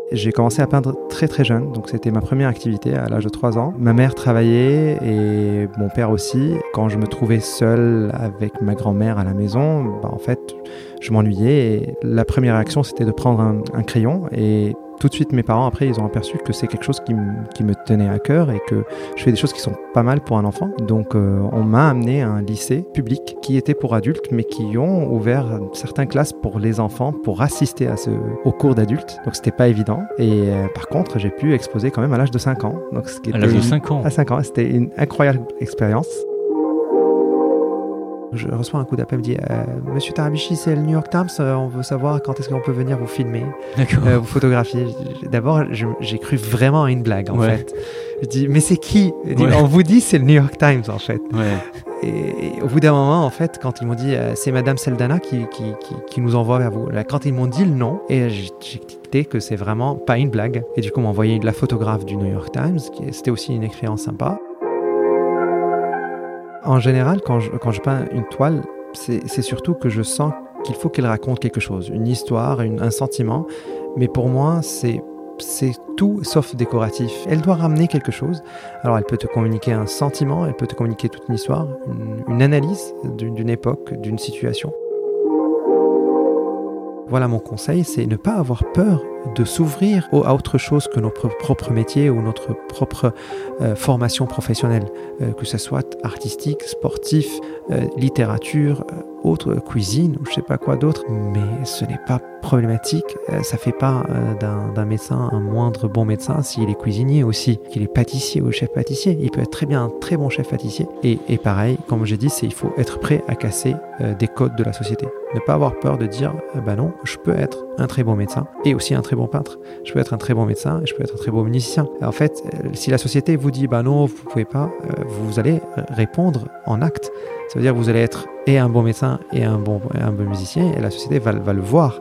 J'ai commencé à peindre très très jeune, donc c'était ma première activité à l'âge de 3 ans. Ma mère travaillait et mon père aussi. Quand je me trouvais seul avec ma grand-mère à la maison, en fait, je m'ennuyais et la première réaction c'était de prendre un crayon et tout de suite mes parents après ils ont aperçu que c'est quelque chose qui me tenait à cœur et que je fais des choses qui sont pas mal pour un enfant. Donc on m'a amené à un lycée public qui était pour adultes mais qui ont ouvert certaines classes pour les enfants pour assister au cours d'adultes. Donc c'était pas évident et par contre j'ai pu exposer quand même à l'âge de 5 ans. Donc, à l'âge de 5 ans À 5 ans, c'était une incroyable expérience. Je reçois un coup d'appel, me dit Monsieur Tarabichi, c'est le New York Times, on veut savoir quand est-ce qu'on peut venir vous filmer, vous photographier. D'abord, j'ai cru vraiment à une blague en fait. Je dis mais c'est qui? Dit, on vous dit c'est le New York Times en fait. Et au bout d'un moment en fait, quand ils m'ont dit c'est Madame Seldana qui nous envoie vers vous. Là, quand ils m'ont dit le nom, et j'ai dicté que c'est vraiment pas une blague. Et du coup, on m'a envoyé la photographe du New York Times, c'était aussi une expérience sympa. En général, quand je peins une toile, c'est surtout que je sens qu'il faut qu'elle raconte quelque chose, une histoire, un sentiment. Mais pour moi, c'est tout sauf décoratif. Elle doit ramener quelque chose. Alors, elle peut te communiquer un sentiment, elle peut te communiquer toute une histoire, une analyse d'une époque, d'une situation. Voilà mon conseil, c'est ne pas avoir peur de s'ouvrir à autre chose que notre propre métier ou notre propre formation professionnelle, que ce soit artistique, sportif, littérature, autre, cuisine ou je sais pas quoi d'autre, mais ce n'est pas problématique, ça fait pas d'un médecin un moindre bon médecin s'il est cuisinier aussi, qu'il est pâtissier ou chef pâtissier, il peut être très bien un très bon chef pâtissier et pareil, comme j'ai dit, il faut être prêt à casser des codes de la société, ne pas avoir peur de dire non, je peux être un très bon médecin et aussi un très bon peintre, je peux être un très bon médecin et je peux être un très bon musicien. En fait, si la société vous dit non, vous pouvez pas, vous allez répondre en acte. Ça veut dire que vous allez être et un bon médecin et un bon musicien et la société va le voir.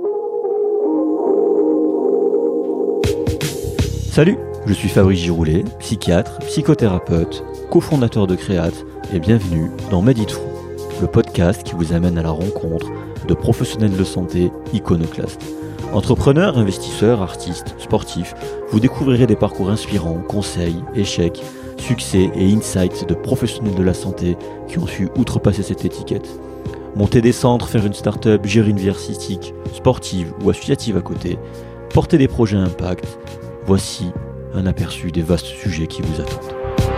Salut, je suis Fabrice Giroulet, psychiatre, psychothérapeute, cofondateur de Créate et bienvenue dans Meditfou, le podcast qui vous amène à la rencontre de professionnels de santé iconoclastes. Entrepreneurs, investisseurs, artistes, sportifs, vous découvrirez des parcours inspirants, conseils, échecs, succès et insights de professionnels de la santé qui ont su outrepasser cette étiquette. Monter des centres, faire une start-up, gérer une vie artistique, sportive ou associative à côté, porter des projets à impact, voici un aperçu des vastes sujets qui vous attendent.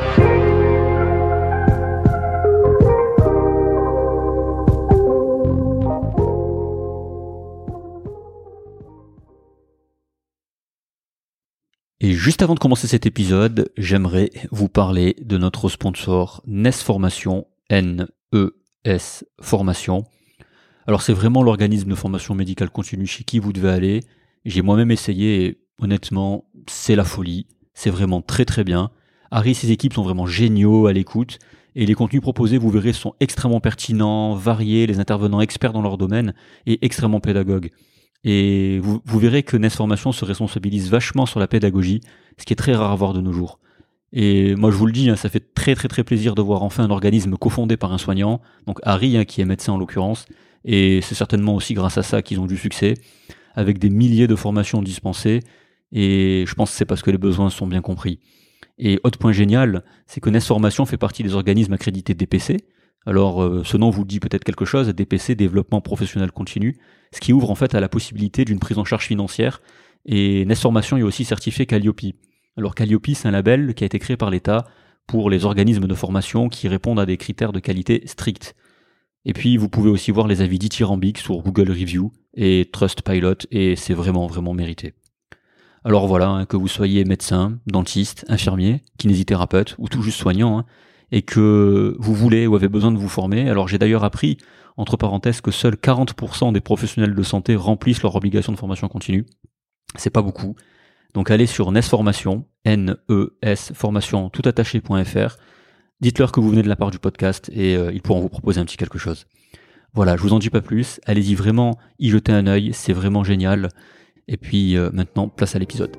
Et juste avant de commencer cet épisode, j'aimerais vous parler de notre sponsor NES Formation, N-E-S Formation. Alors c'est vraiment l'organisme de formation médicale continue chez qui vous devez aller. J'ai moi-même essayé et honnêtement, c'est la folie. C'est vraiment très très bien. Harry et ses équipes sont vraiment géniaux à l'écoute. Et les contenus proposés, vous verrez, sont extrêmement pertinents, variés, les intervenants experts dans leur domaine et extrêmement pédagogues. Et vous verrez que NES Formation se responsabilise vachement sur la pédagogie, ce qui est très rare à voir de nos jours. Et moi je vous le dis, ça fait très très très plaisir de voir enfin un organisme cofondé par un soignant, donc Harry qui est médecin en l'occurrence, et c'est certainement aussi grâce à ça qu'ils ont du succès, avec des milliers de formations dispensées, et je pense que c'est parce que les besoins sont bien compris. Et autre point génial, c'est que NES Formation fait partie des organismes accrédités DPC. Alors, ce nom vous dit peut-être quelque chose, DPC, Développement Professionnel Continu, ce qui ouvre en fait à la possibilité d'une prise en charge financière. Et NES Formation est aussi certifié Calliope. Alors Calliope, c'est un label qui a été créé par l'État pour les organismes de formation qui répondent à des critères de qualité stricts. Et puis, vous pouvez aussi voir les avis dithyrambiques sur Google Review et Trustpilot, et c'est vraiment, vraiment mérité. Alors voilà, que vous soyez médecin, dentiste, infirmier, kinésithérapeute ou tout juste soignant, et que vous voulez ou avez besoin de vous former. Alors j'ai d'ailleurs appris, entre parenthèses, que seuls 40% des professionnels de santé remplissent leur obligation de formation continue. C'est pas beaucoup. Donc allez sur NES Formation, N-E-S Formation, toutattaché.fr. Dites-leur que vous venez de la part du podcast et ils pourront vous proposer un petit quelque chose. Voilà, je vous en dis pas plus. Allez-y vraiment, y jeter un œil, c'est vraiment génial. Et puis maintenant, place à l'épisode.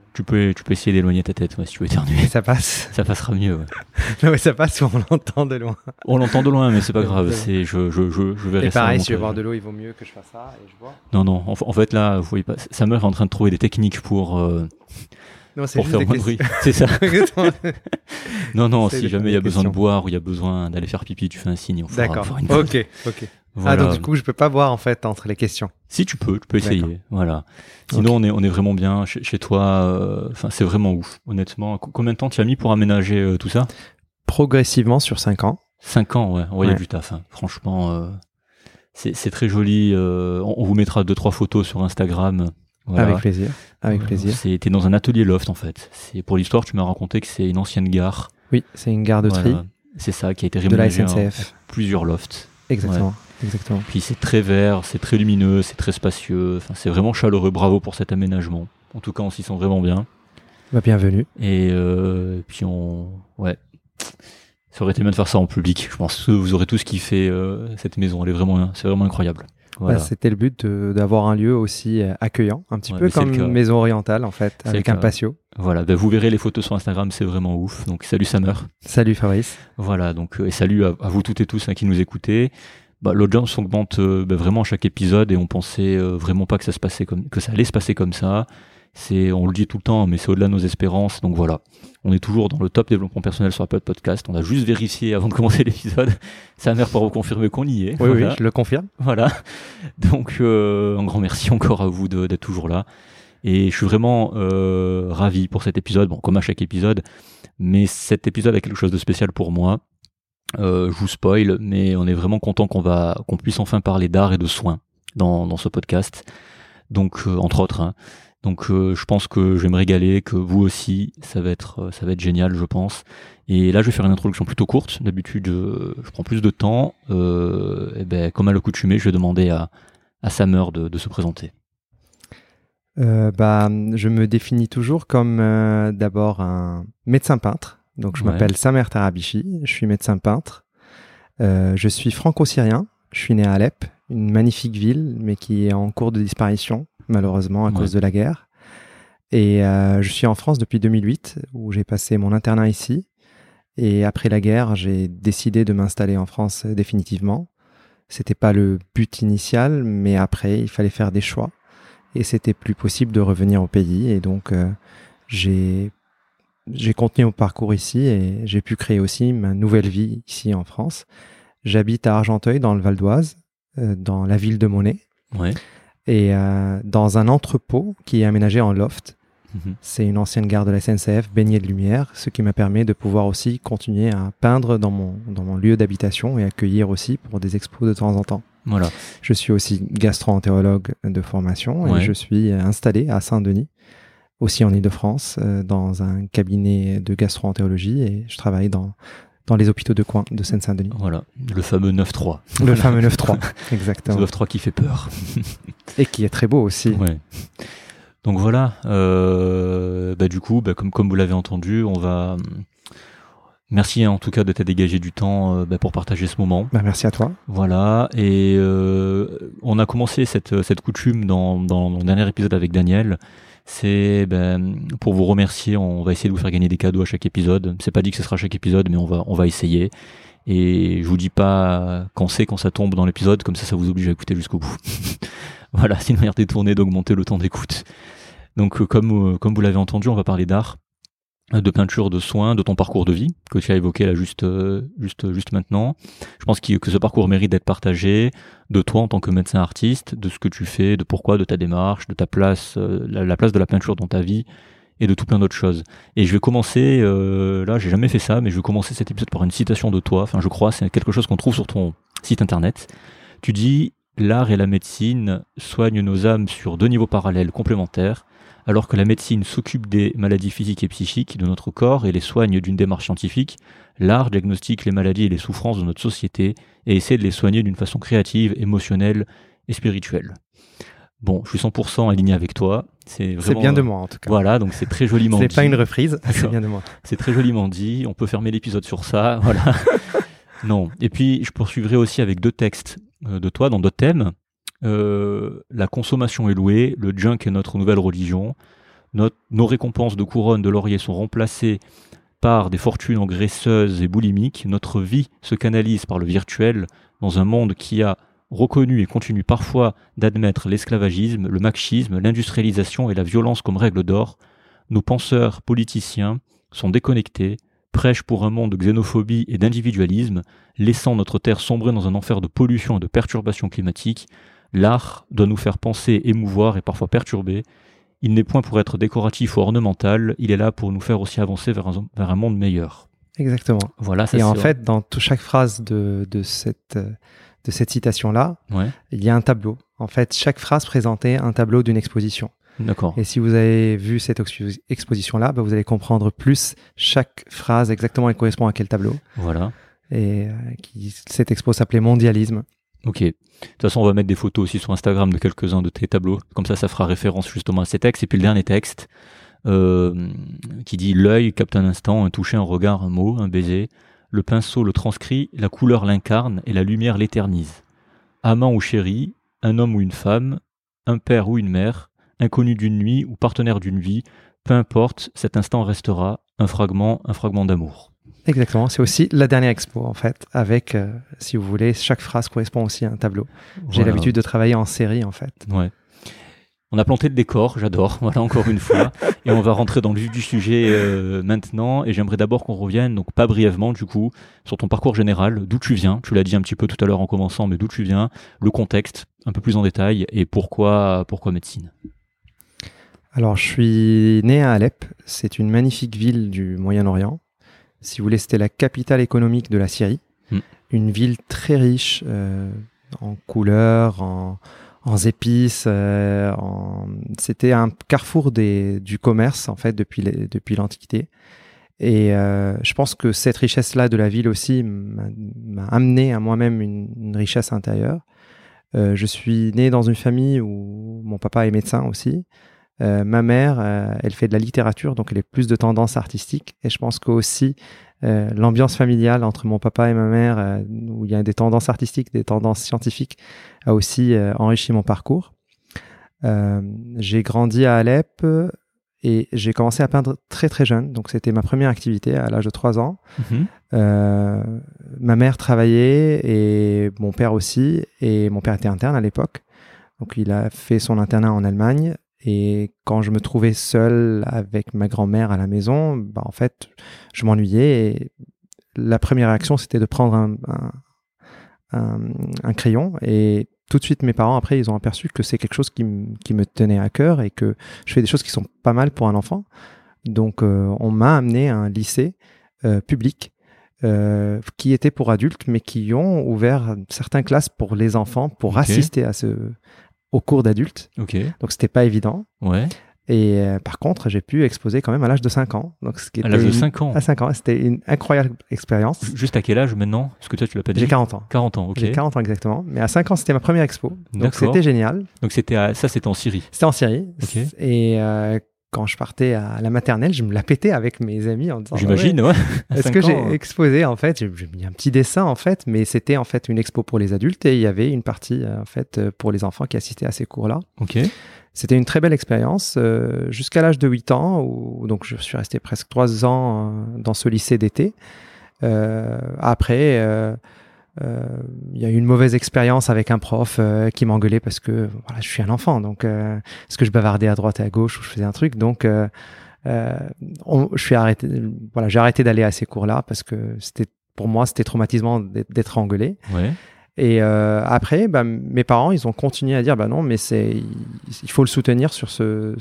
Tu peux essayer d'éloigner ta tête si tu veux éternuer. Ça passe. Ça passera mieux. Ouais. Non, mais ça passe ou on l'entend de loin. On l'entend de loin, mais c'est pas grave. Je verrai et ça. Pareil, si je vais boire de l'eau, il vaut mieux que je fasse ça et je bois. Non. En fait, là, vous voyez pas. Samer est en train de trouver des techniques pour faire moins de bruit. C'est ça. Non. Si jamais il y a besoin de boire ou il y a besoin d'aller faire pipi, tu fais un signe. D'accord. Ok. Voilà. Ah, donc du coup, je peux pas boire en fait entre les questions. Si tu peux essayer. D'accord. Voilà. Sinon, on est vraiment bien chez toi. C'est vraiment ouf. Honnêtement, combien de temps tu as mis pour aménager tout ça ? Progressivement sur 5 ans. 5 ans, ouais. Il y a du taf. Franchement, c'est très joli. On vous mettra 2-3 photos sur Instagram. Voilà. Avec plaisir. T'es dans un atelier loft en fait. C'est pour l'histoire, tu m'as raconté que c'est une ancienne gare. Oui, c'est une gare de tri. C'est ça qui a été réaménagé de la SNCF. Plusieurs lofts. Exactement. Ouais. Puis c'est très vert, c'est très lumineux, c'est très spacieux. Enfin, c'est vraiment chaleureux. Bravo pour cet aménagement. En tout cas, on s'y sent vraiment bien. Bienvenue. Et puis ça aurait été bien de faire ça en public. Je pense que vous aurez tous kiffé cette maison. C'est vraiment incroyable. Voilà. C'était le but d'avoir un lieu aussi accueillant, un petit peu comme une maison orientale en fait, avec un patio. Voilà, vous verrez les photos sur Instagram, c'est vraiment ouf. Donc salut Samer. Salut Fabrice. Voilà, donc et salut à vous toutes et tous qui nous écoutez. L'audience augmente vraiment à chaque épisode et on pensait vraiment pas que ça allait se passer comme ça. On le dit tout le temps, mais c'est au-delà de nos espérances. Donc voilà, on est toujours dans le top développement personnel sur Apple Podcast. On a juste vérifié avant de commencer l'épisode. Samer pour vous confirmer qu'on y est. Oui, je le confirme. Voilà. Donc un grand merci encore à vous d'être toujours là. Et je suis vraiment ravi pour cet épisode. Bon, comme à chaque épisode, mais cet épisode a quelque chose de spécial pour moi. Je vous spoil, mais on est vraiment content qu'on puisse enfin parler d'art et de soins dans ce podcast. Donc entre autres. Donc je pense que je vais me régaler, que vous aussi, ça va être génial, je pense. Et là, je vais faire une introduction plutôt courte. D'habitude, je prends plus de temps. Comme à l'accoutumée, je vais demander à Samer de se présenter. Je me définis toujours comme d'abord un médecin peintre. Donc je m'appelle Samer Tarabichi, je suis médecin peintre. Je suis franco-syrien. Je suis né à Alep, une magnifique ville, mais qui est en cours de disparition, malheureusement, à cause de la guerre. Et je suis en France depuis 2008, où j'ai passé mon internat ici. Et après la guerre, j'ai décidé de m'installer en France définitivement. C'était pas le but initial, mais après, il fallait faire des choix. Et c'était plus possible de revenir au pays. Et donc, j'ai continué mon parcours ici et j'ai pu créer aussi ma nouvelle vie ici en France. J'habite à Argenteuil, dans le Val d'Oise, dans la ville de Monet. Ouais. Et dans un entrepôt qui est aménagé en loft. C'est une ancienne gare de la SNCF baignée de lumière, ce qui m'a permis de pouvoir aussi continuer à peindre dans mon lieu d'habitation et accueillir aussi pour des expos de temps en temps. Voilà. Je suis aussi gastro-entérologue de formation et je suis installé à Saint-Denis, aussi en Île-de-France, dans un cabinet de gastro-entérologie et je travaille dans les hôpitaux de coin de Seine-Saint-Denis. Voilà, le fameux 9-3. Le fameux 9-3, exactement. Le 9-3 qui fait peur. Et qui est très beau aussi. Ouais. Donc voilà, du coup, comme vous l'avez entendu, on va... Merci en tout cas de t'être dégagé du temps pour partager ce moment. Merci à toi. Voilà, et on a commencé cette coutume dans le dernier épisode avec Daniel. C'est pour vous remercier, on va essayer de vous faire gagner des cadeaux à chaque épisode. C'est pas dit que ce sera chaque épisode, mais on va essayer. Et je vous dis pas quand ça tombe dans l'épisode, comme ça vous oblige à écouter jusqu'au bout. Voilà, c'est une manière détournée d'augmenter le temps d'écoute. Donc comme vous l'avez entendu, on va parler d'art, de peinture, de soins, de ton parcours de vie que tu as évoqué là juste maintenant. Je pense que ce parcours mérite d'être partagé, de toi en tant que médecin artiste, de ce que tu fais, de pourquoi, de ta démarche, de ta place, la place de la peinture dans ta vie et de tout plein d'autres choses. Et je vais commencer, là j'ai jamais fait ça, mais je vais commencer cet épisode par une citation de toi, enfin je crois, c'est quelque chose qu'on trouve sur ton site internet. Tu dis: l'art et la médecine soignent nos âmes sur 2 niveaux parallèles complémentaires, alors que la médecine s'occupe des maladies physiques et psychiques de notre corps et les soigne d'une démarche scientifique. L'art diagnostique les maladies et les souffrances de notre société et essaie de les soigner d'une façon créative, émotionnelle et spirituelle. Bon, je suis 100% aligné avec toi. C'est bien de moi en tout cas. Voilà, donc c'est très joliment dit. C'est pas une reprise, c'est bien de moi. C'est très joliment dit. On peut fermer l'épisode sur ça. Voilà. Non. Et puis je poursuivrai aussi avec 2 textes de toi dans d'autres thèmes. La consommation est louée, le junk est notre nouvelle religion. Nos récompenses de couronne, de laurier sont remplacées par des fortunes engraisseuses et boulimiques. Notre vie se canalise par le virtuel dans un monde qui a reconnu et continue parfois d'admettre l'esclavagisme, le machisme, l'industrialisation et la violence comme règle d'or. Nos penseurs politiciens sont déconnectés, prêchent pour un monde de xénophobie et d'individualisme, laissant notre terre sombrer dans un enfer de pollution et de perturbation climatique. L'art doit nous faire penser, émouvoir et parfois perturber. Il n'est point pour être décoratif ou ornemental, il est là pour nous faire aussi avancer vers un monde meilleur. Exactement. Voilà, ça et c'est en vrai. fait, dans chaque phrase de cette citation-là, il y a un tableau. En fait, chaque phrase présentait un tableau d'une exposition. D'accord. Et si vous avez vu cette exposition-là, vous allez comprendre plus chaque phrase exactement elle correspond à quel tableau. Voilà. Et cette expo s'appelait Mondialisme. Ok. De toute façon, on va mettre des photos aussi sur Instagram de quelques-uns de tes tableaux. Comme ça fera référence justement à ces textes. Et puis le dernier texte qui dit « L'œil capte un instant, un toucher, un regard, un mot, un baiser. Le pinceau le transcrit, la couleur l'incarne et la lumière l'éternise. Amant ou chéri, un homme ou une femme, un père ou une mère, inconnu d'une nuit ou partenaire d'une vie, peu importe, cet instant restera un fragment d'amour. » Exactement, c'est aussi la dernière expo en fait, avec, si vous voulez, chaque phrase correspond aussi à un tableau. J'ai Voilà. l'habitude de travailler en série en fait. Ouais. On a planté le décor, j'adore, voilà encore une fois, et on va rentrer dans le vif du sujet maintenant, et j'aimerais d'abord qu'on revienne, donc pas brièvement du coup, sur ton parcours général, d'où tu viens, tu l'as dit un petit peu tout à l'heure en commençant, mais d'où tu viens, le contexte, un peu plus en détail, et pourquoi médecine. Alors, je suis né à Alep, c'est une magnifique ville du Moyen-Orient. Si vous voulez, c'était la capitale économique de la Syrie, une ville très riche en couleurs, en épices. C'était un carrefour du commerce en fait depuis l'Antiquité. Et je pense que cette richesse-là de la ville aussi m'a amené à moi-même une richesse intérieure. Je suis né dans une famille où mon papa est médecin aussi. Ma mère, elle fait de la littérature, donc elle est plus de tendance artistique. Et je pense qu'aussi, l'ambiance familiale entre mon papa et ma mère, où il y a des tendances artistiques, des tendances scientifiques, a aussi enrichi mon parcours. J'ai grandi à Alep et j'ai commencé à peindre très très jeune. Donc c'était ma première activité à l'âge de 3 ans. Ma mère travaillait et mon père aussi. Et mon père était interne à l'époque. Donc il a fait son internat en Allemagne. Et quand je me trouvais seul avec ma grand-mère à la maison, en fait, je m'ennuyais. Et la première action, c'était de prendre un crayon. Et tout de suite, mes parents, après, ils ont aperçu que c'est quelque chose qui me tenait à cœur et que je fais des choses qui sont pas mal pour un enfant. Donc, on m'a amené à un lycée public qui était pour adultes, mais qui ont ouvert certaines classes pour les enfants pour assister au cours d'adultes. Donc, c'était pas évident. Ouais. Et par contre, j'ai pu exposer quand même à l'âge de 5 ans. Donc, à l'âge de 5 ans? À 5 ans. C'était une incroyable expérience. Juste à quel âge maintenant? Parce que toi, tu l'as pas dit. J'ai 40 ans. 40 ans, ok. J'ai 40 ans exactement. Mais à 5 ans, c'était ma première expo. Donc, c'était génial. Donc, c'était en Syrie? C'était en Syrie. Okay. Et quand je partais à la maternelle, je me la pétais avec mes amis en disant... J'imagine, ouais. Est-ce que j'ai exposé, en fait, j'ai mis un petit dessin, en fait, mais c'était en fait une expo pour les adultes et il y avait une partie, en fait, pour les enfants qui assistaient à ces cours-là. Ok. C'était une très belle expérience jusqu'à l'âge de 8 ans, où donc je suis resté presque 3 ans dans ce lycée d'été. Après, il y a eu une mauvaise expérience avec un prof qui m'engueulait parce que voilà, je suis un enfant, donc parce que je bavardais à droite et à gauche ou je faisais un truc, donc j'ai arrêté d'aller à ces cours-là parce que pour moi c'était traumatisant d'être engueulé. Ouais. Et après, mes parents, ils ont continué à dire, non, mais il faut le soutenir sur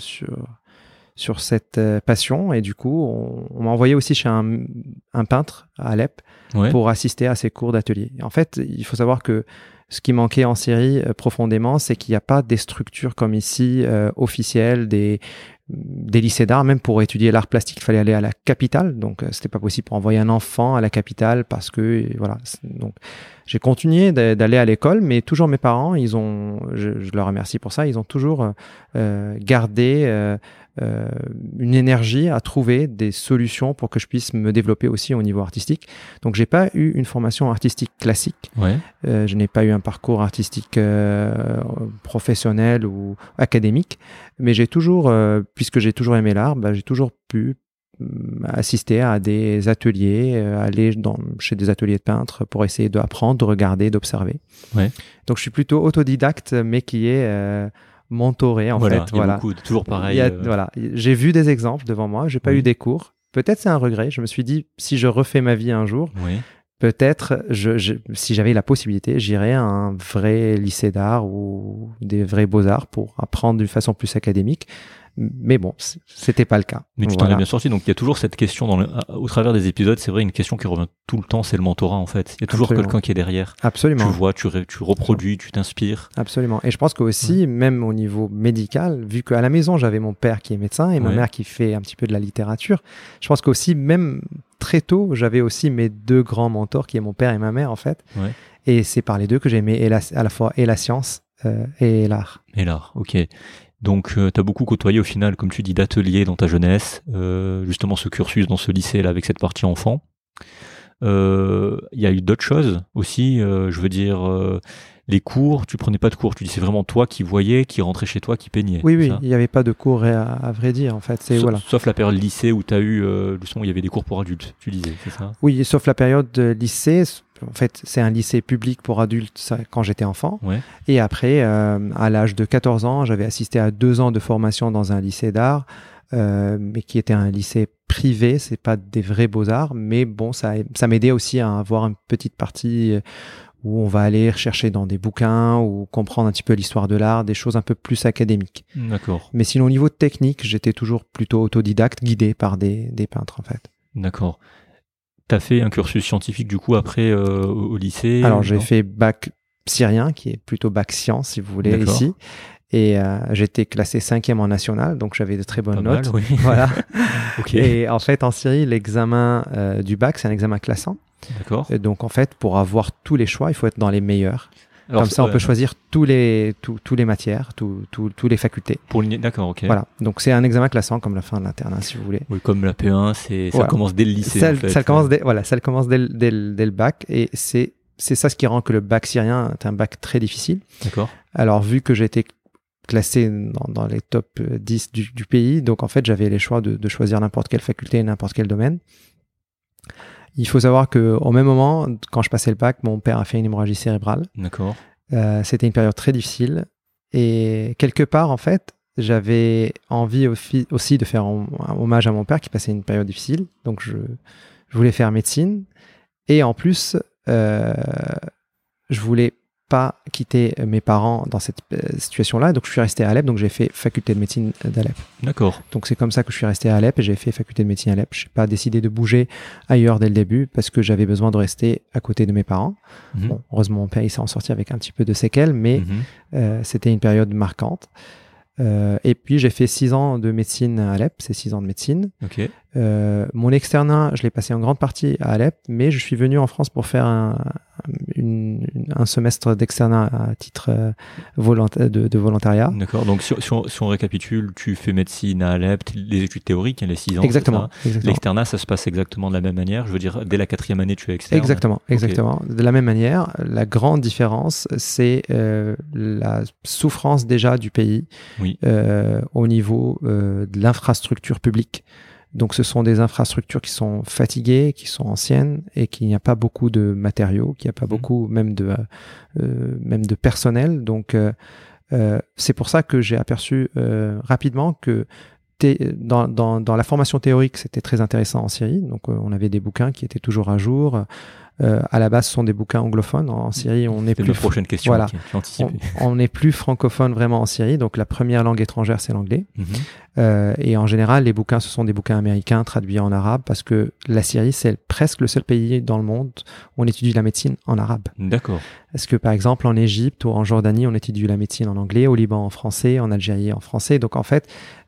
cette passion. Et du coup, on m'a envoyé aussi chez un peintre à Alep pour assister à ses cours d'atelier. Et en fait, il faut savoir que ce qui manquait en Syrie profondément, c'est qu'il n'y a pas des structures comme ici, officielles, des lycées d'art. Même pour étudier l'art plastique, il fallait aller à la capitale. Donc, c'était pas possible pour envoyer un enfant à la capitale parce que, voilà. Donc, j'ai continué d'aller à l'école, mais toujours mes parents, je leur remercie pour ça, ils ont toujours gardé une énergie à trouver des solutions pour que je puisse me développer aussi au niveau artistique. Donc, j'ai pas eu une formation artistique classique. Ouais. Je n'ai pas eu un parcours artistique professionnel ou académique, mais j'ai toujours, puisque j'ai toujours aimé l'art, j'ai toujours pu assister à des ateliers, aller chez des ateliers de peintres pour essayer d'apprendre, de regarder, d'observer. Ouais. Donc, je suis plutôt autodidacte, mais qui est mentoré en fait. Il y a beaucoup, toujours pareil. Voilà, j'ai vu des exemples devant moi, j'ai pas eu des cours. Peut-être c'est un regret. Je me suis dit, si je refais ma vie un jour, peut-être, si j'avais la possibilité, j'irais à un vrai lycée d'art ou des vrais beaux-arts pour apprendre d'une façon plus académique. Mais bon, c'était pas le cas. Mais tu t'en es bien sorti. Donc, il y a toujours cette question au travers des épisodes. C'est vrai, une question qui revient tout le temps, c'est le mentorat, en fait. Il y a toujours quelqu'un qui est derrière. Absolument. Tu vois, tu reproduis, tu t'inspires. Absolument. Et je pense qu'aussi, même au niveau médical, vu qu'à la maison, j'avais mon père qui est médecin et ma mère qui fait un petit peu de la littérature, je pense qu'aussi, même très tôt, j'avais aussi mes deux grands mentors, qui est mon père et ma mère, en fait. Ouais. Et c'est par les deux que j'ai aimé à la fois et la science et l'art. Et l'art, ok. Donc, tu as beaucoup côtoyé au final, comme tu dis, d'ateliers dans ta jeunesse, justement ce cursus dans ce lycée-là avec cette partie enfant. Il y a eu d'autres choses aussi, je veux dire, les cours, tu prenais pas de cours, tu dis c'est vraiment toi qui voyais, qui rentrais chez toi, qui peignais. Oui, il n'y avait pas de cours à vrai dire en fait. Sauf la période lycée où tu as eu, justement, il y avait des cours pour adultes, tu disais, c'est ça? Oui, sauf la période lycée. En fait, c'est un lycée public pour adultes quand j'étais enfant. Ouais. Et après, à l'âge de 14 ans, j'avais assisté à 2 ans de formation dans un lycée d'art, mais qui était un lycée privé. C'est pas des vrais beaux-arts, mais bon, ça m'aidait aussi à avoir une petite partie où on va aller chercher dans des bouquins ou comprendre un petit peu l'histoire de l'art, des choses un peu plus académiques. D'accord. Mais sinon, au niveau technique, j'étais toujours plutôt autodidacte, guidé par des peintres, en fait. D'accord. T'as fait un cursus scientifique du coup après au lycée? Alors j'ai fait bac syrien, qui est plutôt bac sciences si vous voulez. D'accord. Ici. Et j'étais classé 5e en national, donc j'avais de très bonnes notes. Oui. Voilà. Okay. Et en fait en Syrie, l'examen du bac, c'est un examen classant. D'accord. Et donc en fait, pour avoir tous les choix, il faut être dans les meilleurs. Alors, comme ça, on peut choisir tous les matières, tous les facultés. D'accord, ok. Voilà. Donc, c'est un examen classant comme la fin de l'internat, si vous voulez. Oui, comme la P1, ça commence dès le lycée. Ça commence dès le bac. Et c'est ça ce qui rend que le bac syrien est un bac très difficile. D'accord. Alors, vu que j'ai été classé dans les top 10 du pays, donc en fait, j'avais les choix de choisir n'importe quelle faculté, n'importe quel domaine. Il faut savoir qu'au même moment, quand je passais le bac, mon père a fait une hémorragie cérébrale. D'accord. C'était une période très difficile. Et quelque part, en fait, j'avais envie aussi de faire un hommage à mon père qui passait une période difficile. Donc, je voulais faire médecine. Et en plus, je voulais pas quitter mes parents dans cette situation-là. Donc, je suis resté à Alep. Donc, j'ai fait faculté de médecine d'Alep. D'accord. Donc, c'est comme ça que je suis resté à Alep et j'ai fait faculté de médecine à Alep. Je n'ai pas décidé de bouger ailleurs dès le début parce que j'avais besoin de rester à côté de mes parents. Mm-hmm. Bon, heureusement, mon père, il s'est en sorti avec un petit peu de séquelles, mais c'était une période marquante. Et puis, j'ai fait 6 ans de médecine à Alep. C'est 6 ans de médecine. Okay. Mon externat, je l'ai passé en grande partie à Alep, mais je suis venu en France pour faire un semestre d'externat à titre de volontariat. D'accord. Donc, si on récapitule, tu fais médecine à Alep, les études théoriques, les 6 ans. Exactement. L'externat, ça se passe exactement de la même manière. Je veux dire, dès la 4e année, tu es externe. Exactement. De la même manière. La grande différence, c'est la souffrance déjà du pays au niveau de l'infrastructure publique. Donc, ce sont des infrastructures qui sont fatiguées, qui sont anciennes et qu'il n'y a pas beaucoup de matériaux, qu'il n'y a pas beaucoup même de personnel. Donc, c'est pour ça que j'ai aperçu rapidement que dans la formation théorique, c'était très intéressant en Syrie. Donc, on avait des bouquins qui étaient toujours à jour. À la base, ce sont des bouquins anglophones. En Syrie, on n'est plus. Prochaine question. Voilà. On n'est plus francophone vraiment en Syrie. Donc, la première langue étrangère, c'est l'anglais. Et en général, les bouquins, ce sont des bouquins américains traduits en arabe parce que la Syrie, c'est presque le seul pays dans le monde où on étudie la médecine en arabe. D'accord. Parce que, par exemple, en Égypte ou en Jordanie, on étudie la médecine en anglais, au Liban en français, en Algérie en français. Donc, en fait,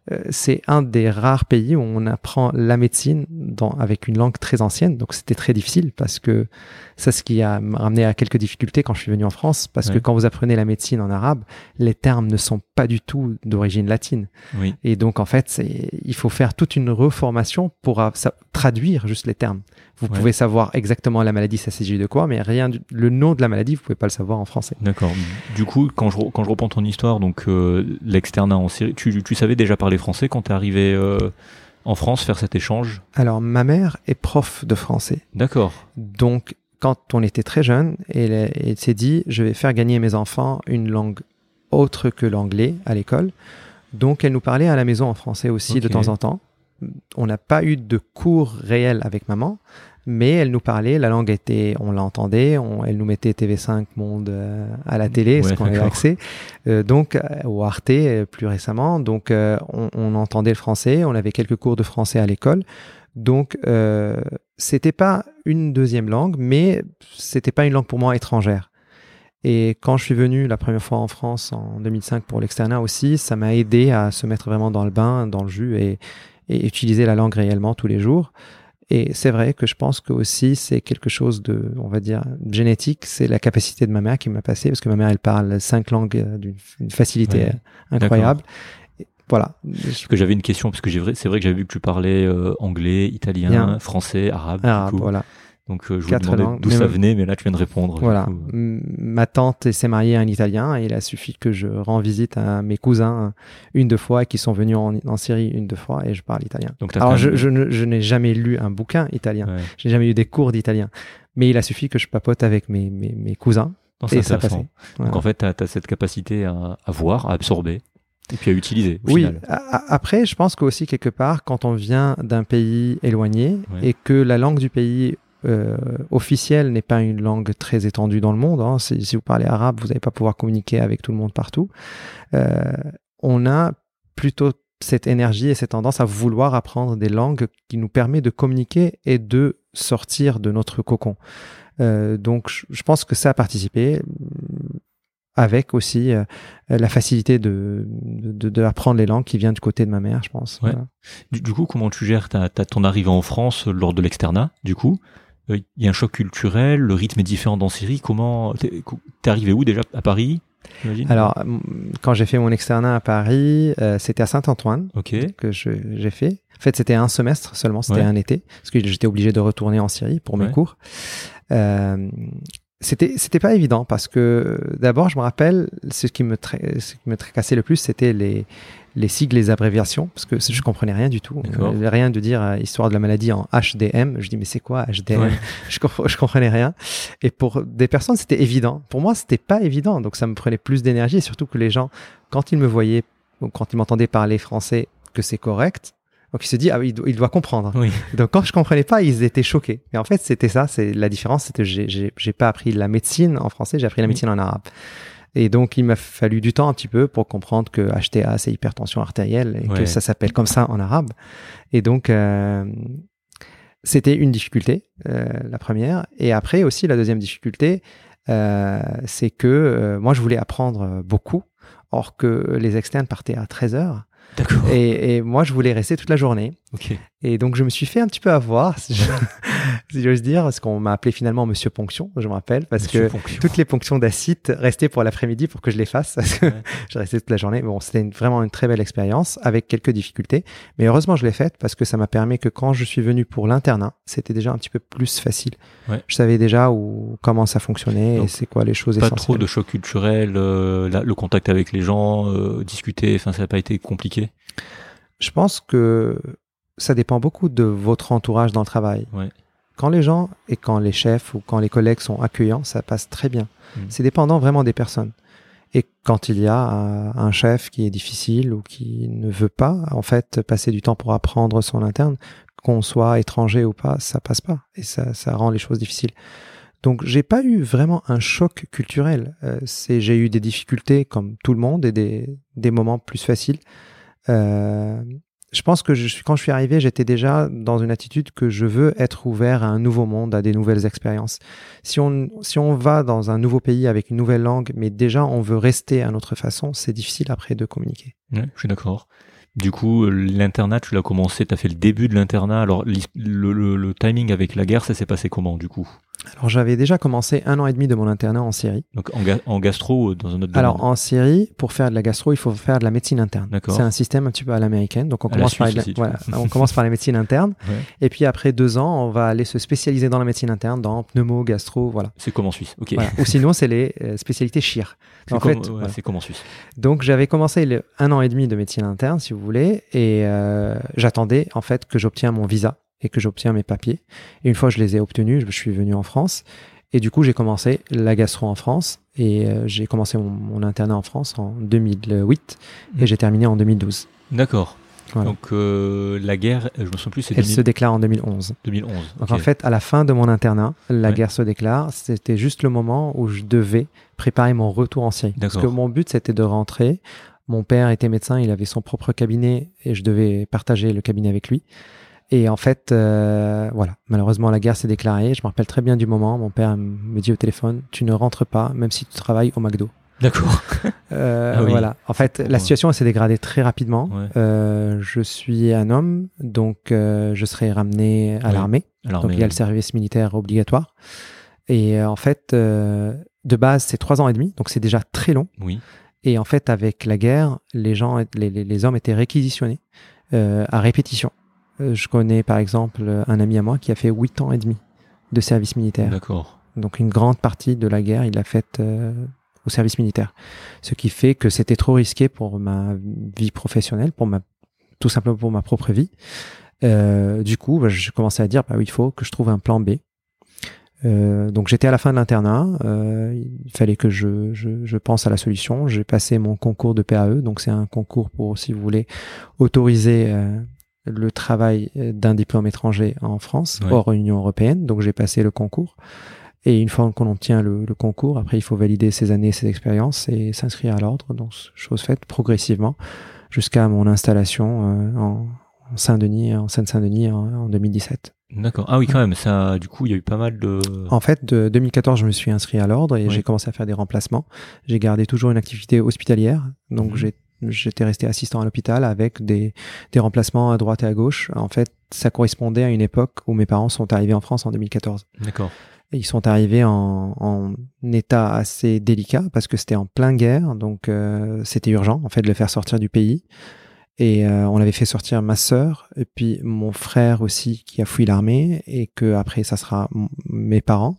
c'est un des rares pays où on apprend la médecine avec une langue très ancienne. Donc, c'était très difficile parce que c'est ce qui a ramené à quelques difficultés quand je suis venu en France. Parce que quand vous apprenez la médecine en arabe, les termes ne sont pas du tout d'origine latine. Oui. Et donc, en fait, il faut faire toute une reformation pour traduire juste les termes. Vous pouvez savoir exactement la maladie, ça s'agit de quoi, mais le nom de la maladie, vous pouvez pas le savoir en français. D'accord. Du coup, quand je reprends ton histoire, donc l'externat en Syrie, tu savais déjà parler français quand tu es arrivé en France faire cet échange? Alors, ma mère est prof de français. D'accord. Donc, quand on était très jeune, elle s'est dit, je vais faire gagner mes enfants une langue autre que l'anglais à l'école. Donc, elle nous parlait à la maison en français aussi de temps en temps. On n'a pas eu de cours réels avec maman, mais elle nous parlait, la langue on l'entendait, elle nous mettait TV5 Monde à la télé, ce qu'on avait accès, donc au Arte plus récemment, donc on entendait le français, on avait quelques cours de français à l'école, donc c'était pas une deuxième langue, mais c'était pas une langue pour moi étrangère. Et quand je suis venu la première fois en France en 2005 pour l'externat aussi, ça m'a aidé à se mettre vraiment dans le bain, dans le jus et utiliser la langue réellement tous les jours. Et c'est vrai que je pense que aussi c'est quelque chose de, on va dire, génétique. C'est la capacité de ma mère qui m'a passé, parce que ma mère, elle parle 5 langues d'une facilité incroyable. Et voilà. Parce que j'avais une question, parce que c'est vrai que j'avais vu que tu parlais anglais, italien, français, arabe. Du coup. Voilà. Donc je vous demandais d'où ça venait, mais là tu viens de répondre. Voilà. Ma tante s'est mariée à un Italien et il a suffi que je rends visite à mes cousins 1-2 fois qui sont venus en Syrie 1-2 fois et je parle italien. Donc, alors je n'ai jamais lu un bouquin italien, je n'ai jamais eu des cours d'italien, mais il a suffi que je papote avec mes cousins et ça passait. Donc en fait tu as cette capacité à voir, à absorber. Et puis à utiliser au oui, final. Après, je pense qu'aussi quelque part, quand on vient d'un pays éloigné et que la langue du pays officielle n'est pas une langue très étendue dans le monde, hein. Si vous parlez arabe, vous n'allez pas pouvoir communiquer avec tout le monde partout. On a plutôt cette énergie et cette tendance à vouloir apprendre des langues qui nous permettent de communiquer et de sortir de notre cocon. Donc, je pense que ça a participé, avec aussi la facilité de apprendre les langues qui vient du côté de ma mère, je pense. Ouais. Voilà. Du coup, comment tu gères ton arrivée en France lors de l'externat, du coup? Il y a un choc culturel, le rythme est différent dans Syrie. Comment t'es arrivé où déjà? À Paris, j'imagine? Alors, quand j'ai fait mon externat à Paris, c'était à Saint-Antoine que j'ai fait. En fait, c'était un semestre seulement, c'était un été, parce que j'étais obligé de retourner en Syrie pour mes cours. C'était pas évident parce que d'abord, je me rappelle, ce qui me tracassait le plus, c'était les sigles, les abréviations, parce que je comprenais rien du tout. Rien de dire histoire de la maladie en HDM. Je dis mais c'est quoi HDM? Je comprenais rien. Et pour des personnes, c'était évident. Pour moi, c'était pas évident. Donc ça me prenait plus d'énergie et surtout que les gens, quand ils me voyaient ou quand ils m'entendaient parler français, que c'est correct. Donc, il se dit, ah oui, il doit comprendre. Oui. Donc, quand je comprenais pas, ils étaient choqués. Et en fait, c'était ça. C'est la différence. C'était que j'ai pas appris la médecine en français, j'ai appris la médecine en arabe. Et donc, il m'a fallu du temps un petit peu pour comprendre que HTA, c'est hypertension artérielle et que ça s'appelle comme ça en arabe. Et donc, c'était une difficulté, la première. Et après aussi, la deuxième difficulté, c'est que moi, je voulais apprendre beaucoup. Or que les externes partaient à 13h. D'accord. Et moi, je voulais rester toute la journée. Et donc, je me suis fait un petit peu avoir, si j'ose dire, parce qu'on m'a appelé finalement Monsieur Ponction, je me rappelle, parce que toutes les ponctions d'acide restaient pour l'après-midi pour que je les fasse, parce que je restais toute la journée. Bon, c'était vraiment une très belle expérience, avec quelques difficultés. Mais heureusement, je l'ai faite, parce que ça m'a permis que quand je suis venu pour l'internat, c'était déjà un petit peu plus facile. Je savais déjà comment ça fonctionnait donc, et c'est quoi les choses essentielles. Pas trop de choc culturel, le contact avec les gens, discuter, enfin, ça n'a pas été compliqué? Je pense que ça dépend beaucoup de votre entourage dans le travail. Quand les gens et quand les chefs ou quand les collègues sont accueillants, ça passe très bien. C'est dépendant vraiment des personnes. Et quand il y a un chef qui est difficile ou qui ne veut pas, en fait, passer du temps pour apprendre son interne, qu'on soit étranger ou pas, ça passe pas. Et ça rend les choses difficiles. Donc, j'ai pas eu vraiment un choc culturel. J'ai eu des difficultés comme tout le monde et des moments plus faciles. Je pense que quand je suis arrivé, j'étais déjà dans une attitude que je veux être ouvert à un nouveau monde, à des nouvelles expériences. Si on va dans un nouveau pays avec une nouvelle langue, mais déjà on veut rester à notre façon, c'est difficile après de communiquer. Ouais, je suis d'accord. Du coup, l'internat, tu l'as commencé, tu as fait le début de l'internat. Alors, le timing avec la guerre, ça s'est passé comment, du coup? Alors, j'avais déjà commencé 1 an et demi de mon internat en Syrie. Donc, en gastro ou dans un autre domaine? Alors, en Syrie, pour faire de la gastro, il faut faire de la médecine interne. D'accord. C'est un système un petit peu à l'américaine. Donc, on À la commence par Suisse aussi, on commence par la médecine interne. Ouais. Et puis, après 2 ans, on va aller se spécialiser dans la médecine interne, dans pneumo, gastro, voilà. C'est comme en Suisse, ok. Voilà. Ou sinon, c'est les spécialités chir. C'est comme en Suisse. Donc, j'avais commencé 1 an et demi de médecine interne, si vous voulez, et j'attendais en fait que j'obtienne mon visa et que j'obtienne mes papiers. Et une fois que je les ai obtenus, je suis venu en France. Et du coup, j'ai commencé la gastro en France et j'ai commencé mon internat en France en 2008 et j'ai terminé en 2012. D'accord. Voilà. Donc, la guerre, je me souviens plus, c'est Elle se déclare en 2011. 2011. Donc, okay. en fait, à la fin de mon internat, la guerre se déclare. C'était juste le moment où je devais préparer mon retour en Syrie. Parce que mon but, c'était de rentrer. Mon père était médecin, il avait son propre cabinet et je devais partager le cabinet avec lui. Et en fait, voilà, malheureusement, la guerre s'est déclarée. Je me rappelle très bien du moment. Mon père me dit au téléphone, tu ne rentres pas, même si tu travailles au McDo. D'accord. Oui. Voilà. En fait, la situation s'est dégradée très rapidement. Ouais. Je suis un homme, donc je serai ramené à l'armée. Donc il y a le service militaire obligatoire. Et en fait, de base, c'est 3 ans et demi, donc c'est déjà très long. Oui. Et en fait, avec la guerre, les hommes étaient réquisitionnés à répétition. Je connais par exemple un ami à moi qui a fait 8 ans et demi de service militaire. D'accord. Donc une grande partie de la guerre, il l'a faite au service militaire. Ce qui fait que c'était trop risqué pour ma vie professionnelle, tout simplement pour ma propre vie. Du coup, je commençais à dire, oui, il faut que je trouve un plan B. Donc j'étais à la fin de l'internat, il fallait que je pense à la solution. J'ai passé mon concours de PAE, donc c'est un concours pour, si vous voulez, autoriser le travail d'un diplôme étranger en France, hors Union européenne. Donc j'ai passé le concours. Et une fois qu'on obtient le concours, après il faut valider ses années, ses expériences et s'inscrire à l'ordre. Donc chose faite progressivement jusqu'à mon installation en Seine-Saint-Denis en 2017. D'accord. Ah oui, quand même. Ça, du coup, il y a eu pas mal de... En fait, de 2014, je me suis inscrit à l'ordre et j'ai commencé à faire des remplacements. J'ai gardé toujours une activité hospitalière. Donc j'étais resté assistant à l'hôpital avec des remplacements à droite et à gauche. En fait, ça correspondait à une époque où mes parents sont arrivés en France en 2014. D'accord. Et ils sont arrivés en état assez délicat parce que c'était en pleine guerre, donc c'était urgent en fait de le faire sortir du pays. Et on avait fait sortir ma sœur et puis mon frère aussi qui a fui l'armée et que après ça sera mes parents.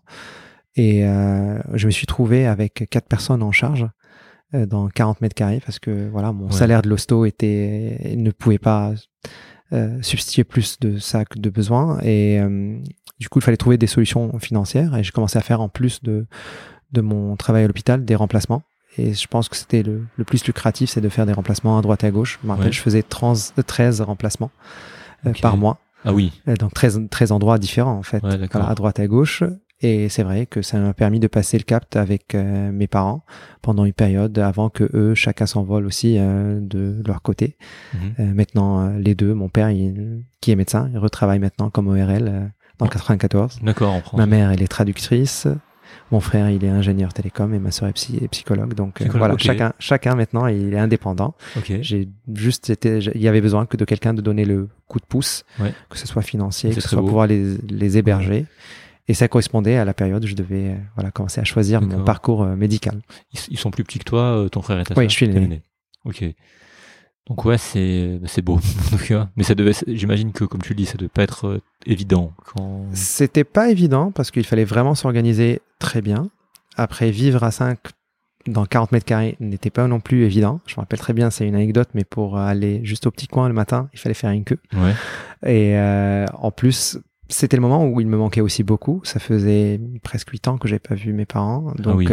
Et je me suis trouvé avec 4 personnes en charge dans 40 mètres carrés parce que voilà mon salaire de l'hosto ne pouvait pas substituer plus de ça que de besoin et du coup il fallait trouver des solutions financières et j'ai commencé à faire en plus de mon travail à l'hôpital des remplacements et je pense que c'était le plus lucratif, c'est de faire des remplacements à droite et à gauche. Je me rappelle, je faisais 13 remplacements par mois. Ah oui. Donc 13 endroits différents en fait, voilà, à droite et à gauche. Et c'est vrai que ça m'a permis de passer le cap avec mes parents pendant une période avant que eux, chacun s'envole aussi de leur côté. Maintenant, les deux, mon père qui est médecin, il retravaille maintenant comme ORL dans le 94. D'accord, en France. Ma mère, elle est traductrice. Mon frère, il est ingénieur télécom et ma sœur est psychologue. Donc voilà, chacun maintenant, il est indépendant. J'ai juste il y avait besoin que de quelqu'un de donner le coup de pouce, que ce soit financier, que ce soit pouvoir les héberger. Et ça correspondait à la période où je devais commencer à choisir mon parcours médical. Ils sont plus petits que toi, ton frère et ta sœur? Oui, je suis l'aîné. Ok. Donc ouais, c'est beau. Mais ça devait, j'imagine que, comme tu le dis, ça devait pas être évident. C'était pas évident parce qu'il fallait vraiment s'organiser très bien. Après, vivre à 5 dans 40 mètres carrés n'était pas non plus évident. Je me rappelle très bien, c'est une anecdote, mais pour aller juste au petit coin le matin, il fallait faire une queue. Et en plus, c'était le moment où il me manquait aussi beaucoup. Ça faisait presque 8 ans que j'avais pas vu mes parents. Donc,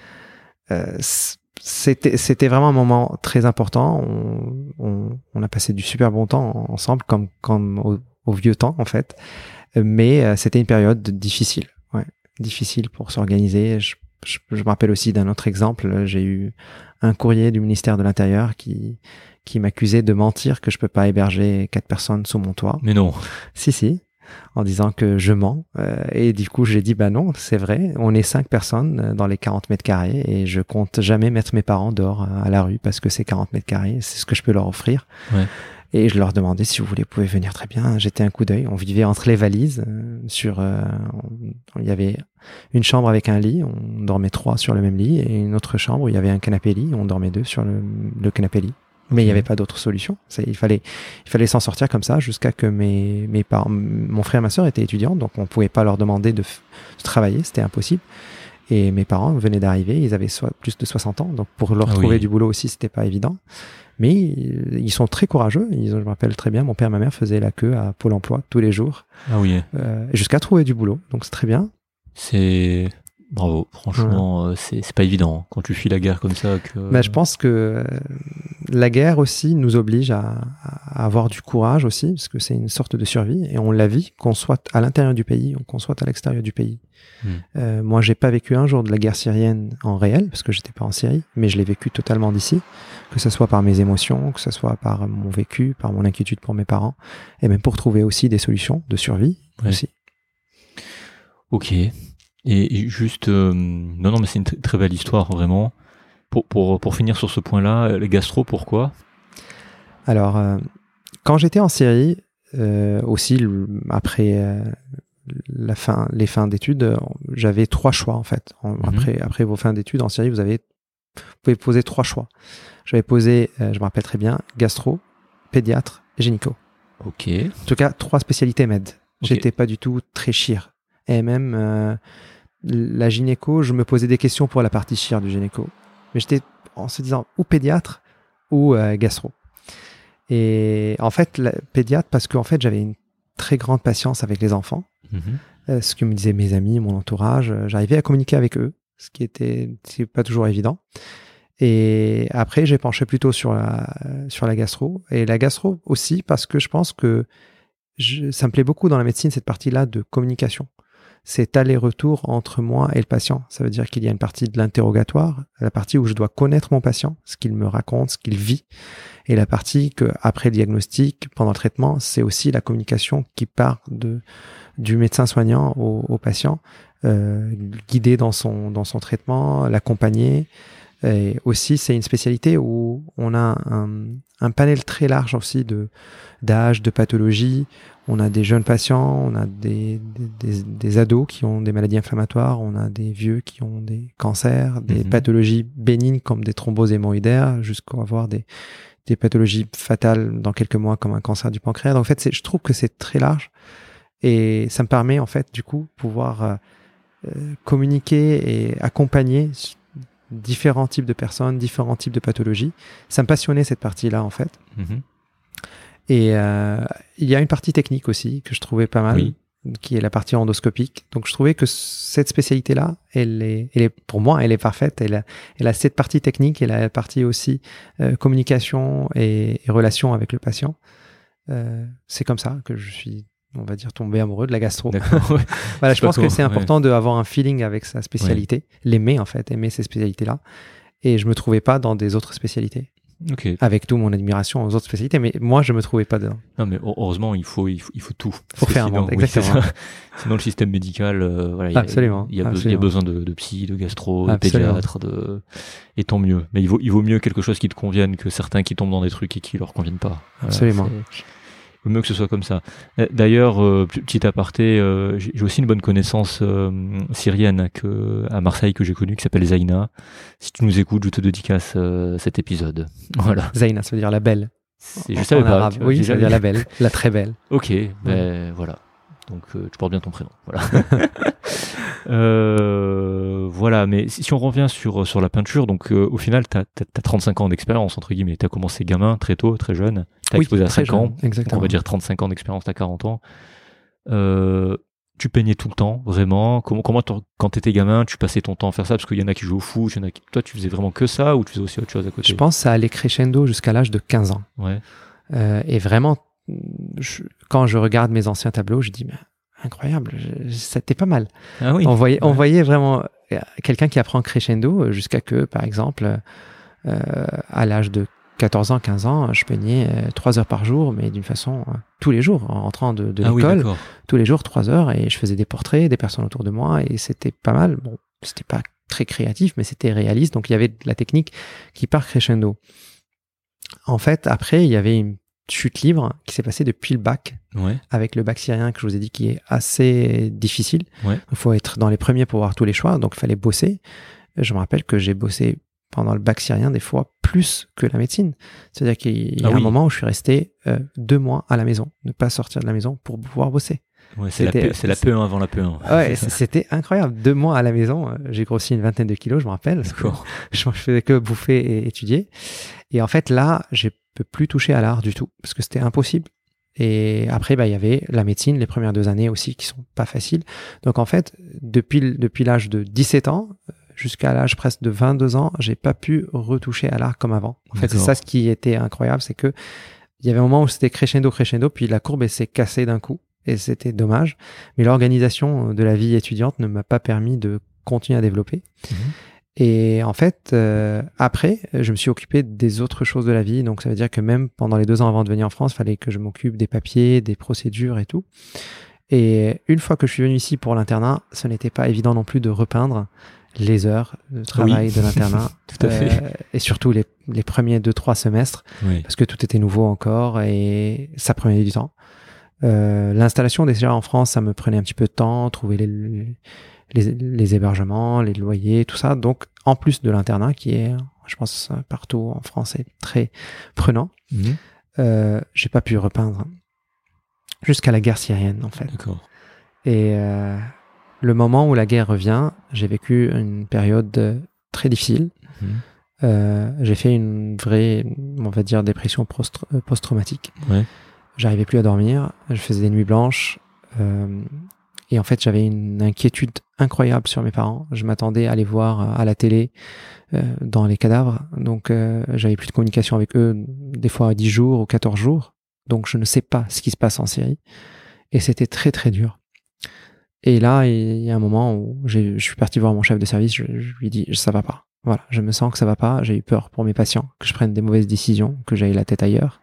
c'était vraiment un moment très important. On a passé du super bon temps ensemble, comme au vieux temps, en fait. Mais c'était une période difficile. Difficile pour s'organiser. Je me rappelle aussi d'un autre exemple. J'ai eu un courrier du ministère de l'Intérieur qui m'accusait de mentir que je peux pas héberger 4 personnes sous mon toit. Mais non. Si. en disant que je mens. Et du coup, j'ai dit, bah non, c'est vrai. On est 5 personnes dans les 40 mètres carrés et je compte jamais mettre mes parents dehors à la rue parce que c'est 40 mètres carrés. C'est ce que je peux leur offrir. Ouais. Et je leur demandais si vous voulez, vous pouvez venir très bien. Jeter un coup d'œil. On vivait entre les valises. Il y avait une chambre avec un lit. On dormait 3 sur le même lit et une autre chambre où il y avait un canapé-lit. On dormait 2 sur le canapé-lit. Mais il n'y avait pas d'autre solution. Il fallait s'en sortir comme ça jusqu'à que mes parents, mon frère et ma sœur étaient étudiants, donc on pouvait pas leur demander de travailler, c'était impossible. Et mes parents venaient d'arriver, ils avaient plus de 60 ans, donc pour leur trouver du boulot aussi, c'était pas évident. Mais ils sont très courageux. Je me rappelle très bien, mon père et ma mère faisaient la queue à Pôle emploi tous les jours. Ah oui. Jusqu'à trouver du boulot, donc c'est très bien. C'est bravo, franchement, c'est pas évident quand tu fuis la guerre comme ça. Je pense que la guerre aussi nous oblige à avoir du courage aussi, parce que c'est une sorte de survie, et on la vit, qu'on soit à l'intérieur du pays ou qu'on soit à l'extérieur du pays. Moi, j'ai pas vécu un jour de la guerre syrienne en réel, parce que j'étais pas en Syrie, mais je l'ai vécu totalement d'ici, que ce soit par mes émotions, que ce soit par mon vécu, par mon inquiétude pour mes parents, et même pour trouver aussi des solutions de survie aussi. Ok. Et juste, non, mais c'est une très belle histoire, vraiment. Pour finir sur ce point-là, les gastro, pourquoi ? Alors, quand j'étais en Syrie, aussi, après les fins d'études, j'avais 3 choix, en fait. Après vos fins d'études en Syrie, vous pouvez poser 3 choix. J'avais posé, je me rappelle très bien, gastro, pédiatre et gynéco. Ok. En tout cas, 3 spécialités med. J'étais pas du tout très chir. Et même la gynéco, je me posais des questions pour la partie chir du gynéco. Mais j'étais en se disant ou pédiatre ou gastro. Et en fait, pédiatre, parce qu'en fait, j'avais une très grande patience avec les enfants. Ce que me disaient mes amis, mon entourage, j'arrivais à communiquer avec eux, c'est pas toujours évident. Et après, j'ai penché plutôt sur la gastro. Et la gastro aussi, parce que je pense que ça me plaît beaucoup dans la médecine, cette partie-là de communication. C'est aller-retour entre moi et le patient. Ça veut dire qu'il y a une partie de l'interrogatoire, la partie où je dois connaître mon patient, ce qu'il me raconte, ce qu'il vit, et la partie que après le diagnostic, pendant le traitement, c'est aussi la communication qui part du médecin soignant au patient, guider dans son traitement, l'accompagner. Et aussi, c'est une spécialité où on a un panel très large aussi d'âge, de pathologies. On a des jeunes patients, on a des ados qui ont des maladies inflammatoires, on a des vieux qui ont des cancers, des pathologies bénignes comme des thromboses hémorroïdaires, jusqu'à avoir des pathologies fatales dans quelques mois comme un cancer du pancréas. Donc en fait, je trouve que c'est très large et ça me permet en fait du coup pouvoir communiquer et accompagner différents types de personnes, différents types de pathologies. Ça me passionnait cette partie-là en fait. Et il y a une partie technique aussi que je trouvais pas mal, qui est la partie endoscopique. Donc je trouvais que cette spécialité-là, elle est pour moi, elle est parfaite. Elle a cette partie technique, elle a la partie aussi communication et relation avec le patient. C'est comme ça que je suis, on va dire, tombé amoureux de la gastro. Voilà, je pense que c'est important d'avoir un feeling avec sa spécialité, l'aimer en fait, aimer ces spécialités-là. Et je me trouvais pas dans des autres spécialités. Avec toute mon admiration aux autres spécialités, mais moi je me trouvais pas dedans. Non, mais heureusement il faut tout pour faire un monde, exactement. Sinon le système médical, voilà, absolument, il y a besoin de psy, de gastro, de pédiatre, et tant mieux. Mais il vaut mieux quelque chose qui te convienne que certains qui tombent dans des trucs et qui leur conviennent pas. Absolument. Il vaut mieux que ce soit comme ça. D'ailleurs, petit aparté, j'ai aussi une bonne connaissance syrienne à Marseille que j'ai connue, qui s'appelle Zaina. Si tu nous écoutes, je te dédicace cet épisode. Voilà. Zaina, ça veut dire la belle. Je savais pas. Arabe. Oui, ça veut dire la belle, la très belle. Ok, voilà. Donc tu portes bien ton prénom. Voilà. Voilà, mais si on revient sur la peinture, donc au final, t'as 35 ans d'expérience, entre guillemets. T'as commencé gamin, très tôt, très jeune. T'as exposé à 5 ans. Exactement. On va dire 35 ans d'expérience, t'as 40 ans. Tu peignais tout le temps, vraiment. Comment quand t'étais gamin, tu passais ton temps à faire ça? Parce qu'il y en a qui jouent au foot, toi, tu faisais vraiment que ça, ou tu faisais aussi autre chose à côté? Je pense que ça allait crescendo jusqu'à l'âge de 15 ans. Ouais. Et vraiment, quand je regarde mes anciens tableaux, je dis, mais incroyable, c'était pas mal. Ah oui. On voyait vraiment quelqu'un qui apprend crescendo jusqu'à que, par exemple, à l'âge de 14 ans, 15 ans, je peignais 3 heures par jour, mais d'une façon tous les jours, en rentrant de l'école, tous les jours 3 heures, et je faisais des portraits, des personnes autour de moi, et c'était pas mal. Bon, c'était pas très créatif, mais c'était réaliste, donc il y avait de la technique qui part crescendo. En fait, après, il y avait une chute libre qui s'est passée depuis le bac, avec le bac syrien que je vous ai dit qui est assez difficile. Il faut être dans les premiers pour avoir tous les choix, donc il fallait bosser. Je me rappelle que j'ai bossé pendant le bac syrien des fois plus que la médecine. C'est-à-dire qu'il y a un moment où je suis resté 2 mois à la maison, ne pas sortir de la maison pour pouvoir bosser. Ouais, c'est la PE1 avant la PE1. Ouais, c'était incroyable. 2 mois à la maison, j'ai grossi une vingtaine de kilos, je me rappelle. Je faisais que bouffer et étudier. Et en fait, là, je peux plus toucher à l'art du tout, parce que c'était impossible. Et après, il y avait la médecine, les premières 2 années aussi, qui sont pas faciles. Donc en fait, depuis l'âge de 17 ans, jusqu'à l'âge presque de 22 ans, j'ai pas pu retoucher à l'art comme avant. En fait, c'est ça ce qui était incroyable, c'est que il y avait un moment où c'était crescendo, puis la courbe s'est cassée d'un coup. Et c'était dommage. Mais l'organisation de la vie étudiante ne m'a pas permis de continuer à développer. Et en fait, après, je me suis occupé des autres choses de la vie. Donc, ça veut dire que même pendant les 2 ans avant de venir en France, il fallait que je m'occupe des papiers, des procédures et tout. Et une fois que je suis venu ici pour l'internat, ce n'était pas évident non plus de repeindre les heures de travail de l'internat. Tout à fait. Et surtout les premiers 2-3 semestres. Parce que tout était nouveau encore et ça prenait du temps. L'installation déjà en France, ça me prenait un petit peu de temps, trouver les hébergements, les loyers, tout ça. Donc, en plus de l'internat qui est, je pense, partout en France est très prenant, j'ai pas pu repeindre jusqu'à la guerre syrienne, en fait. Et le moment où la guerre revient, j'ai vécu une période très difficile. J'ai fait une vraie, on va dire, dépression post-traumatique. J'arrivais plus à dormir, je faisais des nuits blanches, et en fait j'avais une inquiétude incroyable sur mes parents. Je m'attendais à les voir à la télé dans les cadavres, donc j'avais plus de communication avec eux, des fois à 10 jours ou 14 jours, donc je ne sais pas ce qui se passe en Syrie, et c'était très très dur. Et là, il y a un moment où je suis parti voir mon chef de service, je lui ai dit ça va pas, voilà, je me sens que ça va pas, j'ai eu peur pour mes patients, que je prenne des mauvaises décisions, que j'aille la tête ailleurs.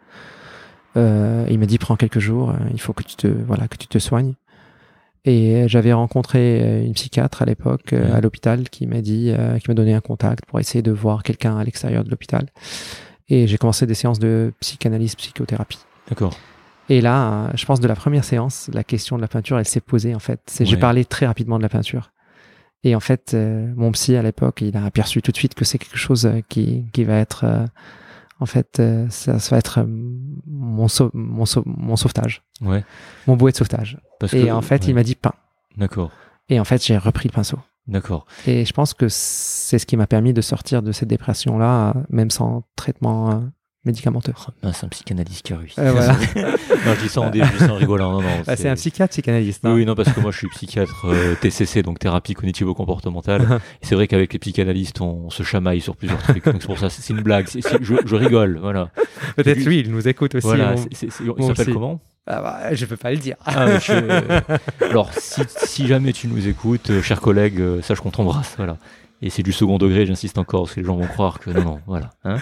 Il m'a dit prends quelques jours, il faut que tu te soignes. Et j'avais rencontré une psychiatre à l'époque à l'hôpital qui m'a donné un contact pour essayer de voir quelqu'un à l'extérieur de l'hôpital. Et j'ai commencé des séances de psychanalyse, psychothérapie. D'accord. Et là, je pense de la première séance, la question de la peinture, elle s'est posée en fait. J'ai parlé très rapidement de la peinture. Et en fait, mon psy à l'époque, il a aperçu tout de suite que c'est quelque chose qui va être en fait, ça va être mon sauvetage. Mon bouée de sauvetage. En fait, il m'a dit peins. D'accord. Et en fait, j'ai repris le pinceau. D'accord. Et je pense que c'est ce qui m'a permis de sortir de cette dépression-là, même sans traitement médicamenteux. C'est un psychanalyste qui a réussi. Voilà. Non, je dis ça en rigolant. Non, c'est un psychiatre-psychanalyste. Oui, non, parce que moi je suis psychiatre TCC, donc thérapie cognitivo-comportementale. Et c'est vrai qu'avec les psychanalystes, on se chamaille sur plusieurs trucs. Donc c'est pour ça, c'est une blague. Je rigole, voilà. Peut-être lui, il nous écoute aussi. Voilà, il s'appelle comment ? Je peux pas le dire. Alors, si jamais tu nous écoutes, cher collègue, sache qu'on t'embrasse, voilà. Et c'est du second degré, j'insiste encore, parce que les gens vont croire que non, voilà. Hein.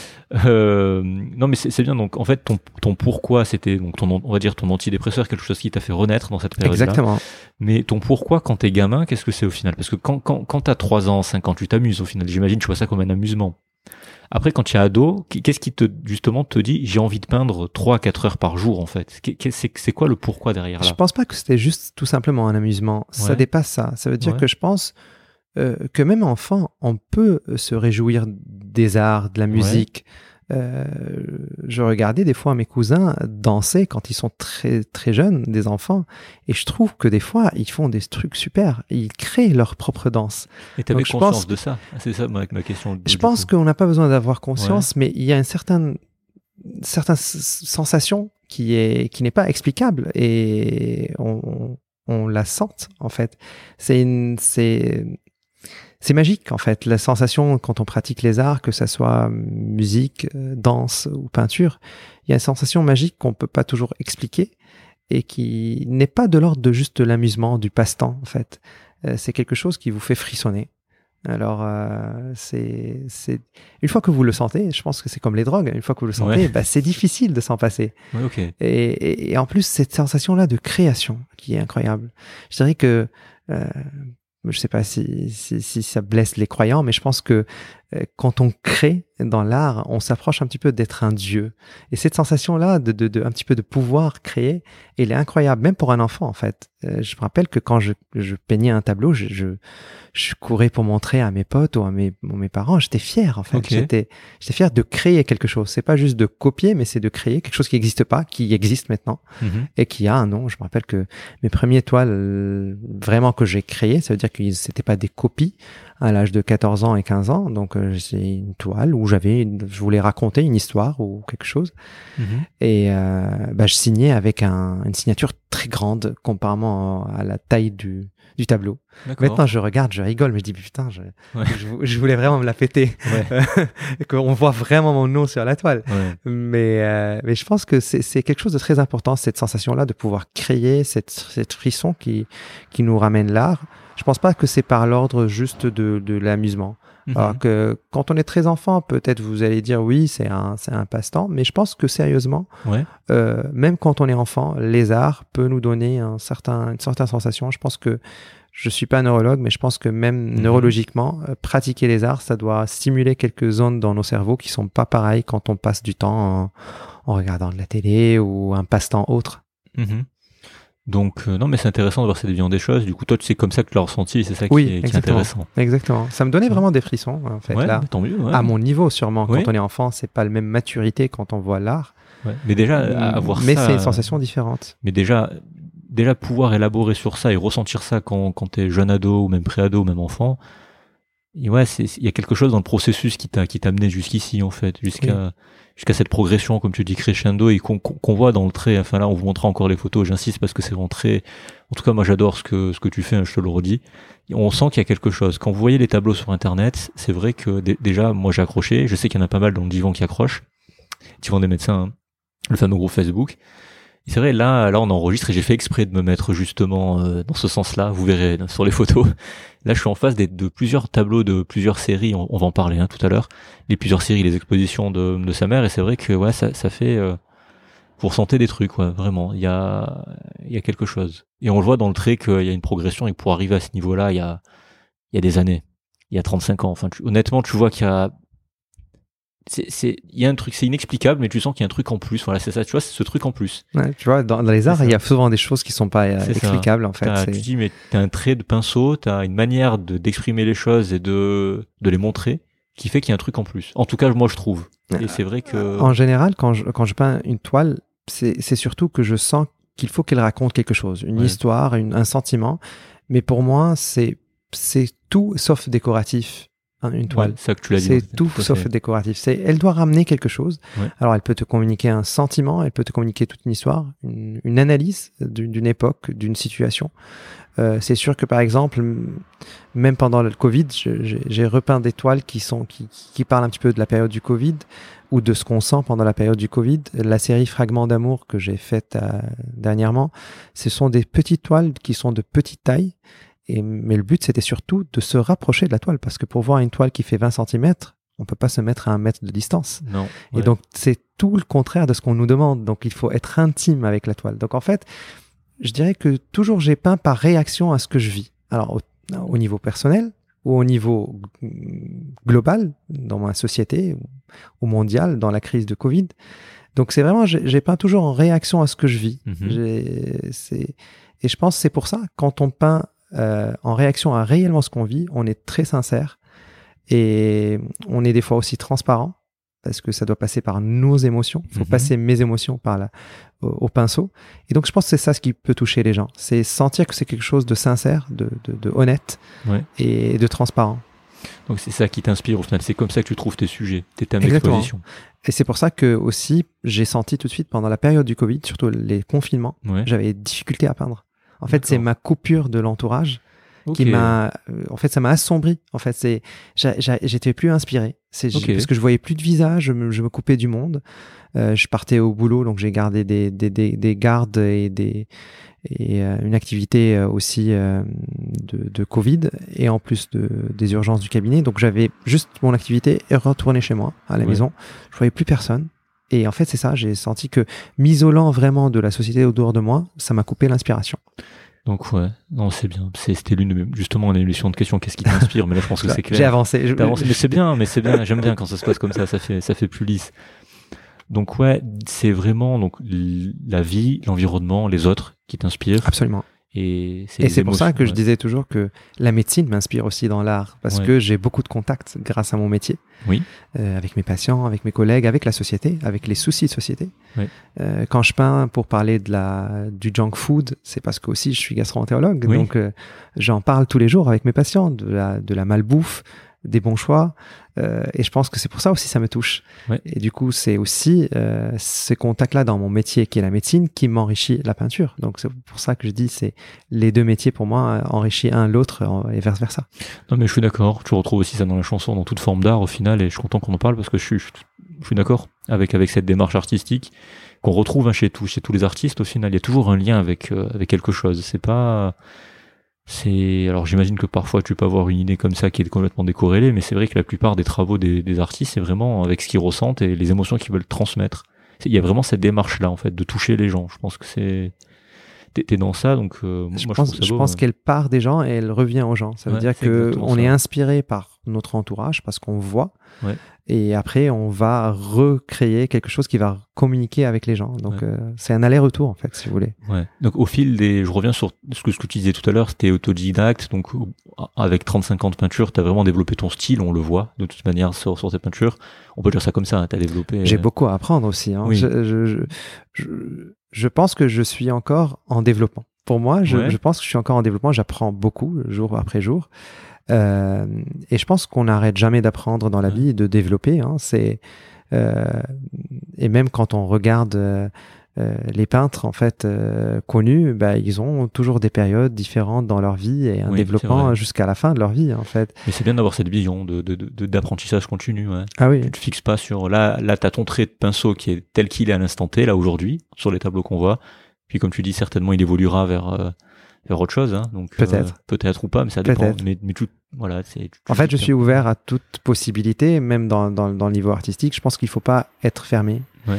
Non, mais c'est bien. Donc, en fait, ton pourquoi, c'était donc on va dire ton antidépresseur, quelque chose qui t'a fait renaître dans cette période-là. Exactement. Mais ton pourquoi, quand t'es gamin, qu'est-ce que c'est au final ? Parce que quand t'as 3 ans, 5 ans, tu t'amuses au final. J'imagine, tu vois ça comme un amusement. Après, quand tu es ado, qu'est-ce qui te dit j'ai envie de peindre 3 à 4 heures par jour, en fait ? C'est quoi le pourquoi derrière là ? Je pense pas que c'était juste tout simplement un amusement. Ça dépasse ça. Ça veut dire que je pense que même enfant, on peut se réjouir des arts, de la musique. Je regardais des fois mes cousins danser quand ils sont très très jeunes, des enfants, et je trouve que des fois ils font des trucs super, ils créent leur propre danse. Et tu avais conscience de ça ? C'est ça ma question. Je pense qu'on n'a pas besoin d'avoir conscience, mais il y a une certaine sensation qui n'est pas explicable, et on la sente en fait. C'est magique, en fait, la sensation quand on pratique les arts, que ça soit musique, danse ou peinture, il y a une sensation magique qu'on peut pas toujours expliquer et qui n'est pas de l'ordre de juste de l'amusement, du passe-temps, en fait. C'est quelque chose qui vous fait frissonner. Alors, c'est une fois que vous le sentez, je pense que c'est comme les drogues. Une fois que vous le sentez, c'est difficile de s'en passer. Ouais, ok. Et en plus, cette sensation-là de création qui est incroyable. Je dirais que, je sais pas si ça blesse les croyants, mais je pense que quand on crée dans l'art, on s'approche un petit peu d'être un dieu. Et cette sensation-là de un petit peu de pouvoir créer, elle est incroyable, même pour un enfant en fait. Je me rappelle que quand je peignais un tableau, je courais pour montrer à mes potes ou à mes parents. J'étais fier en fait. Okay. J'étais fier de créer quelque chose. C'est pas juste de copier, mais c'est de créer quelque chose qui n'existe pas, qui existe maintenant et qui a un nom. Je me rappelle que mes premières toiles vraiment que j'ai créées, ça veut dire que c'était pas des copies à l'âge de 14 ans et 15 ans. Donc, c'est une toile où je voulais raconter une histoire ou quelque chose. Et je signais avec une signature très grande comparément à la taille du tableau. Maintenant, je regarde, je rigole, mais je dis putain, je voulais vraiment me la péter. Qu'on voit vraiment mon nom sur la toile. Mais je pense que c'est quelque chose de très important, cette sensation-là de pouvoir créer cette frisson qui nous ramène l'art. Je pense pas que c'est par l'ordre juste de l'amusement. Alors que quand on est très enfant, peut-être vous allez dire oui, c'est un passe-temps, mais je pense que sérieusement, même quand on est enfant, les arts peuvent nous donner une certaine sensation. Je pense que je suis pas neurologue, mais je pense que même neurologiquement, pratiquer les arts, ça doit stimuler quelques zones dans nos cerveaux qui sont pas pareilles quand on passe du temps en regardant de la télé ou un passe-temps autre. Donc, non, mais c'est intéressant de voir cette vision des choses. Du coup, toi, c'est comme ça que tu l'as ressenti, c'est ça qui est intéressant. Exactement. Ça me donnait vraiment des frissons, en fait, là. Tant mieux, à mon niveau, sûrement. Quand on est enfant, c'est pas la même maturité quand on voit l'art. Mais déjà, avoir ça. Mais c'est une sensation différente. Mais déjà, pouvoir élaborer sur ça et ressentir ça quand t'es jeune ado, ou même pré-ado, ou même enfant. Et il y a quelque chose dans le processus qui t'a amené jusqu'ici, en fait, jusqu'à cette progression, comme tu dis, crescendo, et qu'on voit dans le trait. Enfin là, on vous montrera encore les photos, j'insiste parce que c'est vraiment très. En tout cas, moi j'adore ce que tu fais, je te le redis. On sent qu'il y a quelque chose. Quand vous voyez les tableaux sur internet, c'est vrai que déjà, moi j'ai accroché, je sais qu'il y en a pas mal dans le divan qui accrochent. Divan des médecins, le fameux groupe Facebook. Et c'est vrai, là on enregistre et j'ai fait exprès de me mettre justement dans ce sens-là, vous verrez sur les photos. Là, je suis en face de plusieurs tableaux de plusieurs séries, on va en parler tout à l'heure, les plusieurs séries, les expositions de sa mère, et c'est vrai que ça fait vous ressentez des trucs, vraiment, il y a quelque chose. Et on le voit dans le trait qu'il y a une progression, et pour arriver à ce niveau-là, il y a des années, il y a 35 ans, enfin honnêtement, tu vois qu'il y a il y a un truc, c'est inexplicable, mais tu sens qu'il y a un truc en plus. Voilà, c'est ça, tu vois, c'est ce truc en plus. Tu vois, dans les arts, il y a souvent des choses qui sont pas explicables, en fait. Tu dis, mais t'as un trait de pinceau, t'as une manière d'exprimer les choses et de les montrer qui fait qu'il y a un truc en plus. En tout cas, moi, je trouve. Et c'est vrai que... En général, quand je peins une toile, c'est surtout que je sens qu'il faut qu'elle raconte quelque chose, une histoire, un sentiment. Mais pour moi, c'est tout sauf décoratif. Une toile, ça que tu l'as dit, c'est tout sauf décoratif. Elle doit ramener quelque chose. Alors, elle peut te communiquer un sentiment, elle peut te communiquer toute une histoire, une analyse d'une époque, d'une situation. C'est sûr que par exemple, même pendant le Covid, j'ai repeint des toiles qui parlent un petit peu de la période du Covid ou de ce qu'on sent pendant la période du Covid. La série Fragments d'amour que j'ai faite dernièrement, ce sont des petites toiles qui sont de petite taille. Mais le but, c'était surtout de se rapprocher de la toile, parce que pour voir une toile qui fait 20 cm, on peut pas se mettre à 1 mètre de distance. Non. Et donc, c'est tout le contraire de ce qu'on nous demande. Donc, il faut être intime avec la toile. Donc, en fait, je dirais que toujours j'ai peint par réaction à ce que je vis. Alors, au niveau personnel ou au niveau global, dans ma société ou mondiale, dans la crise de Covid. Donc, c'est vraiment, j'ai peint toujours en réaction à ce que je vis. Et je pense que c'est pour ça, quand on peint en réaction à réellement ce qu'on vit, on est très sincère et on est des fois aussi transparent parce que ça doit passer par nos émotions. Il faut passer mes émotions au pinceau. Et donc, je pense que c'est ça ce qui peut toucher les gens. C'est sentir que c'est quelque chose de sincère, de honnête et de transparent. Donc, c'est ça qui t'inspire au final. C'est comme ça que tu trouves tes sujets, tes thèmes d'exposition. Et c'est pour ça que aussi, j'ai senti tout de suite pendant la période du Covid, surtout les confinements, j'avais des difficultés à peindre. En fait, c'est ma coupure de l'entourage qui m'a, en fait, ça m'a assombri. En fait, j'étais plus inspiré. Parce que je voyais plus de visage, je me coupais du monde. Je partais au boulot, donc j'ai gardé des gardes et une activité aussi de Covid, et en plus des urgences du cabinet. Donc j'avais juste mon activité et retourner chez moi à la maison. Je voyais plus personne. Et en fait, c'est ça, j'ai senti que m'isolant vraiment de la société autour de moi, ça m'a coupé l'inspiration. Donc non, c'est bien. C'était justement une émission de questions. Qu'est-ce qui t'inspire? Mais là, je pense que c'est clair. J'ai avancé. Mais c'est bien. J'aime bien quand ça se passe comme ça. Ça fait plus lisse. Donc c'est vraiment donc la vie, l'environnement, les autres qui t'inspirent. Absolument. Et c'est pour ça que je disais toujours que la médecine m'inspire aussi dans l'art, parce que j'ai beaucoup de contacts grâce à mon métier, avec mes patients, avec mes collègues, avec la société, avec les soucis de société. Quand je peins pour parler du junk food, c'est parce que aussi je suis gastro-entérologue, donc j'en parle tous les jours avec mes patients de la malbouffe, des bons choix, et je pense que c'est pour ça aussi ça me touche. Et du coup c'est aussi ces contacts-là dans mon métier qui est la médecine qui m'enrichit la peinture. Donc c'est pour ça que je dis c'est les deux métiers pour moi enrichis un l'autre et vice versa. Non mais je suis d'accord, tu retrouves aussi ça dans la chanson, dans toute forme d'art au final, et je suis content qu'on en parle parce que je suis d'accord avec cette démarche artistique qu'on retrouve chez tous les artistes. Au final il y a toujours un lien avec quelque chose. Alors j'imagine que parfois tu peux avoir une idée comme ça qui est complètement décorrélée, mais c'est vrai que la plupart des travaux des artistes, c'est vraiment avec ce qu'ils ressentent et les émotions qu'ils veulent transmettre. Il y a vraiment cette démarche-là, en fait, de toucher les gens. Je pense que t'es dans ça, donc je pense qu'elle part des gens et elle revient aux gens. Ça veut dire qu'on est inspiré par notre entourage parce qu'on voit. Et après, on va recréer quelque chose qui va communiquer avec les gens. Donc, c'est un aller-retour, en fait, si vous voulez. Donc, au fil je reviens sur ce que tu disais tout à l'heure, c'était autodidacte. Donc, avec 35 ans de peinture, tu as vraiment développé ton style, on le voit, de toute manière, sur tes peintures. On peut dire ça comme ça, hein, tu as développé. J'ai beaucoup à apprendre aussi. Hein. Je pense que je suis encore en développement. Pour moi, je pense que je suis encore en développement. J'apprends beaucoup, jour après jour. Et je pense qu'on n'arrête jamais d'apprendre dans la vie, de développer. Hein. Et même quand on regarde les peintres en fait connus, ils ont toujours des périodes différentes dans leur vie et un développement jusqu'à la fin de leur vie en fait. Mais c'est bien d'avoir cette vision d'apprentissage continu. Ah oui. Tu te fixes pas sur là t'as ton trait de pinceau qui est tel qu'il est à l'instant T là aujourd'hui sur les tableaux qu'on voit. Puis comme tu dis, certainement il évoluera vers autre chose, hein. Donc peut-être ou pas, mais ça dépend. Mais en fait, je suis ouvert à toute possibilité, même dans le niveau artistique. Je pense qu'il faut pas être fermé.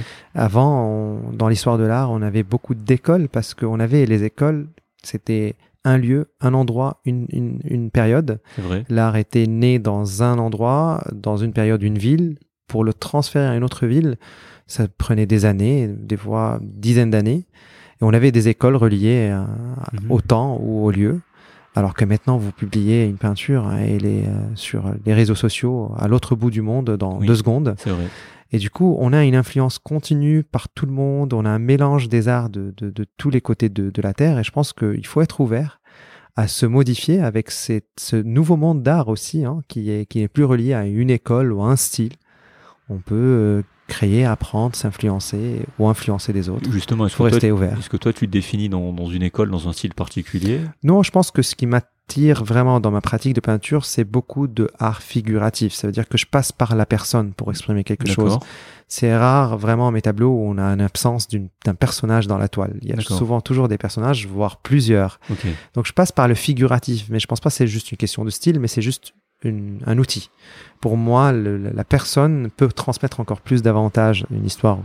Avant, dans l'histoire de l'art, on avait beaucoup d'écoles parce qu'on avait les écoles, c'était un lieu, un endroit, une période. C'est vrai. L'art était né dans un endroit, dans une période, une ville. Pour le transférer à une autre ville, ça prenait des années, des fois dizaines d'années. Et on avait des écoles reliées au temps ou au lieu. Alors que maintenant, vous publiez une peinture et elle est sur les réseaux sociaux à l'autre bout du monde dans 2 secondes. C'est vrai. Et du coup, on a une influence continue par tout le monde. On a un mélange des arts de tous les côtés de la Terre. Et je pense qu'il faut être ouvert à se modifier avec ce nouveau monde d'art aussi, hein, qui est plus relié à une école ou à un style. On peut créer, apprendre, s'influencer ou influencer les autres. Justement, il faut rester ouvert. Est-ce que toi, tu te définis dans une école, dans un style particulier? Non, je pense que ce qui m'attire vraiment dans ma pratique de peinture, c'est beaucoup de art figuratif. Ça veut dire que je passe par la personne pour exprimer quelque chose. C'est rare, vraiment, mes tableaux où on a une absence d'un personnage dans la toile. Il y a souvent toujours des personnages, voire plusieurs. Donc, je passe par le figuratif, mais je pense pas que c'est juste une question de style, mais c'est juste un outil. Pour moi, la personne peut transmettre encore plus davantage une histoire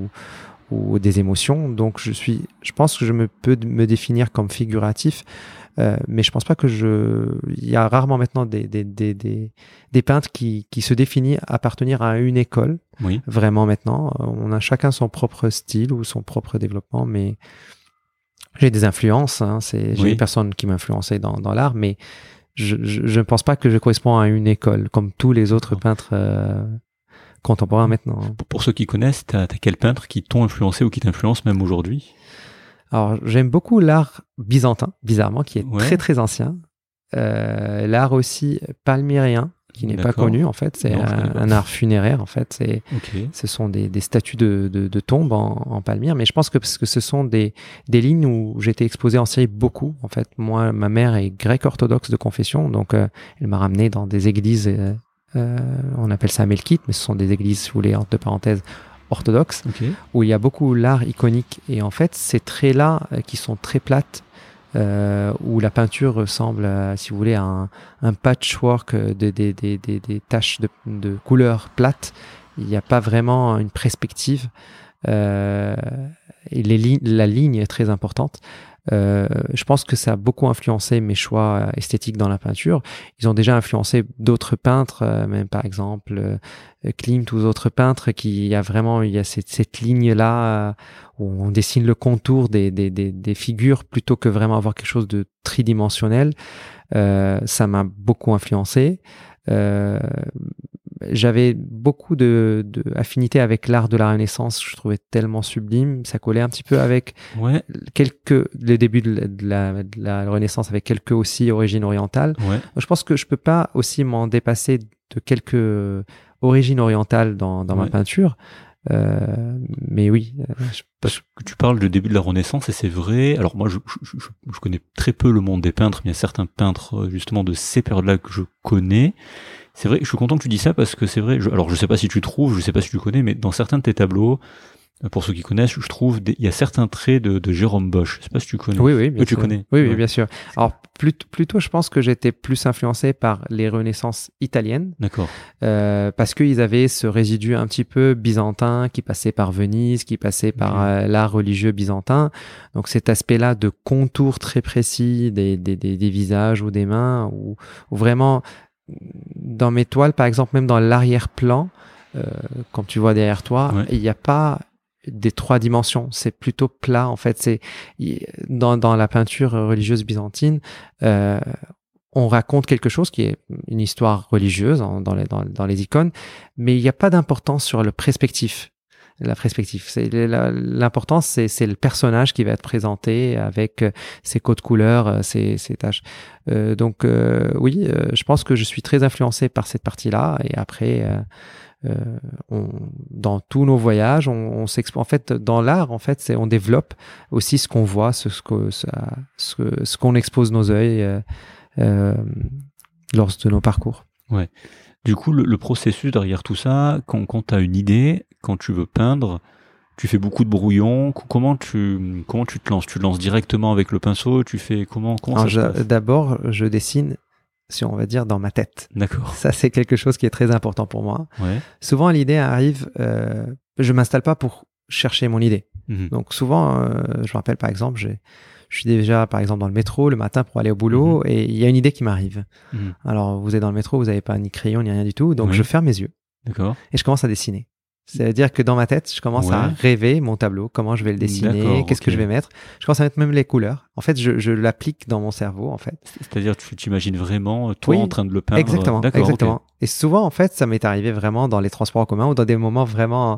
ou des émotions. Donc, je pense que je peux me définir comme figuratif, mais je pense pas que il y a rarement maintenant des peintres qui se définissent appartenir à une école. Vraiment maintenant, on a chacun son propre style ou son propre développement, mais j'ai des influences. Hein, j'ai des personnes qui m'influençaient dans l'art, mais je ne pense pas que je corresponds à une école comme tous les autres peintres contemporains maintenant. Pour ceux qui connaissent, t'as quels peintres qui t'ont influencé ou qui t'influencent même aujourd'hui? Alors, j'aime beaucoup l'art byzantin, bizarrement, qui est très très ancien. L'art aussi palmyrien, qui n'est pas connu en fait. C'est un art funéraire en fait. Ce sont des statues de tombes en palmyre. Mais je pense que parce que ce sont des lignes où j'ai été exposé en Syrie beaucoup. En fait, moi, ma mère est grecque orthodoxe de confession, donc elle m'a ramené dans des églises On appelle ça melkite, mais ce sont des églises, si vous voulez, entre deux parenthèses, orthodoxes, où il y a beaucoup l'art iconique. Et en fait, ces traits-là, qui sont très plates, où la peinture ressemble, si vous voulez, à un patchwork des taches de couleurs plates, il n'y a pas vraiment une perspective. Et la ligne est très importante. Je pense que ça a beaucoup influencé mes choix esthétiques dans la peinture. Ils ont déjà influencé d'autres peintres, même par exemple Klimt ou d'autres peintres il y a cette ligne-là où on dessine le contour des figures plutôt que vraiment avoir quelque chose de tridimensionnel. Ça m'a beaucoup influencé. J'avais beaucoup de affinité avec l'art de la Renaissance. Je trouvais tellement sublime. Ça collait un petit peu avec le début de la Renaissance, avec quelques aussi origines orientales. Je pense que je peux pas aussi m'en dépasser de quelques origines orientales dans ma peinture. Mais oui. Parce que tu parles du début de la Renaissance et c'est vrai. Alors moi, je connais très peu le monde des peintres, mais il y a certains peintres justement de ces périodes-là que je connais. C'est vrai, je suis content que tu dis ça parce que c'est vrai. Alors je sais pas si tu trouves, je sais pas si tu connais, mais dans certains de tes tableaux, pour ceux qui connaissent, je trouve il y a certains traits de Jérôme Bosch. Je sais pas si tu connais. Oui, bien sûr. Tu connais. Oui, bien sûr. Alors plutôt, je pense que j'étais plus influencé par les Renaissances italiennes. D'accord. Parce qu'ils avaient ce résidu un petit peu byzantin qui passait par Venise, qui passait par l'art religieux byzantin. Donc cet aspect-là de contour très précis des visages ou des mains, ou vraiment dans mes toiles, par exemple, même dans l'arrière-plan, quand tu vois derrière toi, il n'y a pas des 3 dimensions, c'est plutôt plat en fait. C'est dans la peinture religieuse byzantine, on raconte quelque chose qui est une histoire religieuse dans les icônes, mais il n'y a pas d'importance sur le perspective. La perspective, l'importance, c'est le personnage qui va être présenté avec ses codes couleurs, ses taches. Donc oui, je pense que je suis très influencé par cette partie-là. Et après, dans tous nos voyages, on s'exprime. En fait, dans l'art, en fait, on développe aussi ce qu'on voit, ce qu'on expose nos yeux lors de nos parcours. Ouais. Du coup, le processus derrière tout ça, quand tu as une idée, quand tu veux peindre, tu fais beaucoup de brouillons. Comment tu te lances? Tu te lances directement avec le pinceau? Tu fais comment ça se passe? D'abord, je dessine, si on va dire, dans ma tette. D'accord. Ça, c'est quelque chose qui est très important pour moi. Ouais. Souvent, l'idée arrive, je m'installe pas pour chercher mon idée. Donc souvent, je me rappelle par exemple, je suis déjà par exemple dans le métro le matin pour aller au boulot et il y a une idée qui m'arrive. Alors vous êtes dans le métro, vous n'avez pas ni crayon ni rien du tout, donc je ferme mes yeux. D'accord. Et je commence à dessiner. C'est-à-dire que dans ma tête, je commence à rêver mon tableau, comment je vais le dessiner, qu'est-ce que je vais mettre. Je commence à mettre même les couleurs. En fait, je l'applique dans mon cerveau, en fait. C'est-à-dire, tu t'imagines vraiment toi en train de le peindre. Exactement. Okay. Et souvent, en fait, ça m'est arrivé vraiment dans les transports en commun ou dans des moments vraiment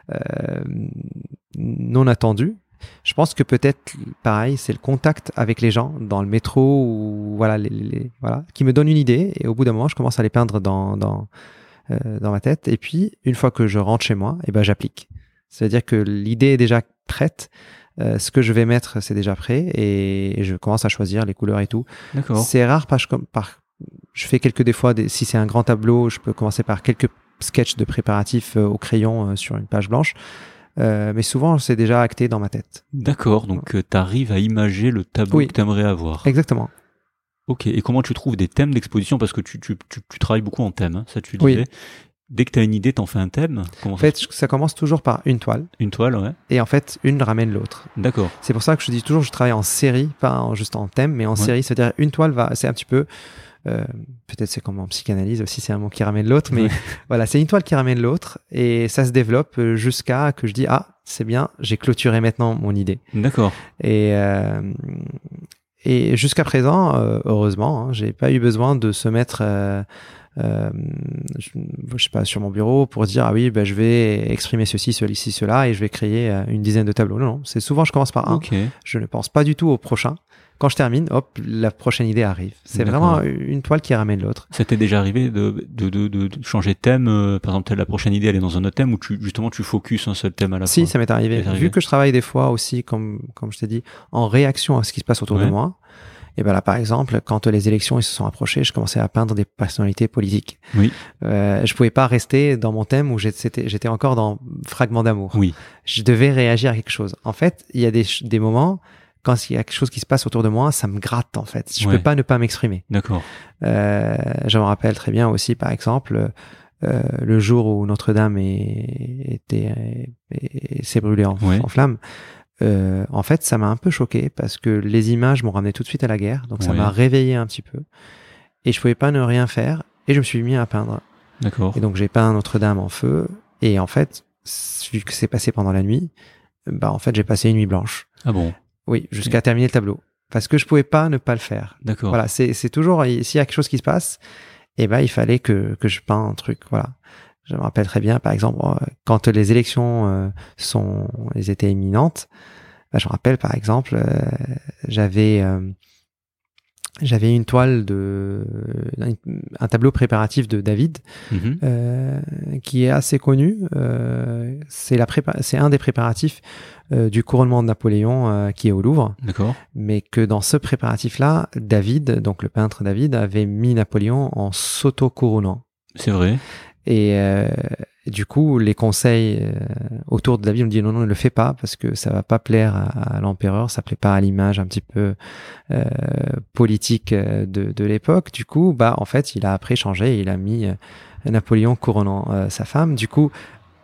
non attendus. Je pense que peut-être, pareil, c'est le contact avec les gens dans le métro ou voilà, qui me donne une idée. Et au bout d'un moment, je commence à les peindre dans ma tête. Et puis, une fois que je rentre chez moi, j'applique. C'est-à-dire que l'idée est déjà prête. Ce que je vais mettre, c'est déjà prêt. Et je commence à choisir les couleurs et tout. D'accord. C'est rare parce que je fais des fois, si c'est un grand tableau, je peux commencer par quelques sketchs de préparatifs au crayon sur une page blanche. Mais souvent, c'est déjà acté dans ma tête. D'accord. Donc, tu arrives à imager le tableau que tu aimerais avoir. Exactement. Ok, et comment tu trouves des thèmes d'exposition? Parce que tu travailles beaucoup en thème, hein, ça tu disais. Oui. Dès que tu as une idée, t'en fais un thème? En fait, ça commence toujours par une toile. Une toile, ouais. Et en fait, une ramène l'autre. D'accord. C'est pour ça que je dis toujours, je travaille en série, pas juste en thème, mais en série. C'est-à-dire, une toile c'est un petit peu... peut-être c'est comme en psychanalyse aussi, c'est un mot qui ramène l'autre, mais voilà, c'est une toile qui ramène l'autre et ça se développe jusqu'à que je dis, c'est bien, j'ai clôturé maintenant mon idée. D'accord. Et jusqu'à présent, heureusement, j'ai pas eu besoin de se mettre, je sais pas, sur mon bureau pour dire je vais exprimer ceci, cela, et je vais créer une dizaine de tableaux. Non, c'est souvent je commence par un. Okay. Je ne pense pas du tout au prochain. Quand je termine, hop, la prochaine idée arrive. C'est vraiment une toile qui ramène l'autre. Ça t'est déjà arrivé de changer de thème, par exemple, la prochaine idée elle est dans un autre thème ou tu focuses un seul thème à la fois? Si, ça m'est arrivé. Vu que je travaille des fois aussi, comme je t'ai dit, en réaction à ce qui se passe autour de moi. Et ben là, par exemple, quand les élections ils se sont approchées, je commençais à peindre des personnalités politiques. Oui. Je pouvais pas rester dans mon thème où j'étais encore dans fragment d'amour. Oui. Je devais réagir à quelque chose. En fait, il y a des moments quand il y a quelque chose qui se passe autour de moi, ça me gratte en fait. Je peux pas ne pas m'exprimer. D'accord. Je me rappelle très bien aussi, par exemple, le jour où Notre-Dame s'est brûlée en flammes. En fait, ça m'a un peu choqué parce que les images m'ont ramené tout de suite à la guerre, donc ça m'a réveillé un petit peu. Et je pouvais pas ne rien faire, et je me suis mis à peindre. D'accord. Et donc j'ai peint Notre-Dame en feu, et en fait, vu que c'est passé pendant la nuit, bah en fait j'ai passé une nuit blanche. Ah bon? Oui, jusqu'à terminer le tableau, parce que je pouvais pas ne pas le faire. D'accord. Voilà, c'est toujours s'il y a quelque chose qui se passe, et ben il fallait que je peins un truc, voilà. Je me rappelle très bien, par exemple, quand les élections étaient imminentes, bah, je me rappelle, par exemple, j'avais une toile un tableau préparatif de David, qui est assez connu. C'est un des préparatifs du couronnement de Napoléon qui est au Louvre. D'accord. Mais que dans ce préparatif-là, David, donc le peintre David, avait mis Napoléon en s'auto-couronnant. C'est vrai. Et du coup, les conseils autour de David me disent non, ne le fais pas parce que ça va pas plaire à l'empereur, ça plaît pas à l'image un petit peu politique de l'époque. Du coup, bah en fait, il a après changé, il a mis Napoléon couronnant sa femme. Du coup,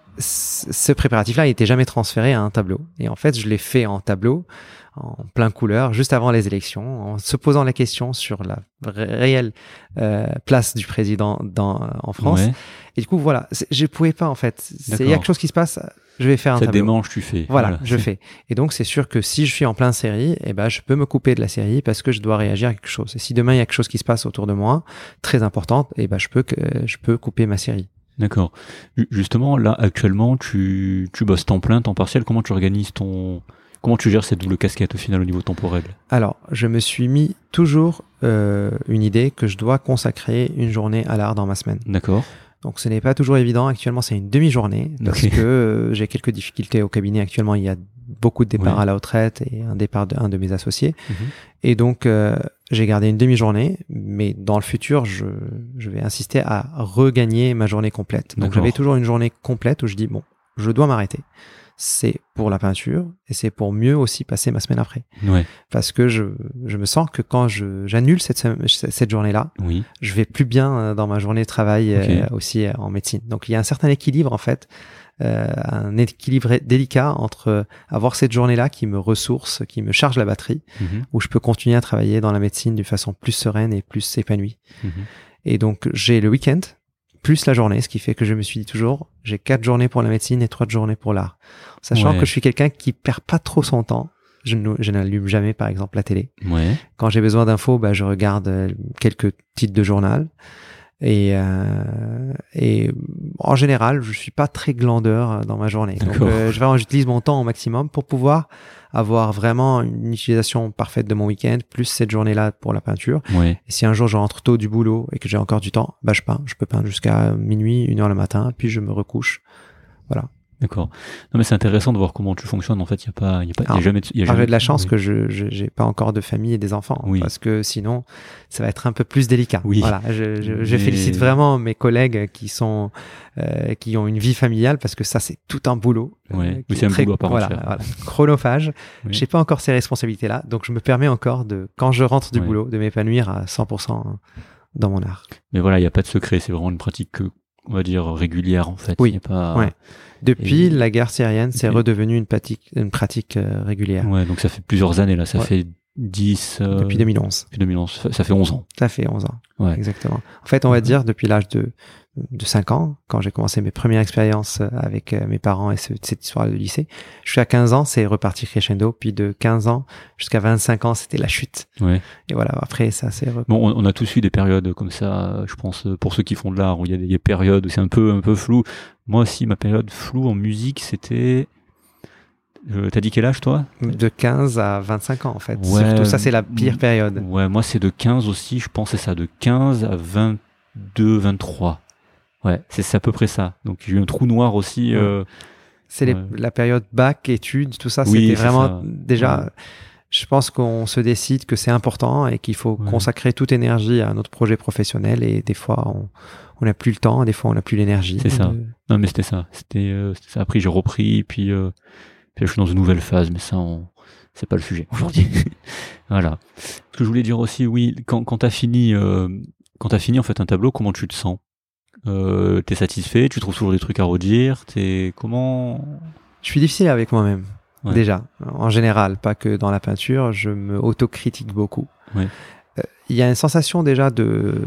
ce préparatif-là, il était jamais transféré à un tableau. Et en fait, je l'ai fait en tableau, en plein couleur, juste avant les élections, en se posant la question sur la réelle place du président en France. Ouais. Et du coup, voilà, je pouvais pas en fait. Il y a quelque chose qui se passe, je vais faire un tableau. Cette démange, tu fais. Voilà, je fais. Et donc, c'est sûr que si je suis en plein série, eh ben, je peux me couper de la série parce que je dois réagir à quelque chose. Et si demain il y a quelque chose qui se passe autour de moi, très importante, eh ben, je peux couper ma série. D'accord. Justement, là, actuellement, tu bosses temps plein, temps partiel. Comment tu organises comment tu gères cette double casquette au final au niveau temporel? Alors, je me suis mis toujours une idée que je dois consacrer une journée à l'art dans ma semaine. D'accord. Donc, ce n'est pas toujours évident. Actuellement, c'est une demi-journée parce que j'ai quelques difficultés au cabinet. Actuellement, il y a beaucoup de départs à la retraite et un départ d'un de mes associés. Et donc, j'ai gardé une demi-journée, mais dans le futur, je vais insister à regagner ma journée complète. Donc, j'avais toujours une journée complète où je dis, bon, je dois m'arrêter. C'est pour la peinture et c'est pour mieux aussi passer ma semaine après. Ouais. Parce que je me sens que quand j'annule cette journée-là, je vais plus bien dans ma journée de travail aussi en médecine. Donc, il y a un certain équilibre, en fait, un équilibre délicat entre avoir cette journée-là qui me ressource, qui me charge la batterie, où je peux continuer à travailler dans la médecine d'une façon plus sereine et plus épanouie. Et donc, j'ai le week-end plus la journée, ce qui fait que je me suis dit toujours, j'ai 4 journées pour la médecine et 3 journées pour l'art. Sachant que je suis quelqu'un qui perd pas trop son temps. Je n'allume jamais, par exemple, la télé. Quand j'ai besoin d'infos, bah, je regarde quelques titres de journal. Et en général, je suis pas très glandeur dans ma journée. Donc, j'utilise mon temps au maximum pour pouvoir avoir vraiment une utilisation parfaite de mon week-end, plus cette journée-là pour la peinture. Et si un jour je rentre tôt du boulot et que j'ai encore du temps, bah, je peins. Je peux peindre jusqu'à minuit, 1h le matin, puis je me recouche. Voilà. D'accord. Non, mais c'est intéressant de voir comment tu fonctionnes. En fait, il y a jamais. J'ai de la chance que j'ai pas encore de famille et des enfants, parce que sinon, ça va être un peu plus délicat. Voilà. Je félicite vraiment mes collègues qui ont une vie familiale, parce que ça, c'est tout un boulot. C'est un boulot à part entière. Voilà. Chronophage. J'ai pas encore ces responsabilités-là, donc je me permets encore quand je rentre du boulot, de m'épanouir à 100% dans mon art. Mais voilà, il y a pas de secret. C'est vraiment une pratique on va dire régulière, en fait. Oui. Depuis la guerre syrienne, c'est redevenu une pratique régulière. Ouais, donc ça fait plusieurs années, là. Ça fait 10... Depuis 2011. Depuis 2011. Ça fait 11 ans. Ça fait 11 ans. Ouais. Exactement. En fait, on va dire depuis l'âge de 5 ans, quand j'ai commencé mes premières expériences avec mes parents et cette histoire de lycée. Jusqu'à 15 ans, c'est reparti crescendo. Puis de 15 ans jusqu'à 25 ans, c'était la chute. Et voilà, après, ça, c'est... Bon, on a tous eu des périodes comme ça, je pense, pour ceux qui font de l'art, où il y a des périodes où c'est un peu flou. Moi aussi, ma période floue en musique, c'était... T'as dit quel âge, toi? De 15 à 25 ans, en fait. Surtout ça, c'est la pire période. Ouais, moi, c'est de 15 aussi, je pense, c'est ça, de 15 à 22, 23. Ouais, c'est à peu près ça. Donc, j'ai eu un trou noir aussi. C'est la période bac, études, tout ça. C'était vraiment, déjà, je pense qu'on se décide que c'est important et qu'il faut consacrer toute énergie à notre projet professionnel, et des fois on n'a plus le temps, des fois on n'a plus l'énergie. C'est ça. Non, mais c'était ça. C'était ça. Après, j'ai repris, puis là, je suis dans une nouvelle phase, mais ça, c'est pas le sujet aujourd'hui. Voilà. Ce que je voulais dire aussi, oui, quand t'as fini en fait un tableau, comment tu te sens? T'es satisfait? Tu trouves toujours des trucs à redire? Comment? Je suis difficile avec moi-même. Ouais. Déjà, en général, pas que dans la peinture, je me autocritique beaucoup. Ouais. Il y a une sensation déjà on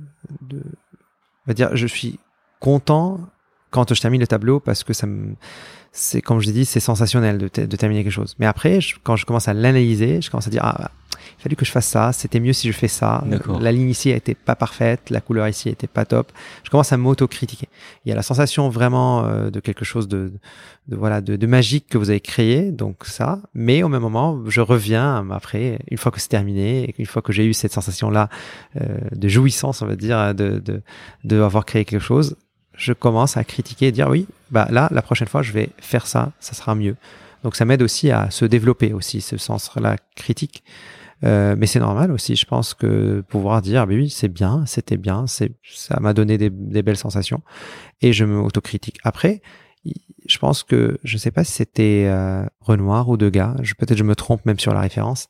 va dire, je suis content quand je termine le tableau, parce que c'est, comme je l'ai dit, c'est sensationnel de terminer quelque chose. Mais après, quand je commence à l'analyser, je commence à dire, il a fallu que je fasse ça, c'était mieux si je fais ça. La ligne ici était pas parfaite, la couleur ici était pas top. Je commence à m'auto-critiquer. Il y a la sensation vraiment de quelque chose de magique que vous avez créé, donc ça. Mais au même moment, je reviens après, une fois que c'est terminé, et une fois que j'ai eu cette sensation-là de jouissance, on va dire, de avoir créé quelque chose, je commence à critiquer et dire oui, là, la prochaine fois, je vais faire ça, ça sera mieux. Donc ça m'aide aussi à se développer aussi, ce sens-là critique. Mais c'est normal aussi, je pense, que pouvoir dire oui, c'est bien, c'était bien, ça m'a donné des belles sensations, et je me autocritique. Après, je pense que, je sais pas si c'était Renoir ou Degas, peut-être je me trompe même sur la référence,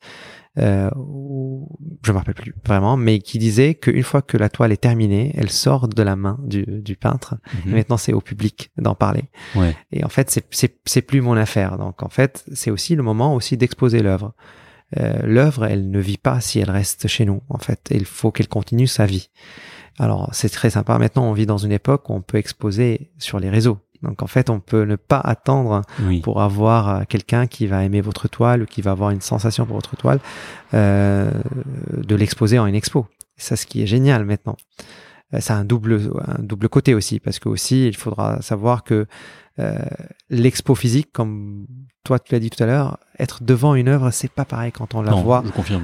ou je me rappelle plus vraiment, mais qui disait qu'une fois que la toile est terminée, elle sort de la main du peintre. Et maintenant, c'est au public d'en parler. Ouais. Et en fait, c'est plus mon affaire. Donc en fait, c'est aussi le moment aussi d'exposer l'œuvre. L'œuvre, elle ne vit pas si elle reste chez nous. En fait, il faut qu'elle continue sa vie. Alors, c'est très sympa. Maintenant, on vit dans une époque où on peut exposer sur les réseaux. Donc, en fait, on peut ne pas attendre pour avoir quelqu'un qui va aimer votre toile ou qui va avoir une sensation pour votre toile, de l'exposer en une expo. C'est ce qui est génial maintenant. Ça a un double côté aussi, parce que aussi, il faudra savoir que l'expo physique, comme toi tu l'as dit tout à l'heure, être devant une œuvre, c'est pas pareil quand on la voit je confirme,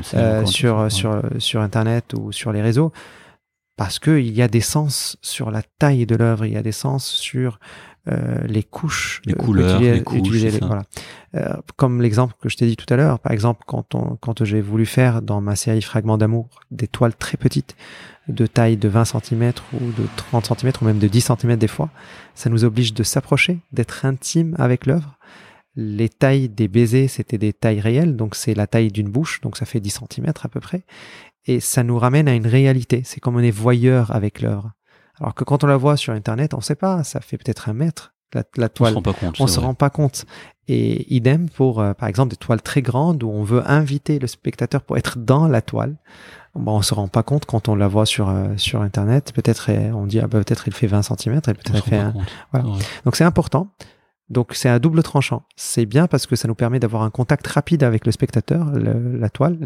sur Internet ou sur les réseaux, parce que il y a des sens sur la taille de l'œuvre, il y a des sens sur les couches, les couleurs, les couches, voilà. Comme l'exemple que je t'ai dit tout à l'heure, par exemple, quand j'ai voulu faire dans ma série Fragments d'amour des toiles très petites, de taille de 20 cm ou de 30 cm ou même de 10 cm des fois, ça nous oblige de s'approcher, d'être intime avec l'œuvre. Les tailles des baisers, c'était des tailles réelles, donc c'est la taille d'une bouche, donc ça fait 10 cm à peu près. Et ça nous ramène à une réalité, c'est comme on est voyeur avec l'œuvre. Alors que quand on la voit sur Internet, on ne sait pas, ça fait peut-être 1 mètre, la toile. On se rend pas compte. Et idem pour, par exemple, des toiles très grandes où on veut inviter le spectateur pour être dans la toile. On se rend pas compte quand on la voit sur Internet. Peut-être on dit peut-être il fait 20 cm, et peut-être il fait voilà. Ouais. Donc c'est important. Donc c'est un double tranchant. C'est bien parce que ça nous permet d'avoir un contact rapide avec le spectateur, la toile,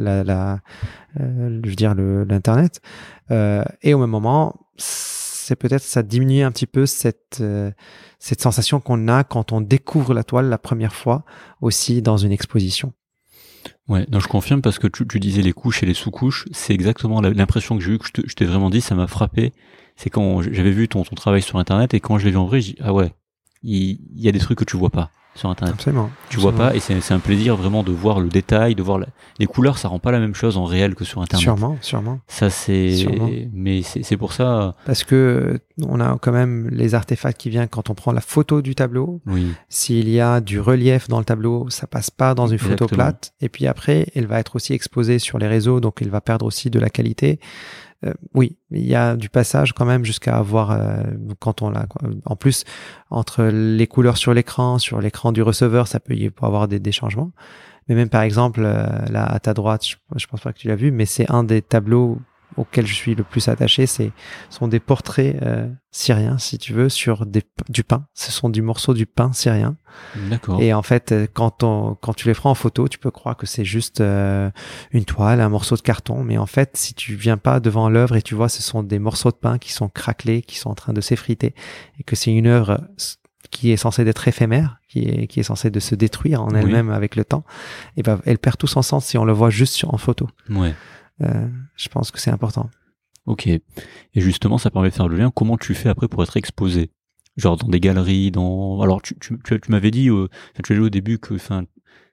je veux dire l'internet, et au même moment, c'est peut-être ça diminue un petit peu cette sensation qu'on a quand on découvre la toile la première fois aussi dans une exposition. Ouais, non, je confirme, parce que tu disais les couches et les sous-couches, c'est exactement l'impression que j'ai eue, que je t'ai vraiment dit, ça m'a frappé. C'est quand j'avais vu ton travail sur Internet, et quand je l'ai vu en vrai, j'ai dit, ah ouais, il y a des trucs que tu vois pas sur Internet. Absolument. Vois pas, et c'est un plaisir vraiment de voir le détail, de voir les couleurs, ça rend pas la même chose en réel que sur Internet. Sûrement. Ça mais c'est pour ça. Parce que on a quand même les artefacts qui viennent quand on prend la photo du tableau. Oui. S'il y a du relief dans le tableau, ça passe pas dans une photo plate. Et puis après, elle va être aussi exposée sur les réseaux, donc elle va perdre aussi de la qualité. Oui, il y a du passage quand même jusqu'à avoir quand on l'a. En plus, entre les couleurs sur l'écran du receveur, ça peut y avoir des changements. Mais même par exemple, là à ta droite, je pense pas que tu l'as vu, mais c'est un des tableaux auxquels je suis le plus attaché. Sont des portraits syriens, si tu veux, sur du pain. Ce sont du morceau du pain syrien. D'accord. Et en fait, quand tu les prends en photo, tu peux croire que c'est juste une toile, un morceau de carton. Mais en fait, si tu viens pas devant l'œuvre et tu vois, ce sont des morceaux de pain qui sont craquelés, qui sont en train de s'effriter, et que c'est une œuvre qui est censée d'être éphémère, qui est censée de se détruire en elle-même avec le temps, et elle perd tout son sens si on le voit juste en photo. Ouais. Je pense que c'est important. Ok. Et justement, ça permet de faire le lien. Comment tu fais après pour être exposé? Genre dans des galeries, alors tu m'avais dit, tu as dit au début que,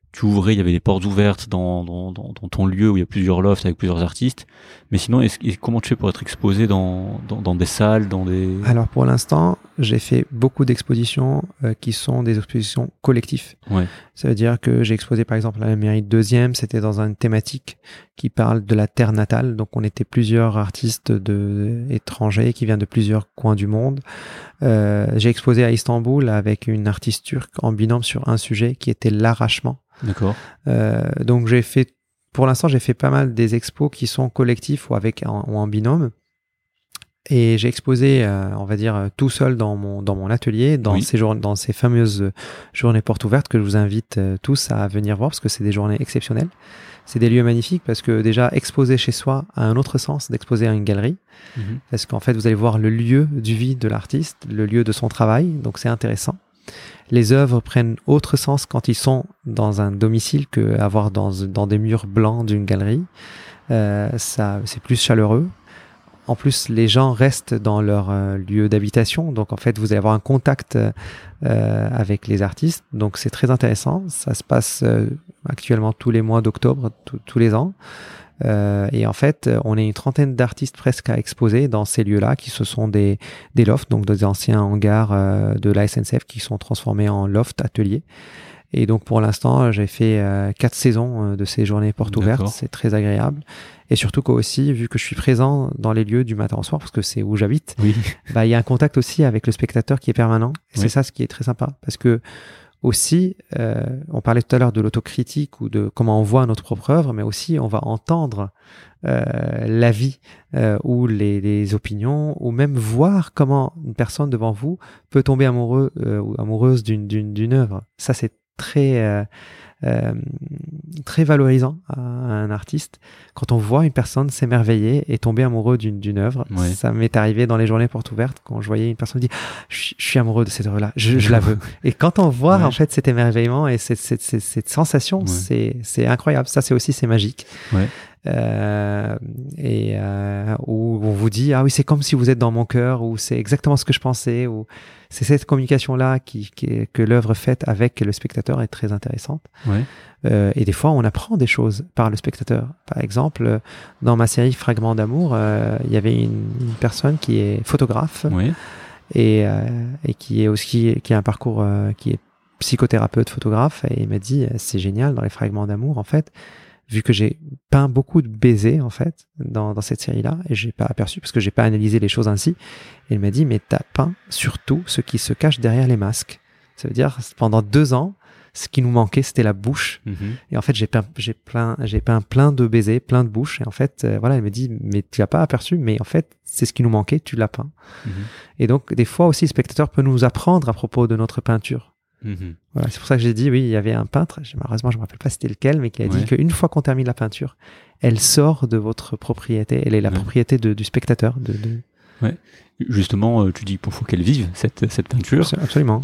tu ouvrais, il y avait des portes ouvertes dans ton lieu où il y a plusieurs lofts avec plusieurs artistes. Mais sinon, comment tu fais pour être exposé dans des salles, dans des... Alors pour l'instant, j'ai fait beaucoup d'expositions qui sont des expositions collectives. Ouais. Ça veut dire que j'ai exposé par exemple à la mairie de 2e, c'était dans une thématique qui parle de la terre natale. Donc on était plusieurs artistes étrangers qui viennent de plusieurs coins du monde. J'ai exposé à Istanbul avec une artiste turque en binôme sur un sujet qui était l'arrachement. D'accord. Donc pour l'instant, j'ai fait pas mal des expos qui sont collectifs ou en binôme. Et j'ai exposé, on va dire, tout seul dans mon atelier, dans ces fameuses journées portes ouvertes que je vous invite tous à venir voir parce que c'est des journées exceptionnelles. C'est des lieux magnifiques parce que déjà, exposer chez soi a un autre sens d'exposer à une galerie. Parce qu'en fait, vous allez voir le lieu du vie de l'artiste, le lieu de son travail. Donc, c'est intéressant. Les œuvres prennent autre sens quand ils sont dans un domicile que avoir dans des murs blancs d'une galerie. C'est plus chaleureux. En plus, les gens restent dans leur lieu d'habitation. Donc, en fait, vous allez avoir un contact avec les artistes. Donc, c'est très intéressant. Ça se passe actuellement tous les mois d'octobre, tous les ans. Et en fait, on est une trentaine d'artistes presque à exposer dans ces lieux-là, qui ce sont des lofts, donc des anciens hangars de la SNCF qui sont transformés en loft ateliers. Et donc pour l'instant, j'ai fait 4 saisons de ces journées portes ouvertes. C'est très agréable. Et surtout qu'aussi, vu que je suis présent dans les lieux du matin au soir, parce que c'est où j'habite, il y a un contact aussi avec le spectateur qui est permanent. Et c'est ça ce qui est très sympa, parce que aussi, on parlait tout à l'heure de l'autocritique ou de comment on voit notre propre œuvre, mais aussi on va entendre l'avis ou les opinions, ou même voir comment une personne devant vous peut tomber amoureux ou amoureuse d'une œuvre. Ça, c'est très valorisant à un artiste quand on voit une personne s'émerveiller et tomber amoureux d'une œuvre. Ça m'est arrivé dans les journées portes ouvertes quand je voyais une personne dire je suis amoureux de cette œuvre là, je la veux. Et quand on voit en fait cet émerveillement et cette sensation, c'est incroyable. Ça, c'est magique. Où on vous dit ah oui, c'est comme si vous êtes dans mon cœur, ou c'est exactement ce que je pensais, ou c'est cette communication là que l'œuvre faite avec le spectateur est très intéressante. Et des fois on apprend des choses par le spectateur. Par exemple, dans ma série Fragments d'amour, il y avait une personne qui est photographe et qui a un parcours qui est psychothérapeute photographe, et il m'a dit c'est génial dans les Fragments d'amour, en fait, vu que j'ai peint beaucoup de baisers, en fait, dans cette série-là, et j'ai pas aperçu, parce que j'ai pas analysé les choses ainsi. Et il m'a dit, mais t'as peint surtout ce qui se cache derrière les masques. Ça veut dire, pendant 2 ans, ce qui nous manquait, c'était la bouche. Et en fait, j'ai peint plein de baisers, plein de bouches. Et en fait, il me dit, mais tu l'as pas aperçu, mais en fait, c'est ce qui nous manquait, tu l'as peint. Et donc, des fois aussi, le spectateur peut nous apprendre à propos de notre peinture. Voilà, c'est pour ça que j'ai dit, oui, il y avait un peintre, malheureusement je me rappelle pas c'était lequel, mais qui a dit qu'une fois qu'on termine la peinture, elle sort de votre propriété, elle est la propriété du spectateur. Justement, tu dis qu'il faut qu'elle vive cette peinture. Absolument.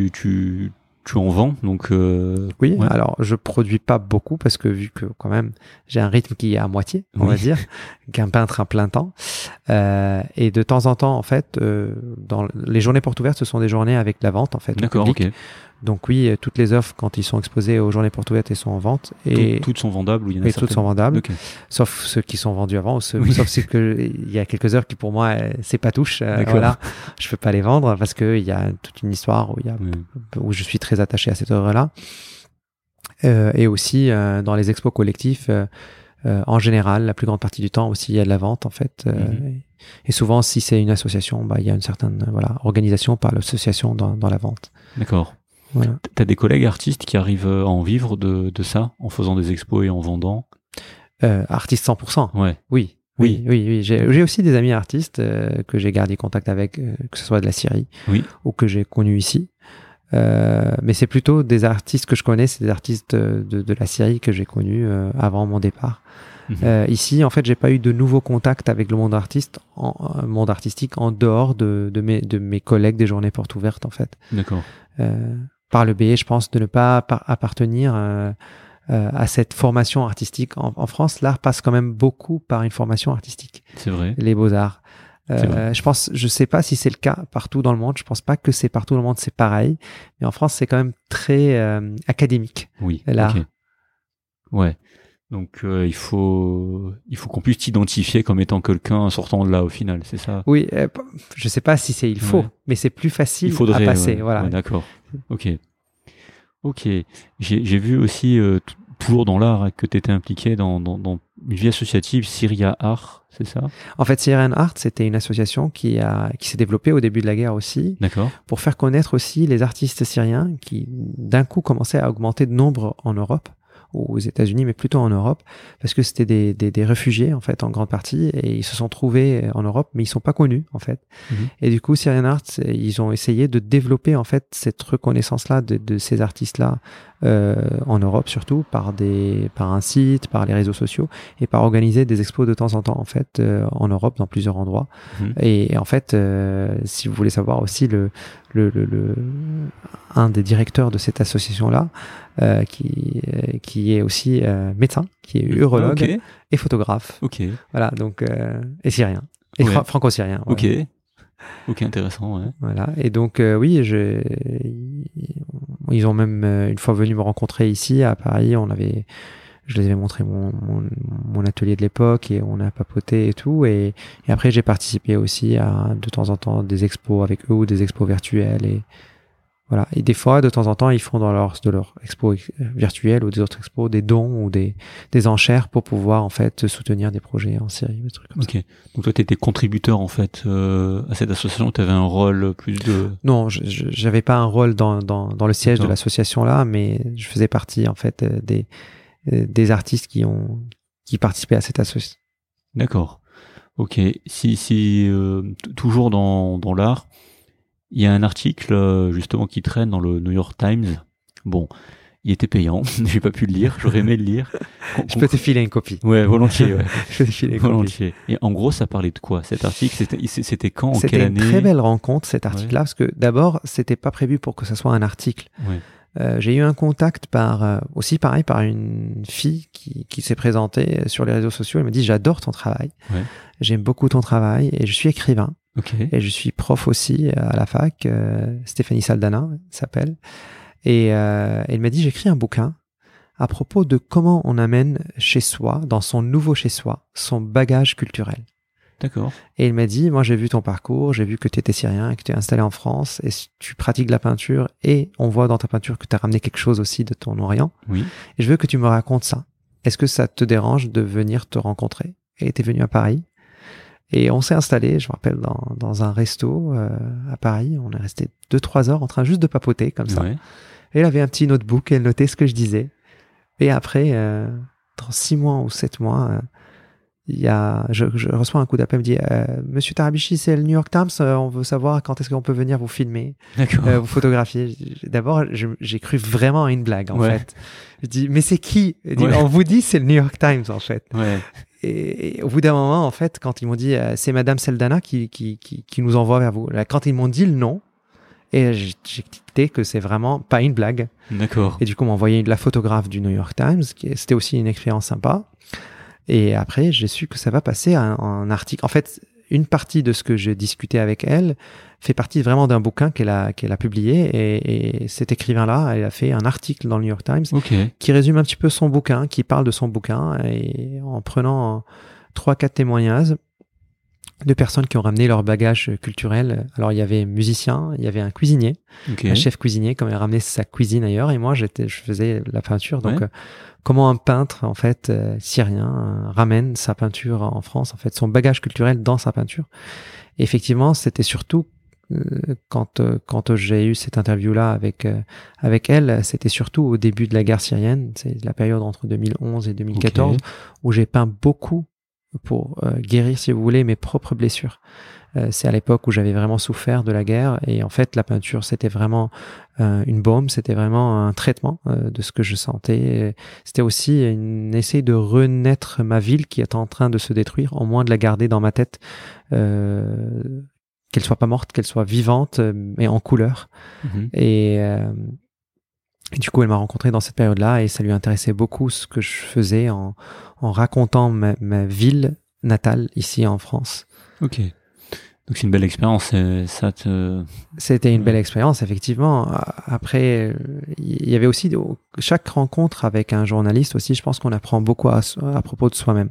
Tu en vends, donc alors je produis pas beaucoup parce que vu que quand même j'ai un rythme qui est à moitié, on va dire, qu'un peintre à plein temps, et de temps en temps en fait, dans les journées portes ouvertes, ce sont des journées avec la vente en fait. D'accord, ok. Donc oui, toutes les offres quand ils sont exposés aux journées portes ouvertes, elles sont en vente, et toutes sont vendables, ou il y en a certaines. Toutes sont vendables, okay. Sauf ceux qui sont vendus avant, sauf il y a quelques œuvres qui pour moi c'est pas touche, voilà, je peux pas les vendre parce que il y a toute une histoire où je suis très attaché à cette œuvre-là, et aussi dans les expos collectifs, en général, la plus grande partie du temps aussi il y a de la vente en fait, et souvent si c'est une association, il y a une certaine organisation par l'association dans la vente. D'accord. Voilà. T'as des collègues artistes qui arrivent à en vivre de ça, en faisant des expos et en vendant? Artistes 100%. Oui. J'ai aussi des amis artistes que j'ai gardé contact avec, que ce soit de la Syrie ou que j'ai connus ici. Mais c'est plutôt des artistes que je connais, c'est des artistes de la Syrie que j'ai connus avant mon départ. Ici, en fait, j'ai pas eu de nouveaux contacts avec le monde artistique en dehors de mes collègues des journées portes ouvertes, en fait. D'accord. Par le biais, je pense, de ne pas appartenir à cette formation artistique. En France, l'art passe quand même beaucoup par une formation artistique. C'est vrai. Les beaux-arts. Je sais pas si c'est le cas partout dans le monde. Je pense pas que c'est partout dans le monde c'est pareil. Mais en France, c'est quand même très académique. Oui. L'art. Ouais. Donc il faut qu'on puisse t'identifier comme étant quelqu'un sortant de là au final, c'est ça? Oui, je sais pas si c'est il faut, mais c'est plus facile à passer. Voilà. Ouais, d'accord. Ok. J'ai vu aussi toujours dans l'art que tu étais impliqué dans une vie associative, Syria Art, c'est ça? En fait, Syrian Art, c'était une association qui s'est développée au début de la guerre aussi, D'accord. pour faire connaître aussi les artistes syriens qui d'un coup commençaient à augmenter de nombre en Europe, ou aux États-Unis, mais plutôt en Europe, parce que c'était des réfugiés en fait en grande partie, et ils se sont trouvés en Europe, mais ils sont pas connus en fait. Et du coup, Syrian Art, ils ont essayé de développer en fait cette reconnaissance-là de ces artistes-là en Europe, surtout par un site, par les réseaux sociaux, et par organiser des expos de temps en temps en fait en Europe, dans plusieurs endroits. Et en fait, si vous voulez savoir aussi un des directeurs de cette association-là, qui est aussi médecin, qui est urologue et photographe. Voilà, donc et syrien et franco-syrien. Voilà. Ok, intéressant. Ouais. Voilà, et donc oui, ils ont même une fois venu me rencontrer ici à Paris. Je les avais montré mon atelier de l'époque et on a papoté et tout. Et après, j'ai participé aussi à de temps en temps des expos avec eux ou des expos virtuelles. Et voilà. Et des fois, de temps en temps, ils font de leur expos virtuelles ou des autres expos des dons ou des enchères pour pouvoir en fait soutenir des projets en Syrie, des trucs comme ça. Donc toi, tu étais contributeur en fait à cette association. Tu avais un rôle plus de... Non, j'avais pas un rôle dans le siège de l'association là, mais je faisais partie en fait des artistes qui participaient à cette association. D'accord. Ok. Si toujours dans l'art, il y a un article justement qui traîne dans le New York Times. Bon, il était payant, j'ai pas pu le lire, j'aurais aimé le lire. Je peux te filer une copie. Ouais, volontiers. Ouais. Je peux te filer une copie. Et en gros, ça parlait de quoi cet article? C'était quand, en quelle année? C'était une très belle rencontre cet article-là, parce que d'abord, c'était pas prévu pour que ça soit un article. J'ai eu un contact par une fille qui s'est présentée sur les réseaux sociaux. Elle m'a dit: j'adore ton travail, j'aime beaucoup ton travail et je suis écrivain. Et je suis prof aussi à la fac. Stéphanie Saldana s'appelle. Et elle m'a dit: j'écris un bouquin à propos de comment on amène chez soi, dans son nouveau chez soi, son bagage culturel. D'accord. Et il m'a dit: moi j'ai vu ton parcours, j'ai vu que tu étais syrien, que tu es installé en France et tu pratiques la peinture, et on voit dans ta peinture que tu as ramené quelque chose aussi de ton Orient. Oui. Et je veux que tu me racontes ça. Est-ce que ça te dérange de venir te rencontrer? Et tu es venu à Paris. Et on s'est installé, je me rappelle, dans un resto à Paris. On est resté 2-3 heures en train juste de papoter comme ça. Et elle avait un petit notebook et elle notait ce que je disais. Et après, dans 6 mois ou 7 mois, je reçois un coup d'appel, me dit: Monsieur Tarabichi, c'est le New York Times, on veut savoir quand est-ce qu'on peut venir vous filmer, vous photographier. D'abord, j'ai cru vraiment à une blague en fait. Je dis: mais c'est qui? Dit, on vous dit c'est le New York Times en fait. Et au bout d'un moment, en fait, quand ils m'ont dit c'est Madame Saldana qui nous envoie vers vous, là, quand ils m'ont dit le nom, et j'ai quitté que c'est vraiment pas une blague. D'accord. Et du coup, on m'a envoyé la photographe du New York Times, c'était aussi une expérience sympa. Et après, j'ai su que ça va passer à un article. En fait, une partie de ce que j'ai discuté avec elle fait partie vraiment d'un bouquin qu'elle a publié. Et cet écrivain-là, elle a fait un article dans le New York Times qui résume un petit peu son bouquin, qui parle de son bouquin, et en prenant 3-4 témoignages de personnes qui ont ramené leur bagage culturel. Alors, il y avait un musicien, il y avait un cuisinier, un chef cuisinier, comme il a ramené sa cuisine ailleurs. Et moi, je faisais la peinture. Donc, comment un peintre, en fait, syrien, ramène sa peinture en France, en fait, son bagage culturel dans sa peinture. Et effectivement, c'était surtout quand j'ai eu cette interview-là avec elle, c'était surtout au début de la guerre syrienne. C'est la période entre 2011 et 2014 où j'ai peint beaucoup pour guérir, si vous voulez, mes propres blessures. C'est à l'époque où j'avais vraiment souffert de la guerre, et en fait la peinture c'était vraiment une baume, c'était vraiment un traitement de ce que je sentais. C'était aussi un essai de renaître ma ville qui est en train de se détruire, au moins de la garder dans ma tête, qu'elle soit pas morte, qu'elle soit vivante, mais en couleur. Et du coup, elle m'a rencontré dans cette période-là, et ça lui intéressait beaucoup ce que je faisais en racontant ma ville natale ici en France. Donc c'est une belle expérience. C'était une belle expérience, effectivement. Après, il y avait aussi chaque rencontre avec un journaliste aussi. Je pense qu'on apprend beaucoup à propos de soi-même.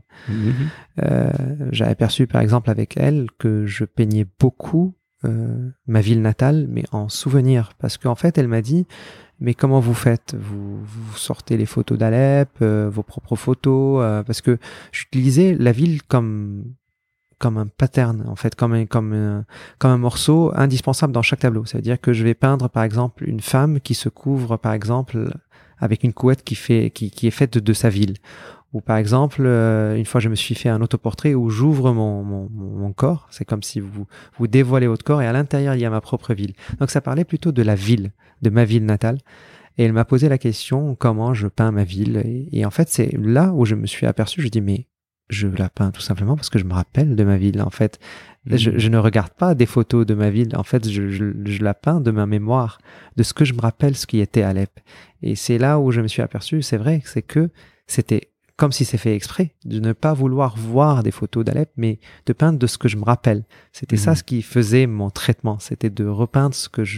J'avais perçu, par exemple, avec elle, que je peignais beaucoup ma ville natale, mais en souvenir, parce qu'en fait, elle m'a dit: mais comment vous faites? Vous sortez les photos d'Alep, vos propres photos, parce que j'utilisais la ville comme un pattern, en fait, comme un morceau indispensable dans chaque tableau. Ça veut dire que je vais peindre, par exemple, une femme qui se couvre, par exemple, avec une couette qui est faite de sa ville. Ou par exemple, une fois je me suis fait un autoportrait où j'ouvre mon corps. C'est comme si vous dévoilez votre corps et à l'intérieur il y a ma propre ville. Donc ça parlait plutôt de la ville, de ma ville natale. Et elle m'a posé la question comment je peins ma ville. Et en fait c'est là où je me suis aperçu, je dis mais je la peins tout simplement parce que je me rappelle de ma ville. En fait, je ne regarde pas des photos de ma ville. En fait, je la peins de ma mémoire, de ce que je me rappelle, ce qui était Alep. Et c'est là où je me suis aperçu, c'est vrai, c'est que c'était comme si c'est fait exprès, de ne pas vouloir voir des photos d'Alep, mais de peindre de ce que je me rappelle. C'était ça ce qui faisait mon traitement, c'était de repeindre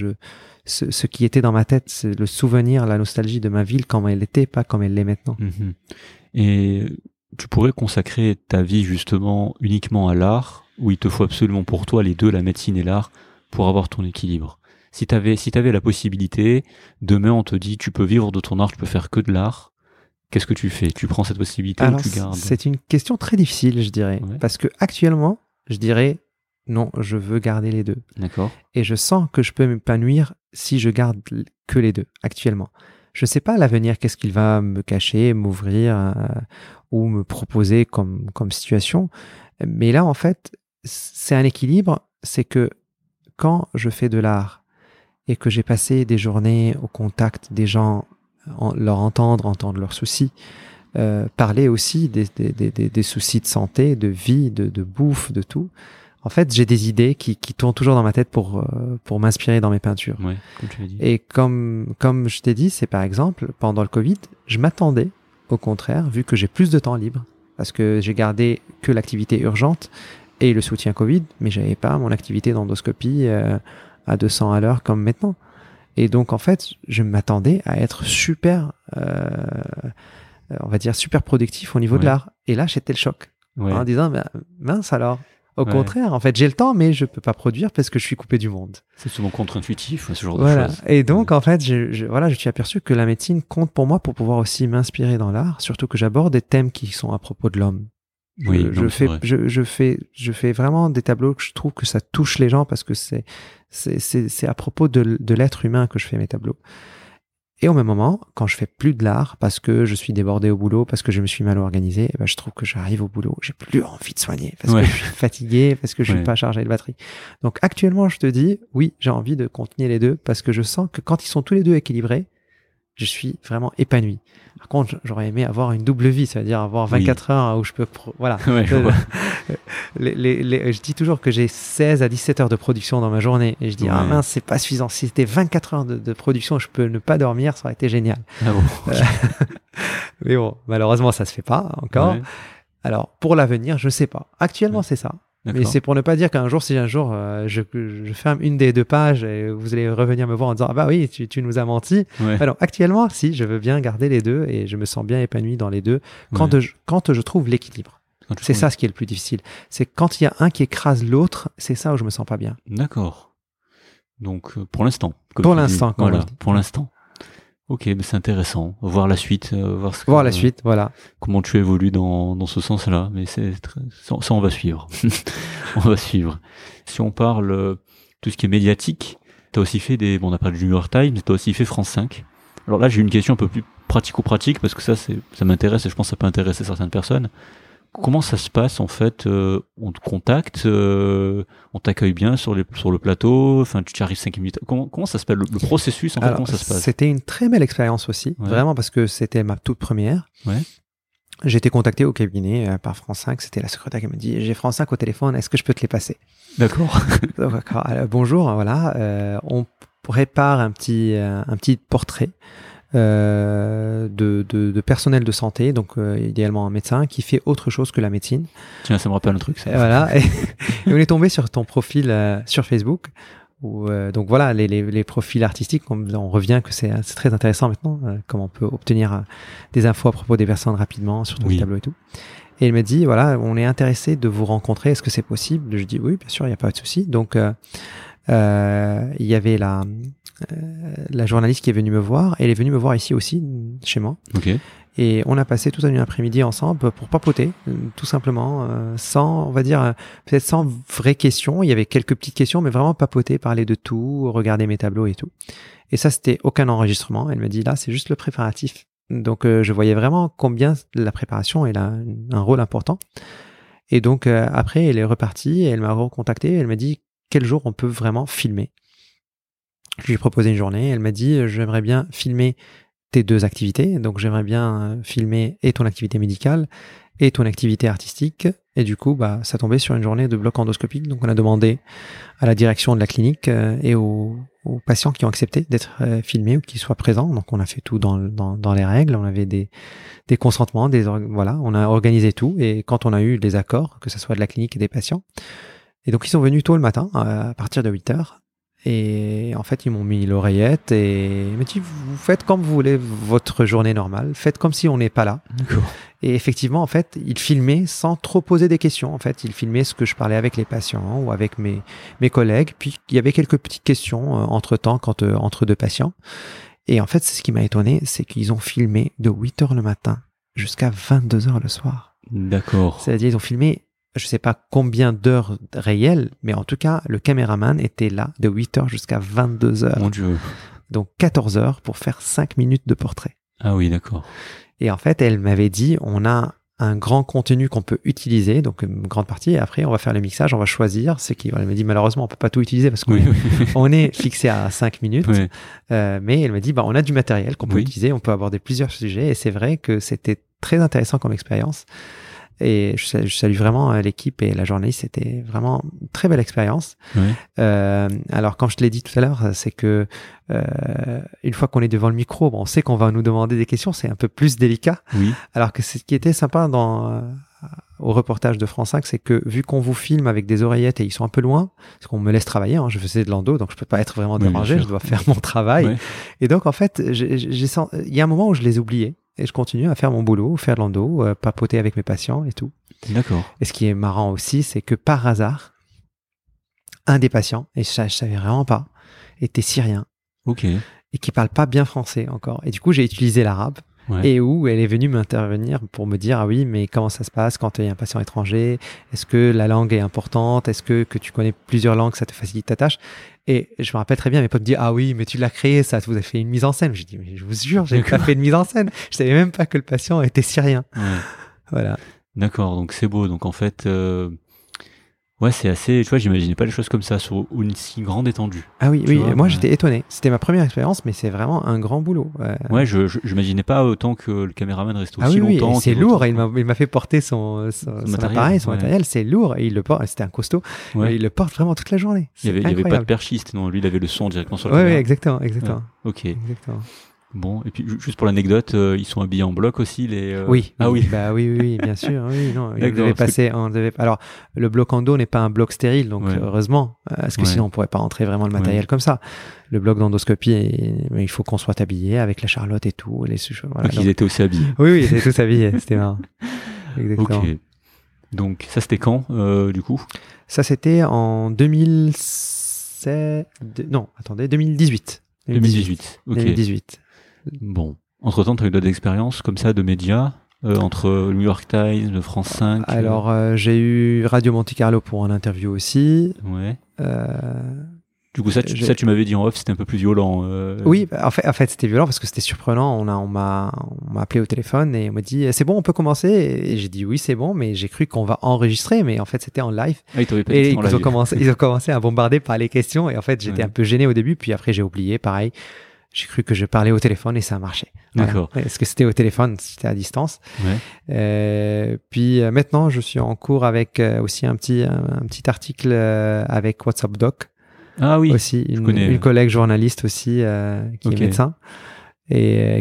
ce qui était dans ma tête, c'est le souvenir, la nostalgie de ma ville, comme elle était, pas comme elle l'est maintenant. Et tu pourrais consacrer ta vie justement uniquement à l'art, où il te faut absolument pour toi les deux, la médecine et l'art, pour avoir ton équilibre. Si t'avais la possibilité, demain on te dit tu peux vivre de ton art, tu peux faire que de l'art, qu'est-ce que tu fais? Tu prends cette possibilité ou tu gardes? C'est une question très difficile, je dirais. Ouais. Parce que actuellement, je dirais non, je veux garder les deux. D'accord. Et je sens que je peux m'épanouir si je garde que les deux, actuellement. Je ne sais pas à l'avenir qu'est-ce qu'il va me cacher, m'ouvrir ou me proposer comme situation. Mais là, en fait, c'est un équilibre. C'est que quand je fais de l'art et que j'ai passé des journées au contact des gens, leur entendre leurs soucis, parler aussi des soucis de santé, de vie, de bouffe, de tout. En fait, j'ai des idées qui tournent toujours dans ma tête pour m'inspirer dans mes peintures. Ouais, comme tu l'as dit. Et comme je t'ai dit, c'est par exemple, pendant le Covid, je m'attendais, au contraire, vu que j'ai plus de temps libre, parce que j'ai gardé que l'activité urgente et le soutien Covid, mais j'avais pas mon activité d'endoscopie à 200 à l'heure comme maintenant. Et donc, en fait, je m'attendais à être super, on va dire, super productif au niveau de l'art. Et là, j'étais le choc. En disant, mince alors. Au contraire, en fait, j'ai le temps, mais je peux pas produire parce que je suis coupé du monde. C'est souvent contre-intuitif, ce genre de choses. Et donc, en fait, je suis aperçu que la médecine compte pour moi pour pouvoir aussi m'inspirer dans l'art, surtout que j'aborde des thèmes qui sont à propos de l'homme. Je fais vraiment des tableaux que je trouve que ça touche les gens parce que c'est à propos de l'être humain que je fais mes tableaux. Et au même moment, quand je fais plus de l'art parce que je suis débordé au boulot, parce que je me suis mal organisé, je trouve que j'arrive au boulot, j'ai plus envie de soigner parce que je suis fatigué, parce que je suis pas chargé de batterie. Donc actuellement, je te dis, oui, j'ai envie de continuer les deux parce que je sens que quand ils sont tous les deux équilibrés, je suis vraiment épanoui. Par contre, j'aurais aimé avoir une double vie, c'est-à-dire avoir 24 heures où je peux... Voilà. Je dis toujours que j'ai 16 à 17 heures de production dans ma journée. Et je dis, ah mince, c'est pas suffisant. Si c'était 24 heures de production, je peux ne pas dormir, ça aurait été génial. Ah bon. Mais bon, malheureusement, ça se fait pas encore. Ouais. Alors, pour l'avenir, je sais pas. Actuellement, c'est ça. D'accord. Mais c'est pour ne pas dire qu'un jour, si un jour je ferme une des deux pages et vous allez revenir me voir en disant ah bah oui, tu nous as menti. Ouais. Alors actuellement, si, je veux bien garder les deux et je me sens bien épanoui dans les deux quand je trouve l'équilibre. C'est ça ce qui est le plus difficile. C'est quand il y a un qui écrase l'autre, c'est ça où je me sens pas bien. D'accord. Donc pour l'instant. Pour l'instant. Voilà. Pour l'instant. Ok, mais c'est intéressant. Voir la suite, voir la suite, voilà. Comment tu évolues dans ce sens-là. Mais ça, on va suivre. On va suivre. Si on parle tout ce qui est médiatique, t'as aussi fait on a parlé du New York Times, t'as aussi fait France 5. Alors là, j'ai une question un peu plus pratico-pratique parce que ça m'intéresse et je pense que ça peut intéresser certaines personnes. Comment ça se passe en fait? On te contacte, on t'accueille bien sur le plateau. Enfin, tu arrives 5 minutes. Comment ça se passe le processus en fait? Comment ça se passe? C'était une très belle expérience aussi, vraiment parce que c'était ma toute première. Ouais. J'ai été contacté au cabinet par France 5. C'était la secrétaire qui m'a dit j'ai France 5 au téléphone. Est-ce que je peux te les passer? D'accord. Alors, bonjour. Voilà. On prépare un petit portrait. de personnel de santé, donc idéalement un médecin qui fait autre chose que la médecine. Tiens, ça me rappelle un truc. Ça. Et voilà. Et on est tombé sur ton profil sur Facebook. Où, donc voilà, les profils artistiques, on revient que c'est très intéressant maintenant, comment on peut obtenir des infos à propos des personnes rapidement sur ton tableau et tout. Et il me dit, voilà, on est intéressé de vous rencontrer, est-ce que c'est possible? Je dis oui, bien sûr, il n'y a pas de souci. Donc il y avait la journaliste qui est venue me voir, et elle est venue me voir ici aussi, chez moi. Okay. Et on a passé toute une après-midi ensemble pour papoter, tout simplement, sans, on va dire, peut-être sans vraies questions. Il y avait quelques petites questions, mais vraiment papoter, parler de tout, regarder mes tableaux et tout. Et ça, c'était aucun enregistrement. Elle me dit, là, c'est juste le préparatif. Donc, je voyais vraiment combien la préparation elle a un rôle important. Et donc, après, elle est repartie et elle m'a recontacté. Elle m'a dit, quel jour on peut vraiment filmer? Je lui ai proposé une journée. Elle m'a dit, j'aimerais bien filmer tes deux activités. Donc, j'aimerais bien filmer et ton activité médicale et ton activité artistique. Et du coup, ça tombait sur une journée de bloc endoscopique. Donc, on a demandé à la direction de la clinique et aux patients qui ont accepté d'être filmés ou qui soient présents. Donc, on a fait tout dans les règles. On avait des consentements, voilà, on a organisé tout. Et quand on a eu les accords, que ce soit de la clinique et des patients, et donc ils sont venus tôt le matin, à partir de 8h. Et en fait, ils m'ont mis l'oreillette et ils m'ont dit, vous faites comme vous voulez votre journée normale, faites comme si on n'est pas là. D'accord. Et effectivement, en fait, ils filmaient sans trop poser des questions. En fait, ils filmaient ce que je parlais avec les patients ou avec mes collègues. Puis, il y avait quelques petites questions entre-temps, entre deux patients. Et en fait, c'est ce qui m'a étonné, c'est qu'ils ont filmé de 8h le matin jusqu'à 22h le soir. D'accord. C'est-à-dire, ils ont filmé, je sais pas combien d'heures réelles, mais en tout cas, le caméraman était là de 8h jusqu'à 22h. Mon Dieu. Donc 14 heures pour faire 5 minutes de portrait. Ah oui, d'accord. Et en fait, elle m'avait dit, on a un grand contenu qu'on peut utiliser, donc une grande partie, et après on va faire le mixage, on va choisir ce qui... Elle m'a dit, malheureusement, on peut pas tout utiliser parce qu'on on est fixé à 5 minutes, mais elle m'a dit, on a du matériel qu'on peut utiliser, on peut aborder plusieurs sujets, et c'est vrai que c'était très intéressant comme expérience. Et je salue vraiment l'équipe et la journaliste, c'était vraiment une très belle expérience. Alors, comme je te l'ai dit tout à l'heure, c'est que une fois qu'on est devant le micro, on sait qu'on va nous demander des questions, c'est un peu plus délicat. Alors que ce qui était sympa au reportage de France 5, c'est que vu qu'on vous filme avec des oreillettes et ils sont un peu loin, parce qu'on me laisse travailler, je faisais de l'endo, donc je peux pas être vraiment dérangé, je dois faire mon travail. Et donc, en fait, il y a un moment où je les oubliais. Et je continue à faire mon boulot, faire de l'endo, papoter avec mes patients et tout. D'accord. Et ce qui est marrant aussi, c'est que par hasard, un des patients, et je savais vraiment pas, était syrien. Ok. Et qui parle pas bien français encore. Et du coup, j'ai utilisé l'arabe. Et où elle est venue m'intervenir pour me dire, ah oui, mais comment ça se passe quand il y a un patient étranger? Est-ce que la langue est importante? Est-ce que tu connais plusieurs langues, ça te facilite ta tâche? Et je me rappelle très bien, mes potes me disent, ah oui, mais tu l'as créé, ça, vous avez fait une mise en scène. J'ai dit, mais je vous jure, j'ai pas fait de mise en scène. Je savais même pas que le patient était syrien. Voilà. D'accord, donc c'est beau. Donc en fait, c'est assez, tu vois, j'imaginais pas les choses comme ça sur une si grande étendue. Ah oui, moi j'étais étonné. C'était ma première expérience, mais c'est vraiment un grand boulot. Je m'imaginais pas autant que le caméraman reste aussi longtemps. Oui, c'est lourd. Il m'a fait porter son appareil, son matériel. C'est lourd et il le porte. C'était un costaud. Il le porte vraiment toute la journée. Il y avait pas de perchiste, non. Lui, il avait le son directement sur la caméra. Oui, exactement. Ok. Exactement. Bon, et puis juste pour l'anecdote, ils sont habillés en bloc aussi, les. Oui. Ah oui. Oui, bien sûr. Oui, non. Alors, le bloc endo n'est pas un bloc stérile, donc heureusement, parce que sinon on pourrait pas entrer vraiment le matériel comme ça. Le bloc d'endoscopie, il faut qu'on soit habillé avec la Charlotte et tout. Donc ils étaient aussi habillés. Oui, ils étaient tous habillés. C'était marrant. Exactement. Ok. Donc ça c'était quand, du coup? Ça c'était en 2018. 2018. Ok. 2018. Bon. Entre-temps, tu as eu d'autres expériences comme ça de médias entre New York Times, France 5 Alors, j'ai eu Radio Monte Carlo pour un interview aussi. Ouais. Du coup, ça, tu m'avais dit en off, c'était un peu plus violent. Oui, en fait, c'était violent parce que c'était surprenant. On m'a appelé au téléphone et on m'a dit, c'est bon, on peut commencer. Et j'ai dit oui, c'est bon, mais j'ai cru qu'on va enregistrer, mais en fait, c'était en live. Ah, ils t'avaient pas dit que c'était en live. Ils ont commencé à bombarder par les questions et en fait, j'étais un peu gêné au début, puis après, j'ai oublié, pareil. J'ai cru que je parlais au téléphone et ça a marché. D'accord. Voilà. Est-ce que c'était au téléphone? C'était à distance. Puis maintenant, je suis en cours avec aussi un petit article avec WhatsApp Doc. Ah oui. Aussi une collègue journaliste aussi qui est médecin. et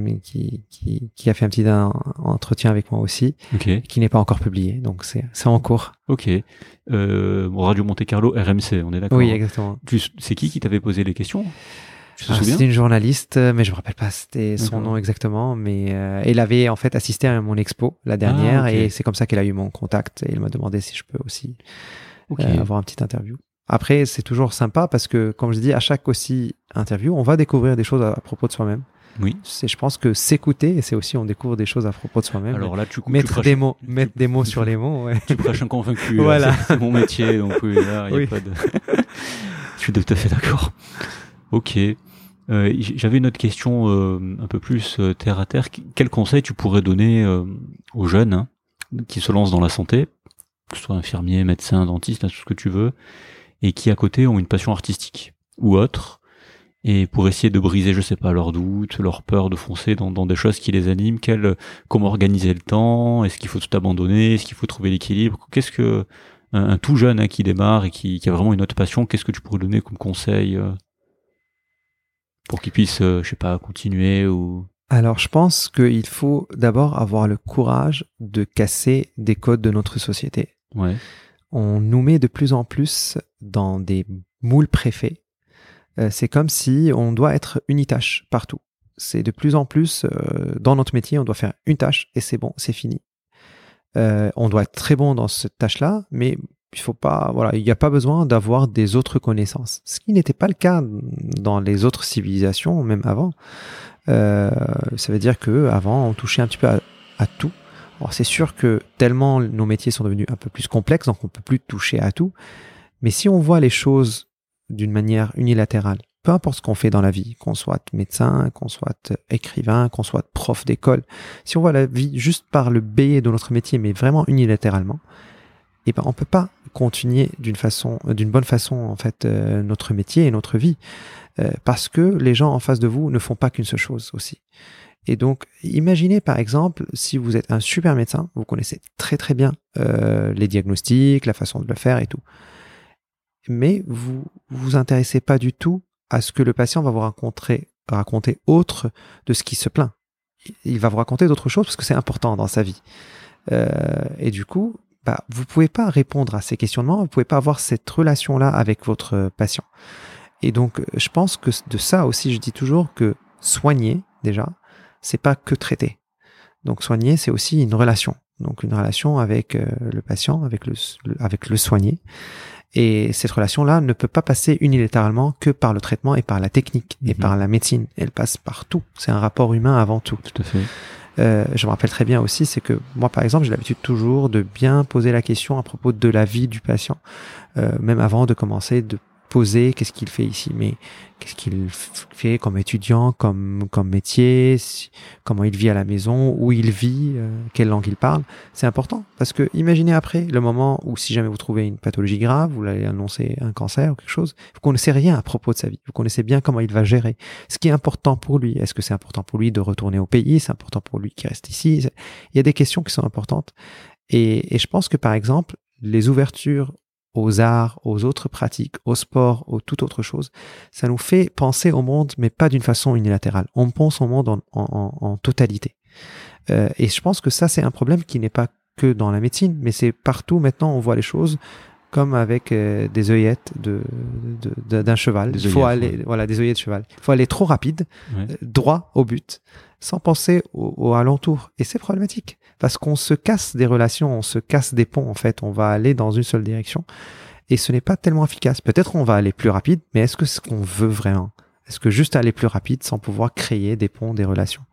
qui a fait un petit entretien avec moi aussi, qui n'est pas encore publié, donc c'est en cours. Ok. Radio Monte Carlo, RMC, on est d'accord? Oui, exactement. C'est qui t'avait posé les questions? Tu te souviens? C'était une journaliste, mais je me rappelle pas c'était son nom exactement, mais elle avait en fait assisté à mon expo la dernière, et c'est comme ça qu'elle a eu mon contact, et elle m'a demandé si je peux aussi avoir un petit interview. Après, c'est toujours sympa parce que, comme je dis, à chaque aussi interview, on va découvrir des choses à propos de soi-même. Oui. Je pense que s'écouter, c'est aussi on découvre des choses à propos de soi-même. Alors là, mettre des mots sur les mots. Ouais. Tu prêches un convaincu. Voilà. C'est mon métier, donc oui, là, il y a pas de. Je suis tout à fait d'accord. Ok. J'avais une autre question un peu plus terre à terre. Quel conseil tu pourrais donner aux jeunes qui se lancent dans la santé, que ce soit infirmier, médecin, dentiste, tout ce que tu veux, et qui à côté ont une passion artistique ou autre, et pour essayer de briser, je sais pas, leurs doutes, leur peur de foncer dans des choses qui les animent, comment organiser le temps, est-ce qu'il faut tout abandonner, est-ce qu'il faut trouver l'équilibre, qu'est-ce que un tout jeune qui démarre et qui a vraiment une autre passion, qu'est-ce que tu pourrais donner comme conseil pour qu'il puisse, je sais pas, continuer ou... Alors, je pense qu'il faut d'abord avoir le courage de casser des codes de notre société. Ouais. On nous met de plus en plus dans des moules préfaits. C'est comme si on doit être unitâche partout. C'est de plus en plus, dans notre métier, on doit faire une tâche et c'est bon, c'est fini. On doit être très bon dans cette tâche-là, mais il n'y a pas besoin d'avoir des autres connaissances. Ce qui n'était pas le cas dans les autres civilisations, même avant. Ça veut dire que avant, on touchait un petit peu à tout. Alors c'est sûr que tellement nos métiers sont devenus un peu plus complexes, donc on peut plus toucher à tout. Mais si on voit les choses d'une manière unilatérale, peu importe ce qu'on fait dans la vie, qu'on soit médecin, qu'on soit écrivain, qu'on soit prof d'école, si on voit la vie juste par le biais de notre métier, mais vraiment unilatéralement, eh ben on peut pas continuer d'une bonne façon en fait notre métier et notre vie, parce que les gens en face de vous ne font pas qu'une seule chose aussi. Et donc, imaginez par exemple, si vous êtes un super médecin, vous connaissez très très bien les diagnostics, la façon de le faire et tout, mais vous vous intéressez pas du tout à ce que le patient va vous raconter autre de ce qui se plaint. Il va vous raconter d'autres choses parce que c'est important dans sa vie. Et du coup, vous pouvez pas répondre à ces questionnements, vous pouvez pas avoir cette relation-là avec votre patient. Et donc, je pense que de ça aussi, je dis toujours que soigner, déjà, c'est pas que traiter. Donc, soigner, c'est aussi une relation. Donc, une relation avec le patient, avec le soigné. Et cette relation-là ne peut pas passer unilatéralement que par le traitement et par la technique et par la médecine. Elle passe par tout. C'est un rapport humain avant tout. Tout à fait. Je me rappelle très bien aussi, c'est que moi, par exemple, j'ai l'habitude toujours de bien poser la question à propos de la vie du patient, même avant de commencer de poser qu'est-ce qu'il fait ici, mais qu'est-ce qu'il fait comme étudiant, comme métier, comment il vit à la maison, où il vit, quelle langue il parle. C'est important parce que imaginez après le moment où si jamais vous trouvez une pathologie grave, vous l'allez annoncer un cancer ou quelque chose, vous connaissez rien à propos de sa vie, vous connaissez bien comment il va gérer, ce qui est important pour lui. Est-ce que c'est important pour lui de retourner au pays? C'est important pour lui qu'il reste ici? Il y a des questions qui sont importantes et je pense que par exemple les ouvertures aux arts, aux autres pratiques, au sport, ou toute autre chose, ça nous fait penser au monde, mais pas d'une façon unilatérale. On pense au monde en totalité. Et je pense que ça, c'est un problème qui n'est pas que dans la médecine, mais c'est partout. Maintenant, on voit les choses comme avec des œillettes d'un cheval. Des œillettes de cheval. Il faut aller trop rapide, droit au but, sans penser au alentour. Et c'est problématique. Parce qu'on se casse des relations, on se casse des ponts, en fait. On va aller dans une seule direction. Et ce n'est pas tellement efficace. Peut-être on va aller plus rapide, mais est-ce que c'est ce qu'on veut vraiment? Est-ce que juste aller plus rapide sans pouvoir créer des ponts, des relations?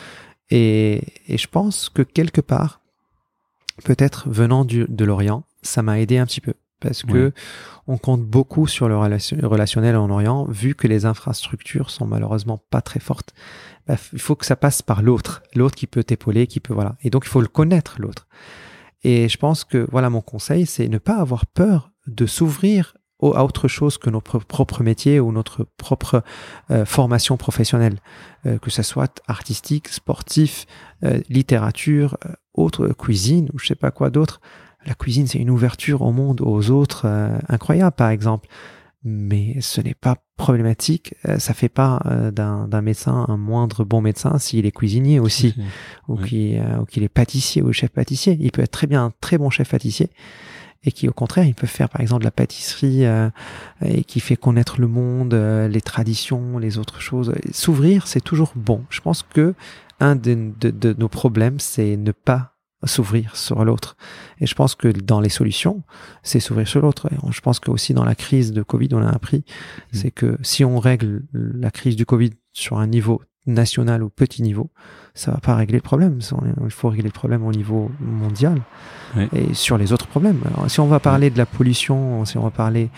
Et je pense que quelque part, peut-être venant de l'Orient, ça m'a aidé un petit peu. Parce que on compte beaucoup sur le relationnel en Orient, vu que les infrastructures sont malheureusement pas très fortes. Il faut que ça passe par l'autre qui peut t'épauler, et donc il faut le connaître, l'autre. Et je pense que mon conseil, c'est ne pas avoir peur de s'ouvrir à autre chose que notre propre métier ou notre propre formation professionnelle, que ça soit artistique, sportif, littérature, autre cuisine ou je sais pas quoi d'autre. La cuisine, c'est une ouverture au monde, aux autres, incroyable, par exemple. mais ce n'est pas problématique. Ça fait pas d'un médecin un moindre bon médecin s'il est cuisinier aussi, ou qu'il est pâtissier ou chef pâtissier. Il peut être très bien un très bon chef pâtissier, et qui au contraire il peut faire par exemple de la pâtisserie et qui fait connaître le monde, les traditions, les autres choses. S'ouvrir, c'est toujours bon. Je pense que un de nos problèmes, c'est ne pas s'ouvrir sur l'autre. Et je pense que dans les solutions, c'est s'ouvrir sur l'autre. Et je pense que aussi dans la crise de Covid, on a appris, c'est que si on règle la crise du Covid sur un niveau national ou petit niveau, ça va pas régler le problème. Il faut régler le problème au niveau mondial. Et sur les autres problèmes. Alors, si on va parler de la pollution, si on va parler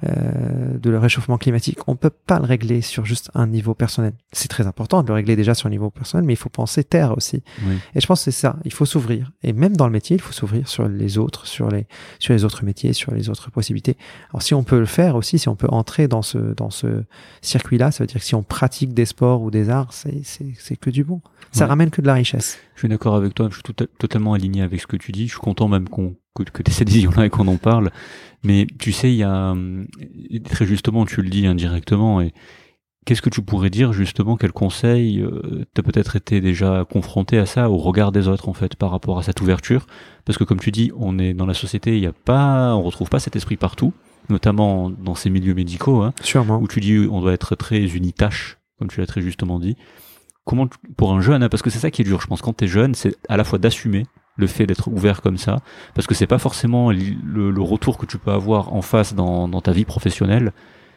de le réchauffement climatique, on peut pas le régler sur juste un niveau personnel. C'est très important de le régler déjà sur un niveau personnel, mais il faut penser terre aussi. Et je pense que c'est ça. Il faut s'ouvrir. Et même dans le métier, il faut s'ouvrir sur les autres, sur les autres métiers, sur les autres possibilités. Alors si on peut le faire aussi, si on peut entrer dans ce circuit-là, ça veut dire que si on pratique des sports ou des arts, c'est que du bon. Ça ramène que de la richesse. Je suis d'accord avec toi, je suis totalement aligné avec ce que tu dis. Je suis content même que tu aies cette vision-là et qu'on en parle. Mais tu sais, il y a très justement, tu le dis indirectement. Et qu'est-ce que tu pourrais dire justement, quel conseil t'as peut-être été déjà confronté à ça, au regard des autres en fait, par rapport à cette ouverture? Parce que comme tu dis, on est dans la société, on retrouve pas cet esprit partout, notamment dans ces milieux médicaux, hein, sûrement, où tu dis on doit être très unitâche, comme tu l'as très justement dit. Comment pour un jeune, hein, parce que c'est ça qui est dur, je pense, quand t'es jeune, c'est à la fois d'assumer le fait d'être ouvert comme ça, parce que c'est pas forcément le retour que tu peux avoir en face dans ta vie professionnelle.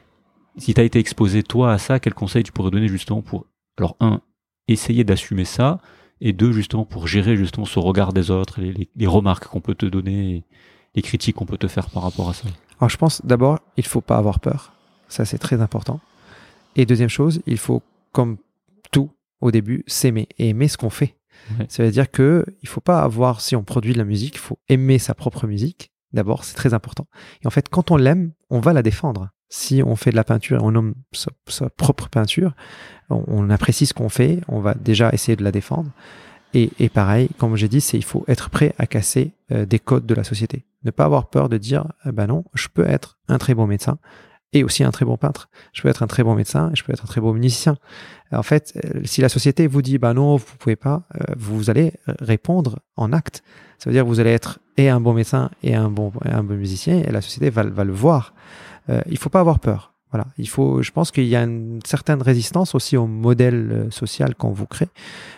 Si t'as été exposé toi à ça, quel conseil tu pourrais donner justement pour, alors essayer d'assumer ça, et deux, justement pour gérer justement ce regard des autres, les remarques qu'on peut te donner, les critiques qu'on peut te faire par rapport à ça? Alors je pense d'abord, il faut pas avoir peur, ça c'est très important. Et deuxième chose, il faut, comme tout au début, s'aimer et aimer ce qu'on fait. Ça veut dire que il faut pas avoir, si on produit de la musique, il faut aimer sa propre musique. D'abord, c'est très important. Et en fait, quand on l'aime, on va la défendre. Si on fait de la peinture et on aime sa propre peinture, on apprécie ce qu'on fait, on va déjà essayer de la défendre. Et pareil, comme j'ai dit, il faut être prêt à casser des codes de la société. Ne pas avoir peur de dire, non, je peux être un très bon médecin et aussi un très bon peintre. Je peux être un très bon médecin et je peux être un très bon musicien. En fait, si la société vous dit, non, vous pouvez pas, vous allez répondre en acte. Ça veut dire que vous allez être et un bon médecin et un bon musicien, et la société va le voir. Il faut pas avoir peur. Voilà. Je pense qu'il y a une certaine résistance aussi au modèle social qu'on vous crée,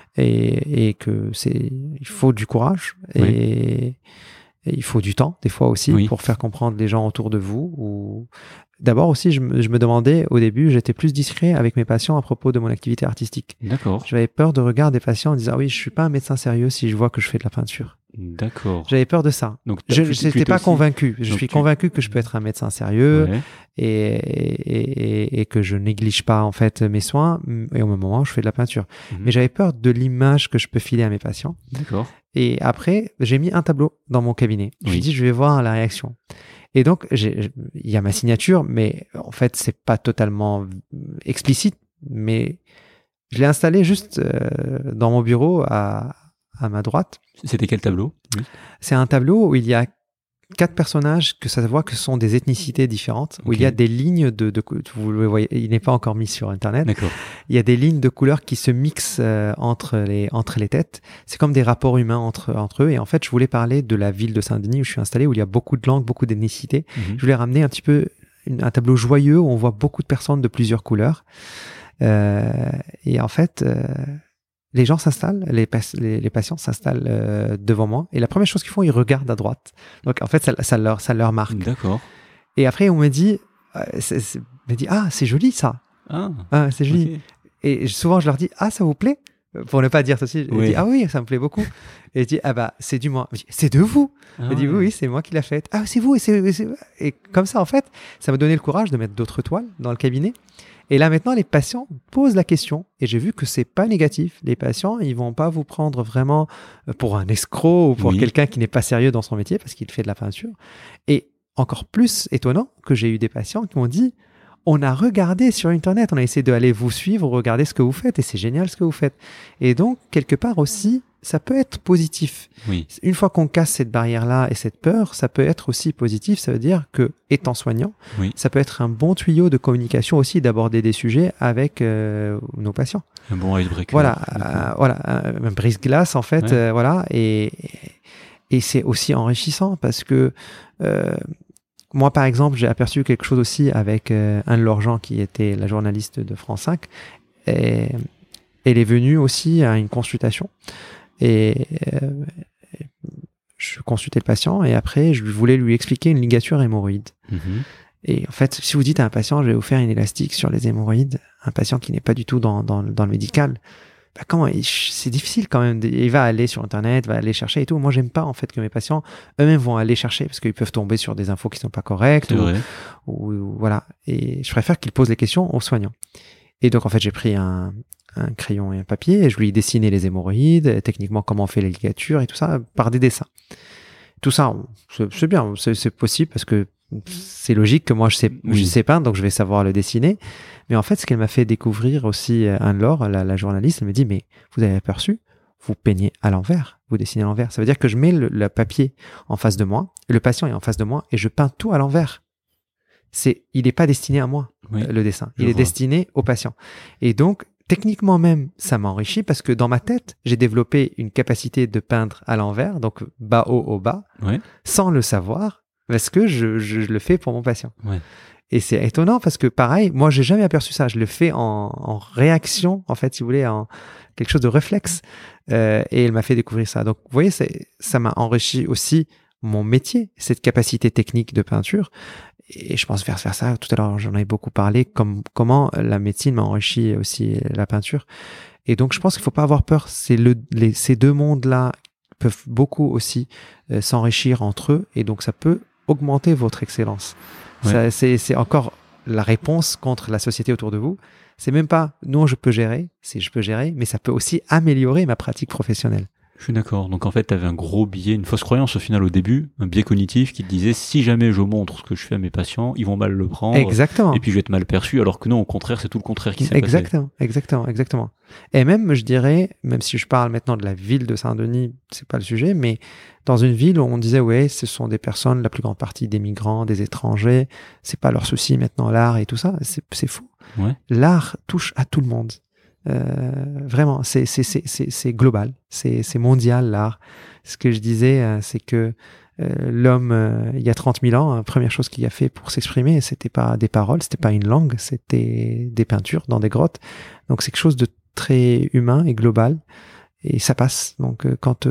et que il faut du courage, et il faut du temps, des fois aussi, pour faire comprendre les gens autour de vous. D'abord aussi, je me demandais, au début, j'étais plus discret avec mes patients à propos de mon activité artistique. D'accord. J'avais peur de regard des patients en disant, oui, je suis pas un médecin sérieux si je vois que je fais de la peinture. D'accord. J'avais peur de ça. Donc, je n'étais pas convaincu. Je suis convaincu que je peux être un médecin sérieux, et que je néglige pas, en fait, mes soins, et au même moment, je fais de la peinture. Mais j'avais peur de l'image que je peux filer à mes patients. D'accord. Et après, j'ai mis un tableau dans mon cabinet. Je me suis dit, je vais voir la réaction. Et donc, il y a ma signature, mais en fait, c'est pas totalement explicite, mais je l'ai installé juste dans mon bureau à ma droite. C'était quel tableau? C'est un tableau où il y a 4 personnages que ça se voit que ce sont des ethnicités différentes, où il y a des lignes vous le voyez, il n'est pas encore mis sur Internet. D'accord. Il y a des lignes de couleurs qui se mixent entre les têtes. C'est comme des rapports humains entre eux. Et en fait, je voulais parler de la ville de Saint-Denis où je suis installé, où il y a beaucoup de langues, beaucoup d'ethnicités. Je voulais ramener un petit peu un tableau joyeux où on voit beaucoup de personnes de plusieurs couleurs. Et en fait, les gens s'installent, les patients s'installent devant moi, et la première chose qu'ils font, ils regardent à droite. Donc en fait, ça leur marque. D'accord. Et après, on me dit, c'est joli ça. C'est joli. Okay. Et souvent, je leur dis, ça vous plaît? Pour ne pas dire ceci, je dis, oui, ça me plaît beaucoup. Et je dis, c'est du moi. Je dis, c'est de vous. Je dis, oui, c'est moi qui l'a fait. C'est vous. Et comme ça, en fait, ça m'a donné le courage de mettre d'autres toiles dans le cabinet. Et là, maintenant, les patients posent la question, et j'ai vu que c'est pas négatif. Les patients, ils vont pas vous prendre vraiment pour un escroc ou pour quelqu'un qui n'est pas sérieux dans son métier parce qu'il fait de la peinture. Et encore plus étonnant que j'ai eu des patients qui m'ont dit, on a regardé sur Internet, on a essayé d'aller vous suivre, regarder ce que vous faites, et c'est génial ce que vous faites. Et donc, quelque part aussi, ça peut être positif. Oui. Une fois qu'on casse cette barrière-là et cette peur, ça peut être aussi positif. Ça veut dire que, étant soignant, Oui. ça peut être un bon tuyau de communication aussi, d'aborder des sujets avec nos patients. Un bon icebreaker. Voilà, un brise-glace en fait, Ouais. voilà, et c'est aussi enrichissant parce que moi, par exemple, j'ai aperçu quelque chose aussi avec Anne-Laure Jean, qui était la journaliste de France 5, et elle est venue aussi à une consultation. Et je consultais le patient et après, je voulais lui expliquer une ligature hémorroïde. Mhm. Et en fait, si vous dites à un patient, je vais vous faire une élastique sur les hémorroïdes, un patient qui n'est pas du tout dans le médical, bah c'est difficile quand même. Il va aller sur Internet, va aller chercher et tout. Moi, j'aime pas en fait que mes patients eux-mêmes vont aller chercher parce qu'ils peuvent tomber sur des infos qui sont pas correctes. C'est vrai. Ou voilà. Et je préfère qu'ils posent les questions aux soignants. Et donc, en fait, j'ai pris un crayon et un papier et je lui ai dessiné les hémorroïdes, techniquement comment on fait les ligatures et tout ça par des dessins. Tout ça, c'est bien, c'est possible parce que c'est logique que moi je sais peindre, donc je vais savoir le dessiner. Mais en fait, ce qu'elle m'a fait découvrir aussi, Anne-Laure, la journaliste, elle me dit, mais vous avez aperçu, vous peignez à l'envers, vous dessinez à l'envers. Ça veut dire que je mets le papier en face de moi, le patient est en face de moi et je peins tout à l'envers. Il n'est pas destiné à moi, le dessin. Il est destiné au patient. Et donc, techniquement même, ça m'enrichit parce que dans ma tête, j'ai développé une capacité de peindre à l'envers, donc bas, haut, bas, sans le savoir, parce que je le fais pour mon patient. Ouais. Et c'est étonnant parce que pareil, moi, j'ai jamais aperçu ça. Je le fais en réaction, en fait, si vous voulez, en quelque chose de réflexe. Et elle m'a fait découvrir ça. Donc, vous voyez, ça m'a enrichi aussi mon métier, cette capacité technique de peinture. Et je pense vers ça, tout à l'heure j'en ai beaucoup parlé, comment la médecine m'a enrichi aussi la peinture. Et donc je pense qu'il faut pas avoir peur, ces deux mondes-là peuvent beaucoup aussi s'enrichir entre eux, et donc ça peut augmenter votre excellence. Ouais. C'est encore la réponse contre la société autour de vous. C'est même pas non je peux gérer, mais ça peut aussi améliorer ma pratique professionnelle. Je suis d'accord. Donc en fait, tu avais un gros biais, une fausse croyance au final au début, un biais cognitif qui te disait si jamais je montre ce que je fais à mes patients, ils vont mal le prendre. Exactement. Et puis je vais être mal perçu, alors que non, au contraire, c'est tout le contraire qui s'est passé. Exactement. Et même, je dirais, même si je parle maintenant de la ville de Saint-Denis, c'est pas le sujet, mais dans une ville où on disait ouais, ce sont des personnes, la plus grande partie des migrants, des étrangers, c'est pas leur souci maintenant l'art et tout ça, c'est fou. Ouais. L'art touche à tout le monde. Vraiment, c'est global, c'est mondial l'art. Ce que je disais, c'est que l'homme, il y a 30 000 ans, la première chose qu'il a fait pour s'exprimer, c'était pas des paroles, c'était pas une langue, c'était des peintures dans des grottes. Donc c'est quelque chose de très humain et global. Et ça passe. Donc, quand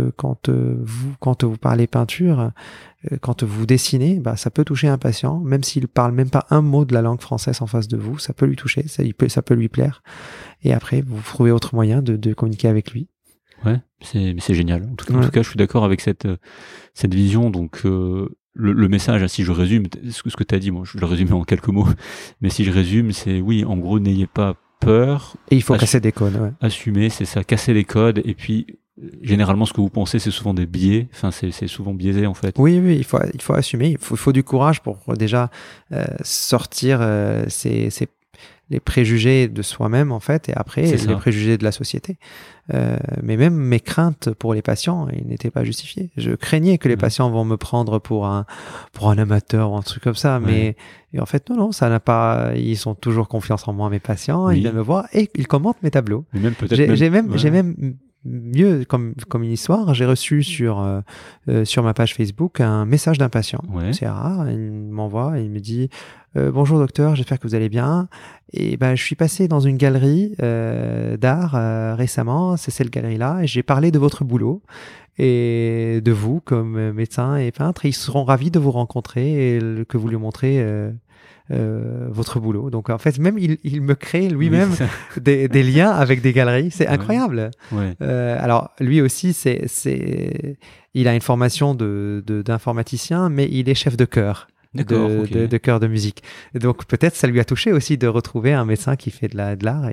vous parlez peinture, quand vous dessinez, bah, ça peut toucher un patient, même s'il parle même pas un mot de la langue française en face de vous, ça peut lui toucher, ça peut lui plaire. Et après, vous trouvez autre moyen de communiquer avec lui. Ouais, c'est génial. En tout cas, je suis d'accord avec cette vision. Donc, le message, si je résume ce que tu as dit, moi, je le résume en quelques mots, mais si je résume, c'est oui, en gros, n'ayez pas peur. Et il faut casser des codes. Ouais. Assumer, c'est ça, casser les codes. Et puis, généralement, ce que vous pensez, c'est souvent des biais. Enfin, c'est souvent biaisé, en fait. Oui, il faut assumer. Il faut du courage pour déjà sortir les préjugés de soi-même, en fait, et après, les préjugés de la société. Mais même mes craintes pour les patients, ils n'étaient pas justifiées. Je craignais que les patients vont me prendre pour un amateur ou un truc comme ça, mais et en fait, non, ça n'a pas. Ils ont toujours confiance en moi, mes patients, ils viennent me voir et ils commentent mes tableaux. Mais même peut-être j'ai même mieux comme une histoire, j'ai reçu sur ma page Facebook un message d'un patient. C'est rare, il m'envoie et il me dit bonjour docteur, j'espère que vous allez bien. Et ben je suis passé dans une galerie d'art récemment, c'est cette galerie-là, et j'ai parlé de votre boulot et de vous comme médecin et peintre. Et ils seront ravis de vous rencontrer et que vous lui montrez votre boulot. Donc en fait, même il me crée lui-même des liens avec des galeries. C'est incroyable. Alors lui aussi, il a une formation d'informaticien, mais il est chef de chœur. De chœur de musique. Et donc peut-être ça lui a touché aussi de retrouver un médecin qui fait de l'art.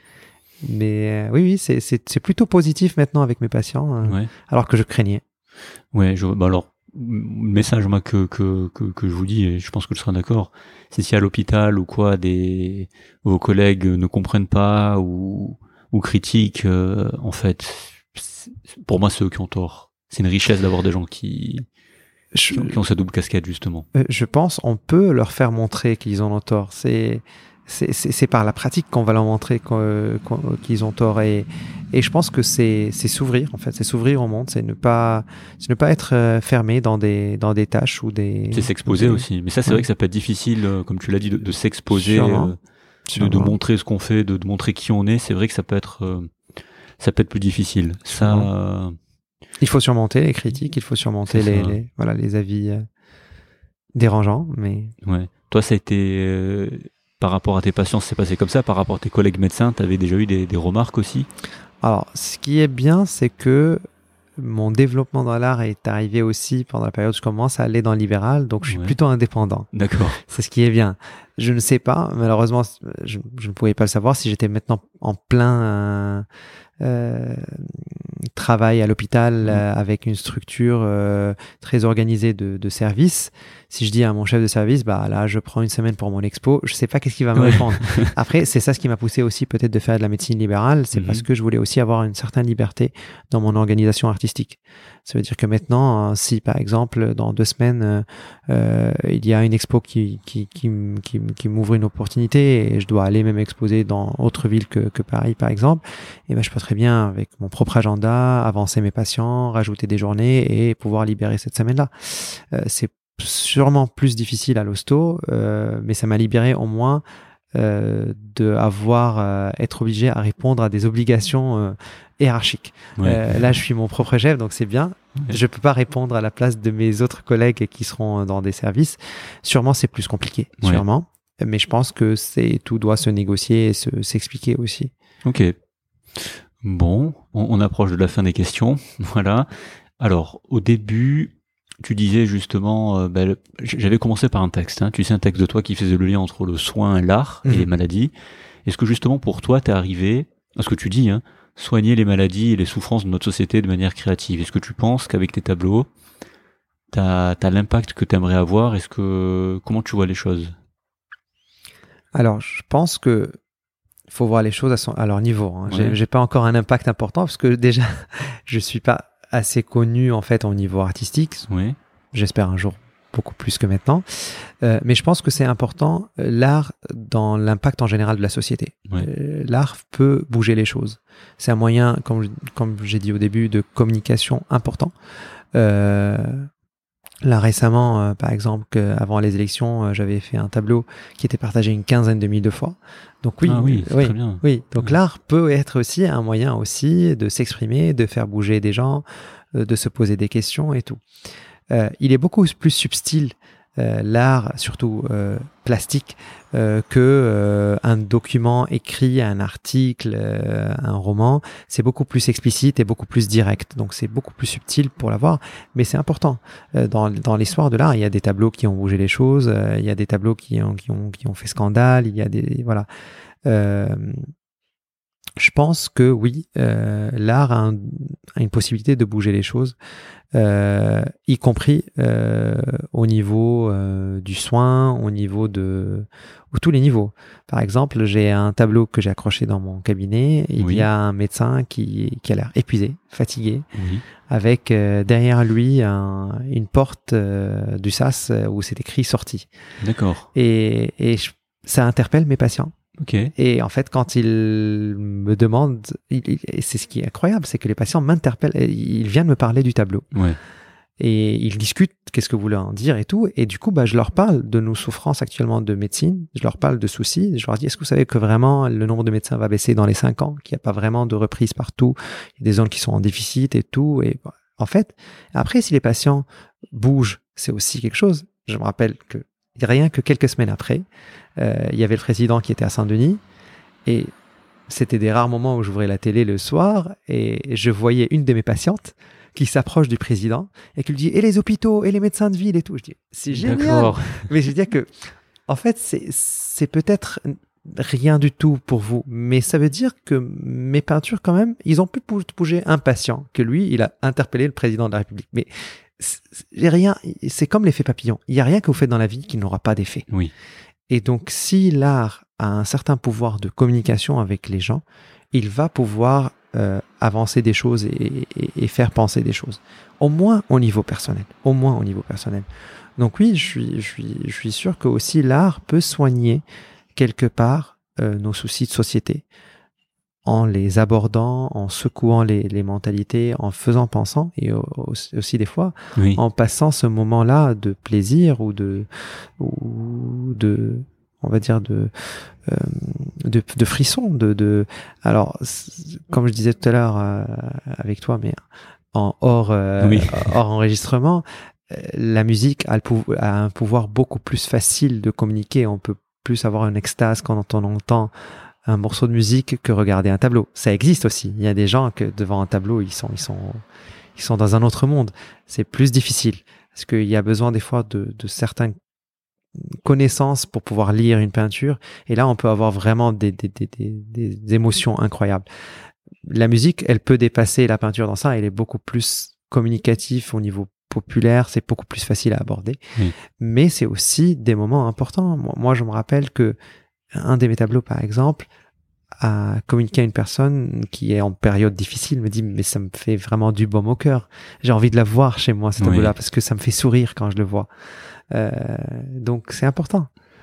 Mais oui, c'est plutôt positif maintenant avec mes patients, alors que je craignais. Ouais, alors le message moi que je vous dis, et je pense que tu seras d'accord, c'est si à l'hôpital ou quoi vos collègues ne comprennent pas ou critiquent, en fait, pour moi c'est eux qui ont tort. C'est une richesse d'avoir des gens qui ont cette double casquette justement. Je pense on peut leur faire montrer qu'ils ont tort. C'est par la pratique qu'on va leur montrer qu'ils ont tort, et je pense que c'est s'ouvrir, en fait, c'est s'ouvrir au monde, c'est ne pas être fermé dans des tâches ou des. C'est s'exposer aussi, mais ça c'est vrai que ça peut être difficile, comme tu l'as dit, de s'exposer, de montrer ce qu'on fait, de montrer qui on est. C'est vrai que ça peut être plus difficile. Ça. Il faut surmonter les critiques, il faut surmonter les avis dérangeants, mais. Ouais. Toi, ça a été. Par rapport à tes patients, c'est passé comme ça. Par rapport à tes collègues médecins, tu avais déjà eu des remarques aussi? Alors, ce qui est bien, c'est que mon développement dans l'art est arrivé aussi pendant la période où je commence à aller dans le libéral, donc je suis plutôt indépendant. D'accord. C'est ce qui est bien. Je ne sais pas, malheureusement, je ne pouvais pas le savoir si j'étais maintenant en plein travail à l'hôpital avec une structure très organisée de services. Si je dis à mon chef de service, bah là, je prends une semaine pour mon expo, je sais pas qu'est-ce qu'il va me répondre. Après, c'est ça ce qui m'a poussé aussi peut-être de faire de la médecine libérale, c'est parce que je voulais aussi avoir une certaine liberté dans mon organisation artistique. Ça veut dire que maintenant, si par exemple dans 2 semaines il y a une expo qui m'ouvre une opportunité et je dois aller même exposer dans autre ville que Paris par exemple, et ben je peux très bien avec mon propre agenda avancer mes patients, rajouter des journées et pouvoir libérer cette semaine-là. C'est sûrement plus difficile à l'hosto, mais ça m'a libéré au moins de être obligé à répondre à des obligations hiérarchiques. Là, je suis mon propre chef, donc c'est bien. Je peux pas répondre à la place de mes autres collègues qui seront dans des services. Sûrement, c'est plus compliqué, sûrement. Mais je pense que tout doit se négocier et s'expliquer aussi. Ok. Bon, on approche de la fin des questions. Voilà. Alors, au début, tu disais justement, j'avais commencé par un texte, tu sais, un texte de toi qui faisait le lien entre le soin, l'art et les maladies. Est-ce que justement pour toi, t'es arrivé à ce que tu dis, soigner les maladies et les souffrances de notre société de manière créative? Est-ce que tu penses qu'avec tes tableaux, t'as l'impact que t'aimerais avoir? Comment tu vois les choses? Alors, je pense que faut voir les choses à leur niveau. J'ai pas encore un impact important parce que déjà, je suis pas assez connu en fait au niveau artistique. Oui. J'espère un jour beaucoup plus que maintenant. Mais je pense que c'est important, l'art dans l'impact en général de la société. L'art peut bouger les choses. C'est un moyen, comme j'ai dit au début, de communication important. Là récemment, par exemple, avant les élections, j'avais fait un tableau qui était partagé une 15aine de milliers de fois. Donc oui, très bien. Oui. Donc l'art peut être aussi un moyen aussi de s'exprimer, de faire bouger des gens, de se poser des questions et tout. Il est beaucoup plus subtil l'art, surtout plastique, que un document écrit, un article, un roman. C'est beaucoup plus explicite et beaucoup plus direct. Donc c'est beaucoup plus subtil pour l'avoir, mais c'est important. Dans l'histoire de l'art, il y a des tableaux qui ont bougé les choses, il y a des tableaux qui ont fait scandale, il y a des voilà. Je pense que oui, l'art a une possibilité de bouger les choses, y compris au niveau du soin, au niveau tous les niveaux. Par exemple, j'ai un tableau que j'ai accroché dans mon cabinet. Il y a un médecin qui a l'air épuisé, fatigué, avec derrière lui une porte du SAS où c'est écrit sortie. D'accord. Et ça interpelle mes patients. Okay. Et en fait, quand il me demande, c'est ce qui est incroyable, c'est que les patients m'interpellent, ils viennent me parler du tableau. Et ils discutent, qu'est-ce que vous voulez en dire et tout. Et du coup, je leur parle de nos souffrances actuellement de médecine, je leur parle de soucis, je leur dis, est-ce que vous savez que vraiment le nombre de médecins va baisser dans les 5 ans, qu'il n'y a pas vraiment de reprise partout, il y a des zones qui sont en déficit et tout. Et en fait, après, si les patients bougent, c'est aussi quelque chose. Je me rappelle que rien que quelques semaines après, il y avait le président qui était à Saint-Denis et c'était des rares moments où j'ouvrais la télé le soir et je voyais une de mes patientes qui s'approche du président et qui lui dit « Et les hôpitaux, et les médecins de ville et tout ?» Je dis « C'est génial !» D'accord. Mais je veux dire que, en fait, c'est peut-être rien du tout pour vous, mais ça veut dire que mes peintures, quand même, ils ont pu bouger un patient, que lui, il a interpellé le président de la République. Mais rien, c'est comme l'effet papillon. Il n'y a rien que vous faites dans la vie qui n'aura pas d'effet. Oui. Et donc, si l'art a un certain pouvoir de communication avec les gens, il va pouvoir avancer des choses et faire penser des choses. Au moins au niveau personnel. Au moins au niveau personnel. Donc oui, je suis sûr que aussi l'art peut soigner quelque part nos soucis de société en les abordant, en secouant les mentalités, en faisant pensant et aussi des fois Oui. en passant ce moment-là de plaisir ou de on va dire de frisson alors comme je disais tout à l'heure avec toi mais en hors enregistrement, la musique a un pouvoir beaucoup plus facile de communiquer. On peut plus avoir une extase quand on entend un morceau de musique que regarder un tableau. Ça existe aussi. Il y a des gens que devant un tableau, ils sont dans un autre monde. C'est plus difficile parce qu'il y a besoin des fois de certaines connaissances pour pouvoir lire une peinture. Et là, on peut avoir vraiment des émotions incroyables. La musique, elle peut dépasser la peinture dans ça. Elle est beaucoup plus communicative au niveau populaire. C'est beaucoup plus facile à aborder. Oui. Mais c'est aussi des moments importants. Moi, je me rappelle que un de mes tableaux, par exemple, a communiqué à une personne qui est en période difficile, me dit mais ça me fait vraiment du baume au cœur. J'ai envie de la voir chez moi, ce tableau-là, parce que ça me fait sourire quand je le vois. Donc c'est important.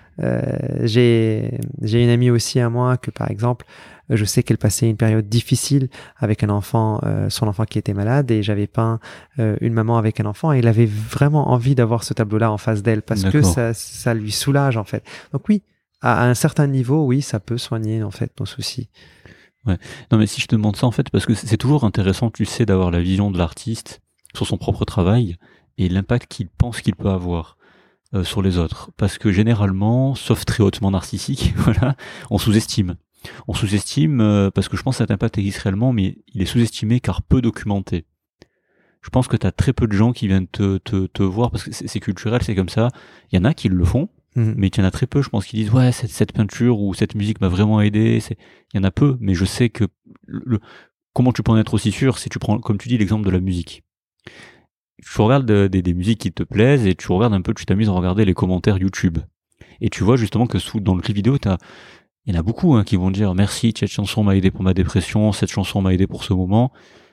J'ai une amie aussi à moi que par exemple, je sais qu'elle passait une période difficile avec un enfant, son enfant qui était malade, et j'avais peint une maman avec un enfant et elle avait vraiment envie d'avoir ce tableau-là en face d'elle parce que ça lui soulage en fait. Donc oui, à un certain niveau, oui, ça peut soigner en fait nos soucis. Ouais. Non mais si je te demande ça en fait, parce que c'est toujours intéressant, tu sais, d'avoir la vision de l'artiste sur son propre travail et l'impact qu'il pense qu'il peut avoir sur les autres. Parce que généralement, sauf très hautement narcissique, voilà, on sous-estime. On sous-estime parce que je pense que cet impact existe réellement, mais il est sous-estimé car peu documenté. Je pense que tu as très peu de gens qui viennent te voir parce que c'est culturel, c'est comme ça. Il y en a qui le font, mais il y en a très peu, je pense, qui disent ouais, cette peinture ou cette musique m'a vraiment aidé. Il y en a peu, mais je sais que comment tu peux en être aussi sûr si tu prends, comme tu dis, l'exemple de la musique. Tu regardes des musiques qui te plaisent et tu regardes un peu, tu t'amuses à regarder les commentaires YouTube. Et tu vois justement que dans le clip vidéo, il y en a beaucoup qui vont dire merci, cette chanson m'a aidé pour ma dépression, cette chanson m'a aidé pour ce moment.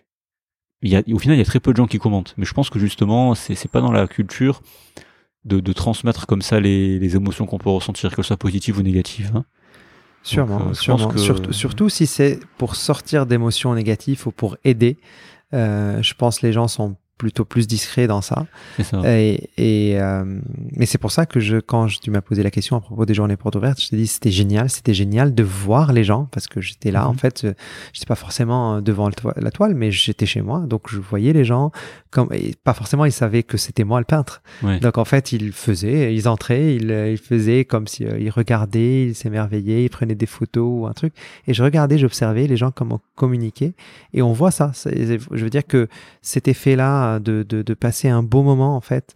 Au final, il y a très peu de gens qui commentent. Mais je pense que justement, c'est pas dans la culture de transmettre comme ça les émotions qu'on peut ressentir, que ce soit positives ou négatives. Hein. Sûrement, Donc, sûrement. que... Surtout si c'est pour sortir d'émotions négatives ou pour aider. Je pense que les gens sont plutôt plus discrets dans ça. C'est ça. Mais c'est pour ça que quand tu m'as posé la question à propos des journées portes ouvertes, je t'ai dit c'était génial de voir les gens parce que j'étais là en fait, j'étais pas forcément devant la toile, mais j'étais chez moi, donc je voyais les gens et pas forcément ils savaient que c'était moi le peintre. Ouais. Donc en fait ils entraient, ils faisaient comme si ils regardaient, ils s'émerveillaient, ils prenaient des photos ou un truc, et je regardais, j'observais les gens comment communiquer, et on voit ça. Je veux dire que cet effet-là de passer un beau moment en fait.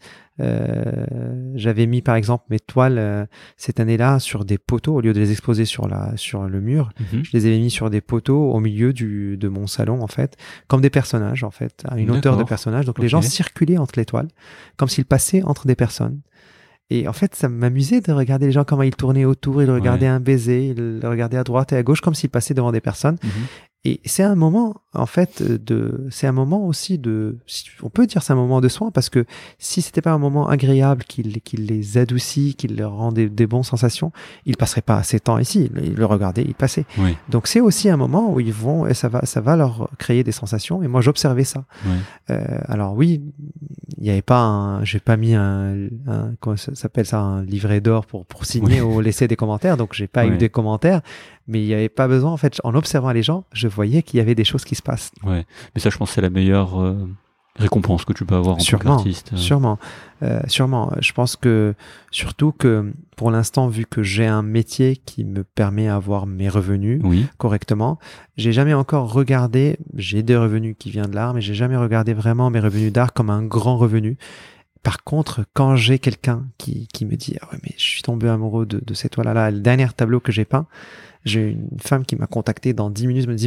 J'avais mis par exemple mes toiles cette année-là sur des poteaux au lieu de les exposer sur le mur. Je les avais mis sur des poteaux au milieu de mon salon en fait, comme des personnages en fait, à une hauteur de personnages. Donc les gens circulaient entre les toiles, comme s'ils passaient entre des personnes. Et en fait, ça m'amusait de regarder les gens comment ils tournaient autour, ils regardaient un baiser, ils le regardaient à droite et à gauche comme s'ils passaient devant des personnes. Et c'est un moment, en fait, c'est un moment aussi on peut dire c'est un moment de soin, parce que si c'était pas un moment agréable qui les adoucit, qui leur rend des bonnes sensations, ils passeraient pas assez de temps ici. Ils le regardaient, ils passaient. Oui. Donc c'est aussi un moment où ils vont, et ça va leur créer des sensations. Et moi, j'observais ça. Oui. Alors oui, il y avait pas j'ai pas mis comment ça s'appelle ça, un livret d'or pour signer ou laisser des commentaires. Donc j'ai pas eu des commentaires. Mais il n'y avait pas besoin, en fait, en observant les gens, je voyais qu'il y avait des choses qui se passent. Ouais, mais ça, je pense que c'est la meilleure récompense que tu peux avoir en tant qu'artiste. Sûrement. Je pense que, surtout que, pour l'instant, vu que j'ai un métier qui me permet d'avoir mes revenus correctement, j'ai jamais encore regardé, j'ai des revenus qui viennent de l'art, mais j'ai jamais regardé vraiment mes revenus d'art comme un grand revenu. Par contre, quand j'ai quelqu'un qui me dit ah ouais, mais je suis tombé amoureux de cette toile-là, le dernier tableau que j'ai peint, j'ai une femme qui m'a contacté dans 10 minutes, me dit mais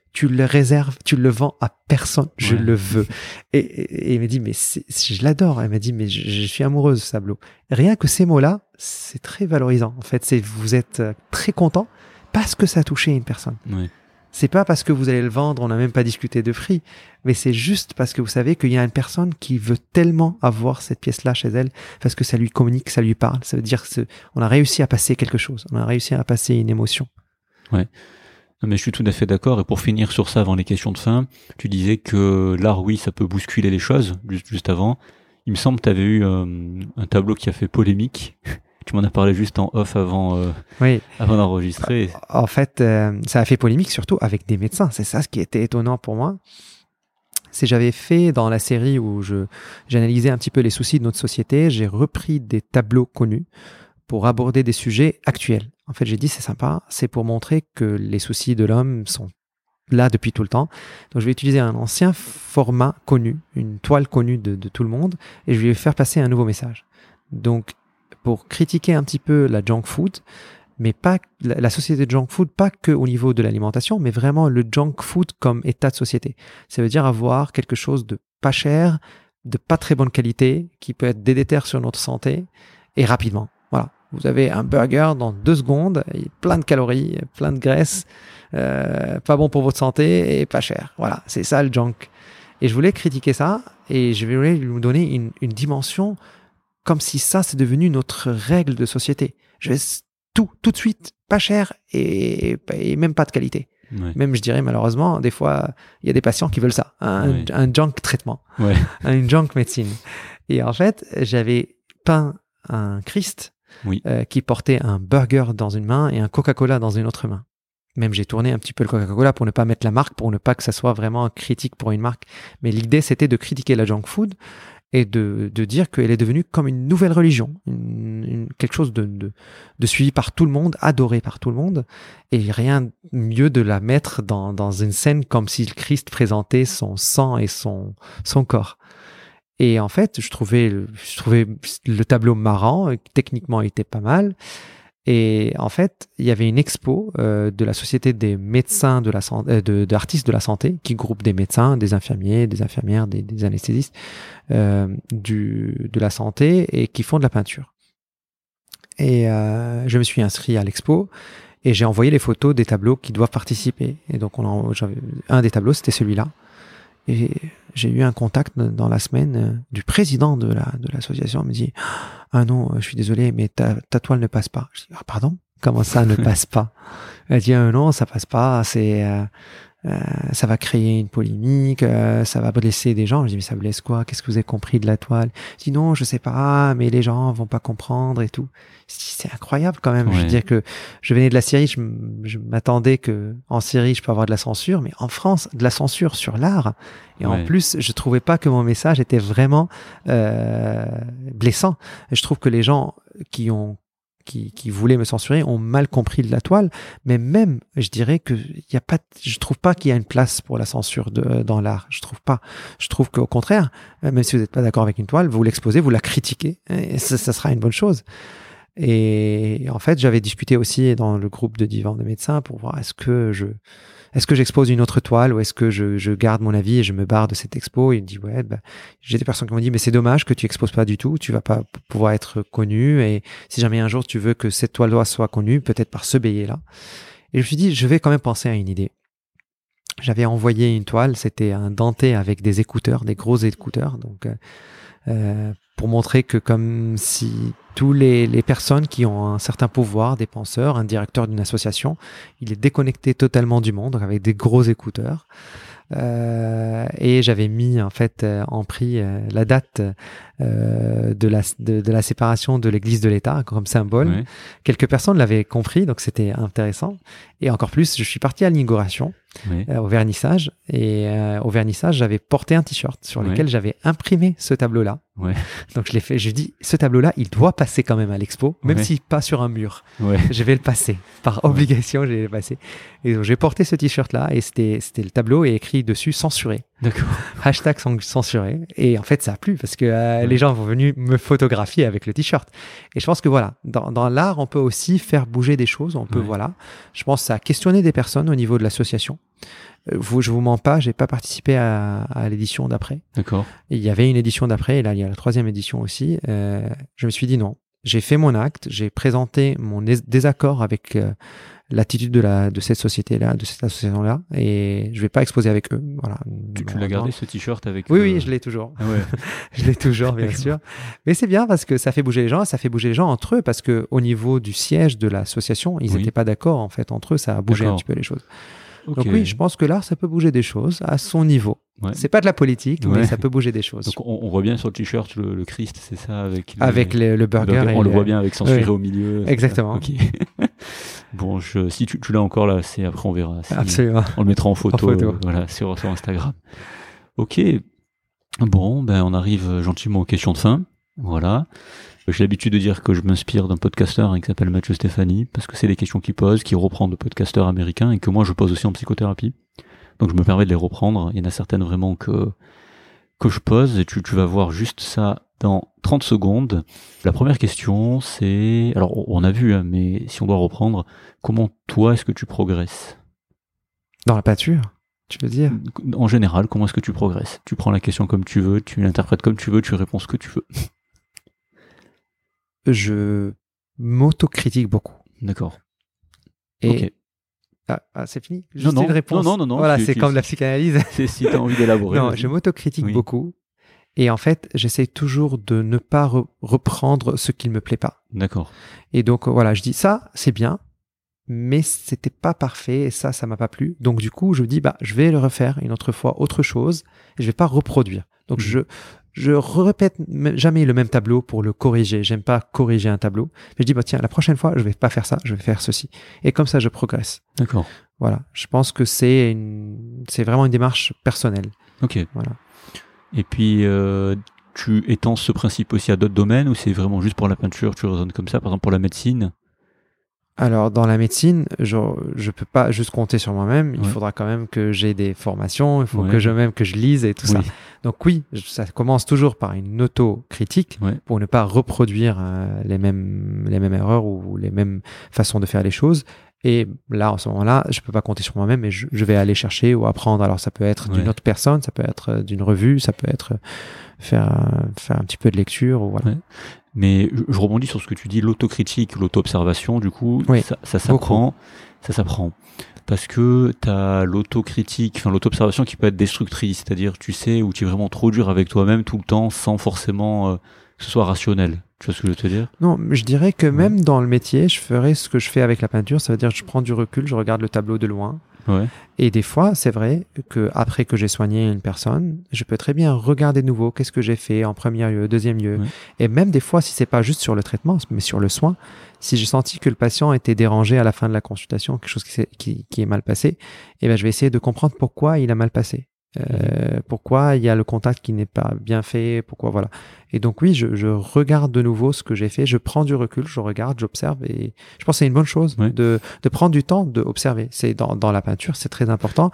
tu le réserves, tu le vends à personne, je le veux. Et il m'a dit, mais je l'adore. Elle m'a dit, mais je suis amoureuse de ce tableau. Rien que ces mots-là, c'est très valorisant. En fait, vous êtes très content parce que ça a touché une personne. Ouais. C'est pas parce que vous allez le vendre, on n'a même pas discuté de prix, mais c'est juste parce que vous savez qu'il y a une personne qui veut tellement avoir cette pièce-là chez elle, parce que ça lui communique, ça lui parle. Ça veut dire on a réussi à passer quelque chose, on a réussi à passer une émotion. Ouais. Mais je suis tout à fait d'accord. Et pour finir sur ça, avant les questions de fin, tu disais que l'art, oui, ça peut bousculer les choses, juste avant. Il me semble que tu avais eu un tableau qui a fait polémique. Tu m'en as parlé juste en off avant d'enregistrer. En fait, ça a fait polémique surtout avec des médecins. C'est ça ce qui était étonnant pour moi. J'avais fait dans la série où j'analysais un petit peu les soucis de notre société, j'ai repris des tableaux connus pour aborder des sujets actuels. En fait, j'ai dit c'est sympa, c'est pour montrer que les soucis de l'homme sont là depuis tout le temps. Donc, je vais utiliser un ancien format connu, une toile connue de tout le monde, et je vais faire passer un nouveau message. Donc, pour critiquer un petit peu la junk food, mais pas la société de junk food, pas que au niveau de l'alimentation, mais vraiment le junk food comme état de société. Ça veut dire avoir quelque chose de pas cher, de pas très bonne qualité, qui peut être délétère sur notre santé, et rapidement. Voilà. Vous avez un burger dans 2 secondes, plein de calories, plein de graisse, pas bon pour votre santé et pas cher. Voilà, c'est ça le junk. Et je voulais critiquer ça, et je voulais lui donner une dimension comme si ça, c'est devenu notre règle de société. Je vais tout de suite, pas cher et même pas de qualité. Ouais. Même, je dirais, malheureusement, des fois, il y a des patients qui veulent ça. Un junk traitement. Ouais. Une junk médecine. Et en fait, j'avais peint un Christ qui portait un burger dans une main et un Coca-Cola dans une autre main. Même j'ai tourné un petit peu le Coca-Cola pour ne pas mettre la marque, pour ne pas que ça soit vraiment critique pour une marque. Mais l'idée, c'était de critiquer la junk food et de dire qu'elle est devenue comme une nouvelle religion, quelque chose de suivi par tout le monde, adoré par tout le monde, et rien mieux de la mettre dans une scène comme si le Christ présentait son sang et son corps. Et en fait, je trouvais le tableau marrant, techniquement il était pas mal. Et en fait, il y avait une expo de la Société des médecins de la santé, d'artistes de la santé, qui groupe des médecins, des infirmiers, des infirmières, des anesthésistes de la santé et qui font de la peinture. Et je me suis inscrit à l'expo et j'ai envoyé les photos des tableaux qui doivent participer. Et donc, un des tableaux, c'était celui-là. Et j'ai eu un contact dans la semaine du président de l'association. Il me dit « Ah non, je suis désolé, mais ta toile ne passe pas. » Je dis « Ah pardon ? Comment ça ne passe pas ?» Elle dit « Non, ça passe pas. Ça va créer une polémique, ça va blesser des gens. » Je dis « Mais ça blesse quoi ? Qu'est-ce que vous avez compris de la toile ?» Je dis « Non, je sais pas, mais les gens vont pas comprendre et tout. » Je dis « C'est incroyable quand même. » Je veux dire que je venais de la Syrie, je m'attendais que en Syrie je peux avoir de la censure, mais en France, de la censure sur l'art. Et en plus, je trouvais pas que mon message était vraiment blessant. Je trouve que les gens qui voulaient me censurer ont mal compris de la toile, mais même, je dirais que je trouve pas qu'il y a une place pour la censure dans l'art. Je trouve pas. Je trouve qu'au contraire, même si vous n'êtes pas d'accord avec une toile, vous l'exposez, vous la critiquez, et ça sera une bonne chose. Et en fait, j'avais discuté aussi dans le groupe de Divan de médecins pour voir est-ce que j'expose une autre toile ou est-ce que je garde mon avis et je me barre de cette expo. Et il me dit j'ai des personnes qui m'ont dit mais c'est dommage que tu exposes pas du tout, tu vas pas pouvoir être connu, et si jamais un jour tu veux que cette toile soit connue, peut-être par ce biais-là. Et je me suis dit je vais quand même penser à une idée. J'avais envoyé une toile, c'était un denté avec des écouteurs, des gros écouteurs, donc pour montrer que comme si tous les personnes qui ont un certain pouvoir, des penseurs, un directeur d'une association, il est déconnecté totalement du monde, donc avec des gros écouteurs. Et j'avais mis en fait en prix la date de la séparation de l'Église de l'État comme symbole. Oui. Quelques personnes l'avaient compris, donc c'était intéressant. Et encore plus, je suis parti à l'inauguration, au vernissage. Et au vernissage, j'avais porté un t-shirt sur lequel j'avais imprimé ce tableau-là. Ouais. Donc je l'ai fait. Je dis, ce tableau-là, il doit passer quand même à l'expo, même s'il pas sur un mur. Je vais le passer par obligation. Je vais le passer. Et donc j'ai porté ce t-shirt-là et c'était le tableau et écrit dessus censuré. D'accord. Hashtag censuré. Et en fait, ça a plu parce que les gens vont venus me photographier avec le t-shirt. Et je pense que voilà, dans l'art, on peut aussi faire bouger des choses. On peut, voilà. Je pense que ça a questionné des personnes au niveau de l'association. Je vous mens pas, j'ai pas participé à l'édition d'après. D'accord. Et il y avait une édition d'après, et là, il y a la 3e édition aussi. Je me suis dit non. J'ai fait mon acte, j'ai présenté mon désaccord avec l'attitude de cette société-là, de cette association-là, et je vais pas exposer avec eux. Voilà. Tu l'as gardé ce t-shirt avec Oui, je l'ai toujours. Ah ouais. Je l'ai toujours, bien sûr. Mais c'est bien parce que ça fait bouger les gens, ça fait bouger les gens entre eux, parce que au niveau du siège de l'association, ils n'étaient pas d'accord en fait entre eux, ça a bougé un petit peu les choses. Okay. Donc oui, je pense que l'art, ça peut bouger des choses à son niveau. Ouais. C'est pas de la politique, mais ça peut bouger des choses. Donc on voit bien sur le t-shirt le Christ, c'est ça, avec le burger. On le voit bien avec censuré au milieu. Exactement. Okay. Bon, si tu l'as encore là, après on verra. Absolument. On le mettra en photo. Voilà, sur Instagram. Ok. Bon, on arrive gentiment aux questions de fin. Voilà. J'ai l'habitude de dire que je m'inspire d'un podcasteur qui s'appelle Mathieu Stéphanie, parce que c'est des questions qu'il pose, qu'il reprend de podcasteurs américains et que moi je pose aussi en psychothérapie. Donc je me permets de les reprendre. Il y en a certaines vraiment que je pose et tu vas voir juste ça dans 30 secondes. La première question, c'est... Alors on a vu, mais si on doit reprendre, comment toi est-ce que tu progresses ? Dans la peinture, tu veux dire ? En général, comment est-ce que tu progresses ? Tu prends la question comme tu veux, tu l'interprètes comme tu veux, tu réponds ce que tu veux. Je m'autocritique beaucoup. D'accord. Et okay. C'est fini. Juste une réponse. Non. Voilà, c'est comme la psychanalyse. C'est si tu as envie d'élaborer. Non, je m'autocritique beaucoup. Et en fait, j'essaie toujours de ne pas reprendre ce qui ne me plaît pas. D'accord. Et donc, voilà, je dis ça, c'est bien, mais c'était pas parfait et ça m'a pas plu. Donc, du coup, je dis, je vais le refaire une autre fois, autre chose, et je vais pas reproduire. Donc, je répète jamais le même tableau pour le corriger. J'aime pas corriger un tableau. Mais je dis, tiens, la prochaine fois, je vais pas faire ça, je vais faire ceci. Et comme ça, je progresse. D'accord. Voilà. Je pense que c'est vraiment une démarche personnelle. Ok. Voilà. Et puis, tu étends ce principe aussi à d'autres domaines ou c'est vraiment juste pour la peinture, tu raisonnes comme ça, par exemple pour la médecine ? Alors, dans la médecine, je peux pas juste compter sur moi-même. Il faudra quand même que j'ai des formations. Il faut que je lise et tout ça. Donc oui, ça commence toujours par une autocritique pour ne pas reproduire les mêmes erreurs ou les mêmes façons de faire les choses. Et là, en ce moment-là, je peux pas compter sur moi-même, mais je vais aller chercher ou apprendre. Alors, ça peut être d'une autre personne, ça peut être d'une revue, ça peut être faire un petit peu de lecture. Ou voilà. Mais je rebondis sur ce que tu dis, l'autocritique, l'auto-observation, du coup, ça s'apprend. Ça s'apprend. Parce que tu as l'autocritique, l'auto-observation qui peut être destructrice, c'est-à-dire tu sais où tu es vraiment trop dur avec toi-même tout le temps sans forcément que ce soit rationnel. Tu vois ce que je veux te dire ? Non, je dirais que même dans le métier, je ferais ce que je fais avec la peinture, ça veut dire que je prends du recul, je regarde le tableau de loin. Et des fois, c'est vrai que après que j'ai soigné une personne, je peux très bien regarder de nouveau qu'est-ce que j'ai fait en premier lieu, deuxième lieu. Et même des fois, si c'est pas juste sur le traitement, mais sur le soin, si j'ai senti que le patient était dérangé à la fin de la consultation, quelque chose qui est mal passé, je vais essayer de comprendre pourquoi il a mal passé. Pourquoi il y a le contact qui n'est pas bien fait, pourquoi voilà. Et donc oui, je regarde de nouveau ce que j'ai fait, je prends du recul, je regarde, j'observe et je pense que c'est une bonne chose de prendre du temps d'observer. C'est dans la peinture, c'est très important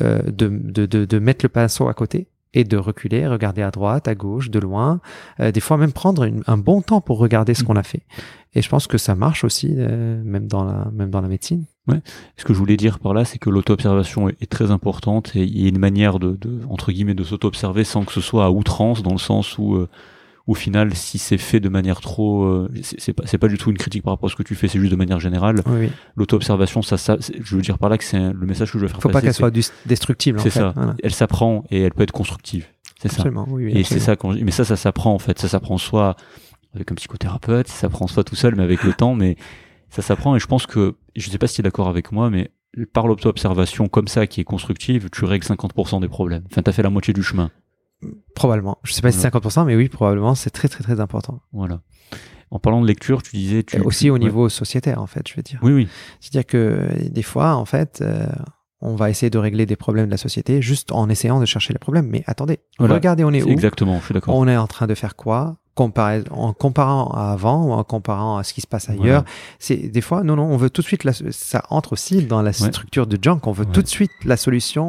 de mettre le pinceau à côté et de reculer, regarder à droite, à gauche, de loin, des fois même prendre un bon temps pour regarder ce qu'on a fait. Et je pense que ça marche aussi, même dans la médecine. Ce que je voulais dire par là, c'est que l'auto-observation est très importante et il y a une manière de entre guillemets de s'auto-observer sans que ce soit à outrance, dans le sens où au final, si c'est fait de manière trop, c'est pas du tout une critique par rapport à ce que tu fais, c'est juste de manière générale. L'auto-observation, ça, je veux dire par là que c'est le message que je veux faire passer. Faut pas qu'elle soit destructive. C'est ça. Voilà. Elle s'apprend et elle peut être constructive. C'est absolument, ça. Oui, et c'est ça. Mais ça s'apprend en fait. Ça s'apprend soit avec un psychothérapeute, ça s'apprend soit tout seul, mais avec le temps. Mais ça s'apprend et je pense que, je sais pas si tu es d'accord avec moi, mais par l'auto-observation comme ça, qui est constructive, tu règles 50% des problèmes. Enfin, t'as fait la moitié du chemin. Probablement. Je sais pas si c'est 50%, mais oui, probablement, c'est très, très, très important. Voilà. En parlant de lecture, tu disais... Aussi au niveau sociétaire, en fait, je veux dire. Oui. C'est-à-dire que des fois, en fait, on va essayer de régler des problèmes de la société juste en essayant de chercher les problèmes. Mais attendez, regardez, on est où ? Exactement, je suis d'accord. On est en train de faire quoi ? En comparant à avant ou en comparant à ce qui se passe ailleurs, c'est des fois, non, on veut tout de suite, ça entre aussi dans la structure de junk, on veut tout de suite la solution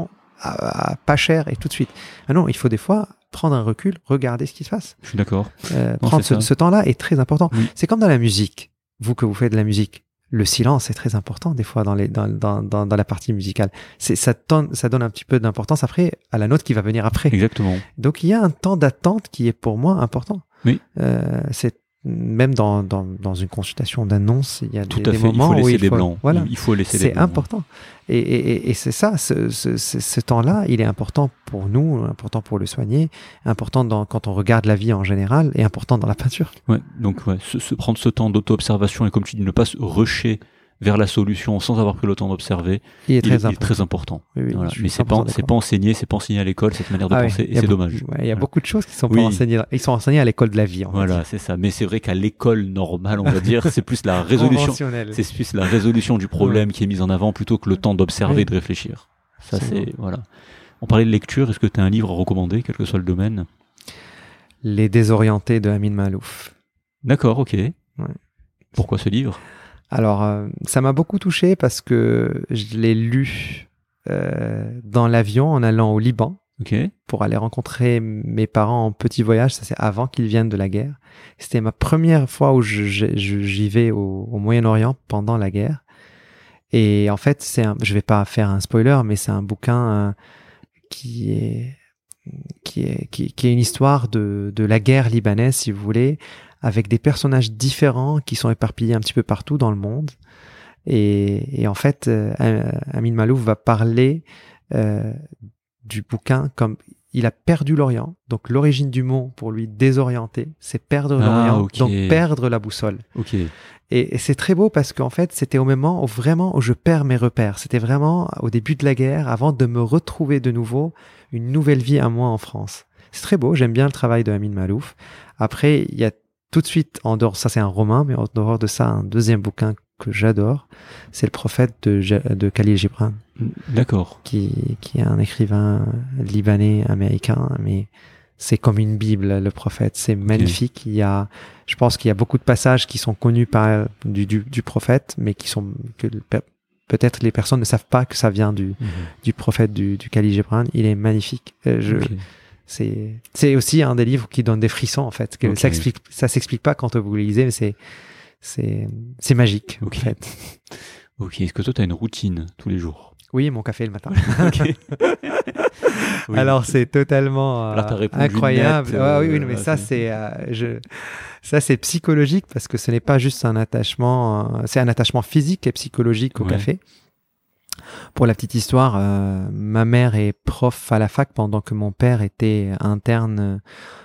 pas cher et tout de suite. Ah non, il faut des fois prendre un recul, regarder ce qui se passe. Je suis d'accord. Prendre ce temps-là est très important. Oui. C'est comme dans la musique. Vous que vous faites de la musique, le silence est très important des fois dans la partie musicale. Ça donne un petit peu d'importance après à la note qui va venir après. Exactement. Donc il y a un temps d'attente qui est pour moi important. Oui. C'est même dans une consultation d'annonce, il y a des moments où il faut laisser des blancs. Voilà, il faut laisser des blancs. C'est important. Et c'est ça, ce temps-là, il est important pour nous, important pour le soigner, important quand on regarde la vie en général, et important dans la peinture. Ouais, donc prendre ce temps d'auto-observation et comme tu dis, ne pas se rusher vers la solution sans avoir pris le temps d'observer, il est très important. Oui, voilà. Mais c'est pas enseigné à l'école cette manière de penser, et c'est dommage. Il y a beaucoup de choses qui sont pas enseignées. Ils sont enseignés à l'école de la vie. Voilà, c'est ça. Mais c'est vrai qu'à l'école normale, on va dire, c'est plus la résolution. C'est plus la résolution du problème qui est mise en avant plutôt que le temps d'observer et de réfléchir. Ça, voilà. On parlait de lecture. Est-ce que tu as un livre à recommander, quel que soit le domaine? Les Désorientés de Amin Maalouf. D'accord, ok. Ouais. Pourquoi ce livre? Alors, ça m'a beaucoup touché parce que je l'ai lu dans l'avion en allant au Liban pour aller rencontrer mes parents en petit voyage. Ça, c'est avant qu'ils viennent de la guerre. C'était ma première fois où j'y vais au Moyen-Orient pendant la guerre. Et en fait, je vais pas faire un spoiler, mais c'est un bouquin qui est une histoire de la guerre libanaise, si vous voulez, avec des personnages différents qui sont éparpillés un petit peu partout dans le monde. Et en fait, Amin Maalouf va parler du bouquin comme il a perdu l'Orient. Donc l'origine du mot pour lui désorienté, c'est perdre l'Orient, donc perdre la boussole. Et c'est très beau parce qu'en fait, c'était au moment où je perds mes repères. C'était vraiment au début de la guerre, avant de me retrouver de nouveau une nouvelle vie à moi en France. C'est très beau, j'aime bien le travail de Amin Maalouf. Après, il y a tout de suite, en dehors, ça c'est un roman, mais en dehors de ça, un deuxième bouquin que j'adore, c'est Le Prophète de Khalil Gibran. D'accord. Qui est un écrivain libanais américain, mais c'est comme une Bible, Le Prophète. C'est magnifique. Je pense qu'il y a beaucoup de passages qui sont connus du Prophète, mais peut-être les personnes ne savent pas que ça vient du Prophète du Khalil Gibran. Il est magnifique. C'est aussi un des livres qui donne des frissons, en fait. Ça s'explique pas quand vous le lisez, mais c'est magique, en fait. Ok. Est-ce que toi, tu as une routine tous les jours? Oui, mon café le matin. Oui. Alors, c'est totalement incroyable. Mais ça, c'est psychologique parce que ce n'est pas juste un attachement, c'est un attachement physique et psychologique au café. Pour la petite histoire, ma mère est prof à la fac pendant que mon père était interne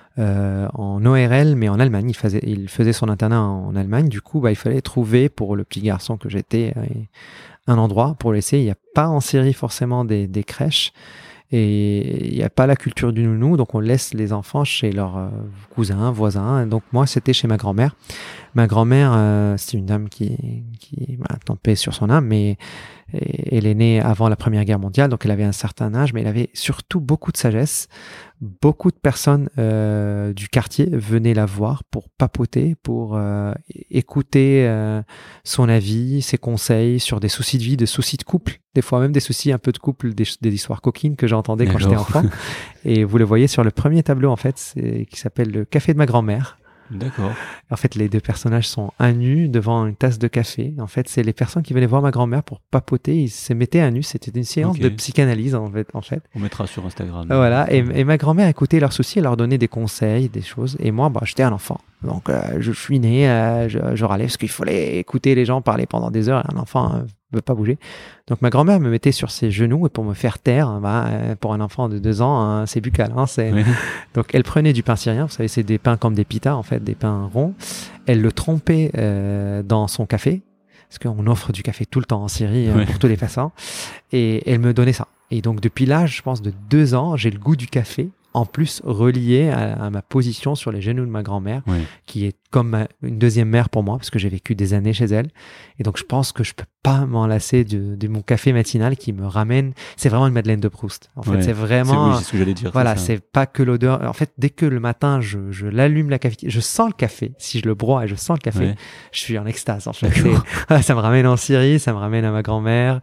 en ORL, mais en Allemagne. Il faisait son internat en Allemagne. Du coup, il fallait trouver pour le petit garçon que j'étais un endroit pour laisser. Il n'y a pas en Syrie forcément des crèches et il n'y a pas la culture du nounou, donc on laisse les enfants chez leurs cousins, voisins. Et donc moi, c'était chez ma grand-mère. Ma grand-mère, c'est une dame qui tant paix sur son âme, mais elle est née avant la Première Guerre mondiale, donc elle avait un certain âge, mais elle avait surtout beaucoup de sagesse. Beaucoup de personnes du quartier venaient la voir pour papoter, pour écouter son avis, ses conseils sur des soucis de vie, des soucis de couple, des fois même des soucis un peu de couple, des histoires coquines que j'entendais quand j'étais enfant. Et vous le voyez sur le premier tableau, en fait, qui s'appelle Le Café de ma grand-mère. D'accord. En fait, les deux personnages sont à nu devant une tasse de café. En fait, c'est les personnes qui venaient voir ma grand-mère pour papoter. Ils se mettaient à nu. C'était une séance de psychanalyse, en fait. On mettra sur Instagram. Voilà. Et ma grand-mère écoutait leurs soucis, elle leur donnait des conseils, des choses. Et moi, j'étais un enfant. Donc, je suis né, je râlais parce qu'il fallait écouter les gens parler pendant des heures. Et un enfant veut pas bouger. Donc, ma grand-mère me mettait sur ses genoux et pour me faire taire, pour un enfant de 2 ans, c'est buccal. Oui. Donc, elle prenait du pain syrien. Vous savez, c'est des pains comme des pitas, en fait, des pains ronds. Elle le trempait dans son café. Parce qu'on offre du café tout le temps en Syrie pour tous les passants. Et elle me donnait ça. Et donc, depuis l'âge, je pense, de 2 ans, j'ai le goût du café. En plus, relié à ma position sur les genoux de ma grand-mère, qui est comme une deuxième mère pour moi, parce que j'ai vécu des années chez elle. Et donc, je pense que je peux pas m'en lasser de mon café matinal qui me ramène. C'est vraiment une Madeleine de Proust. En fait, c'est vraiment. C'est ce que j'allais dire. Voilà, c'est pas que l'odeur. En fait, dès que le matin, je l'allume la cafetière, je sens le café. Si je le broie et je sens le café, je suis en extase. En fait, ça me ramène en Syrie, ça me ramène à ma grand-mère.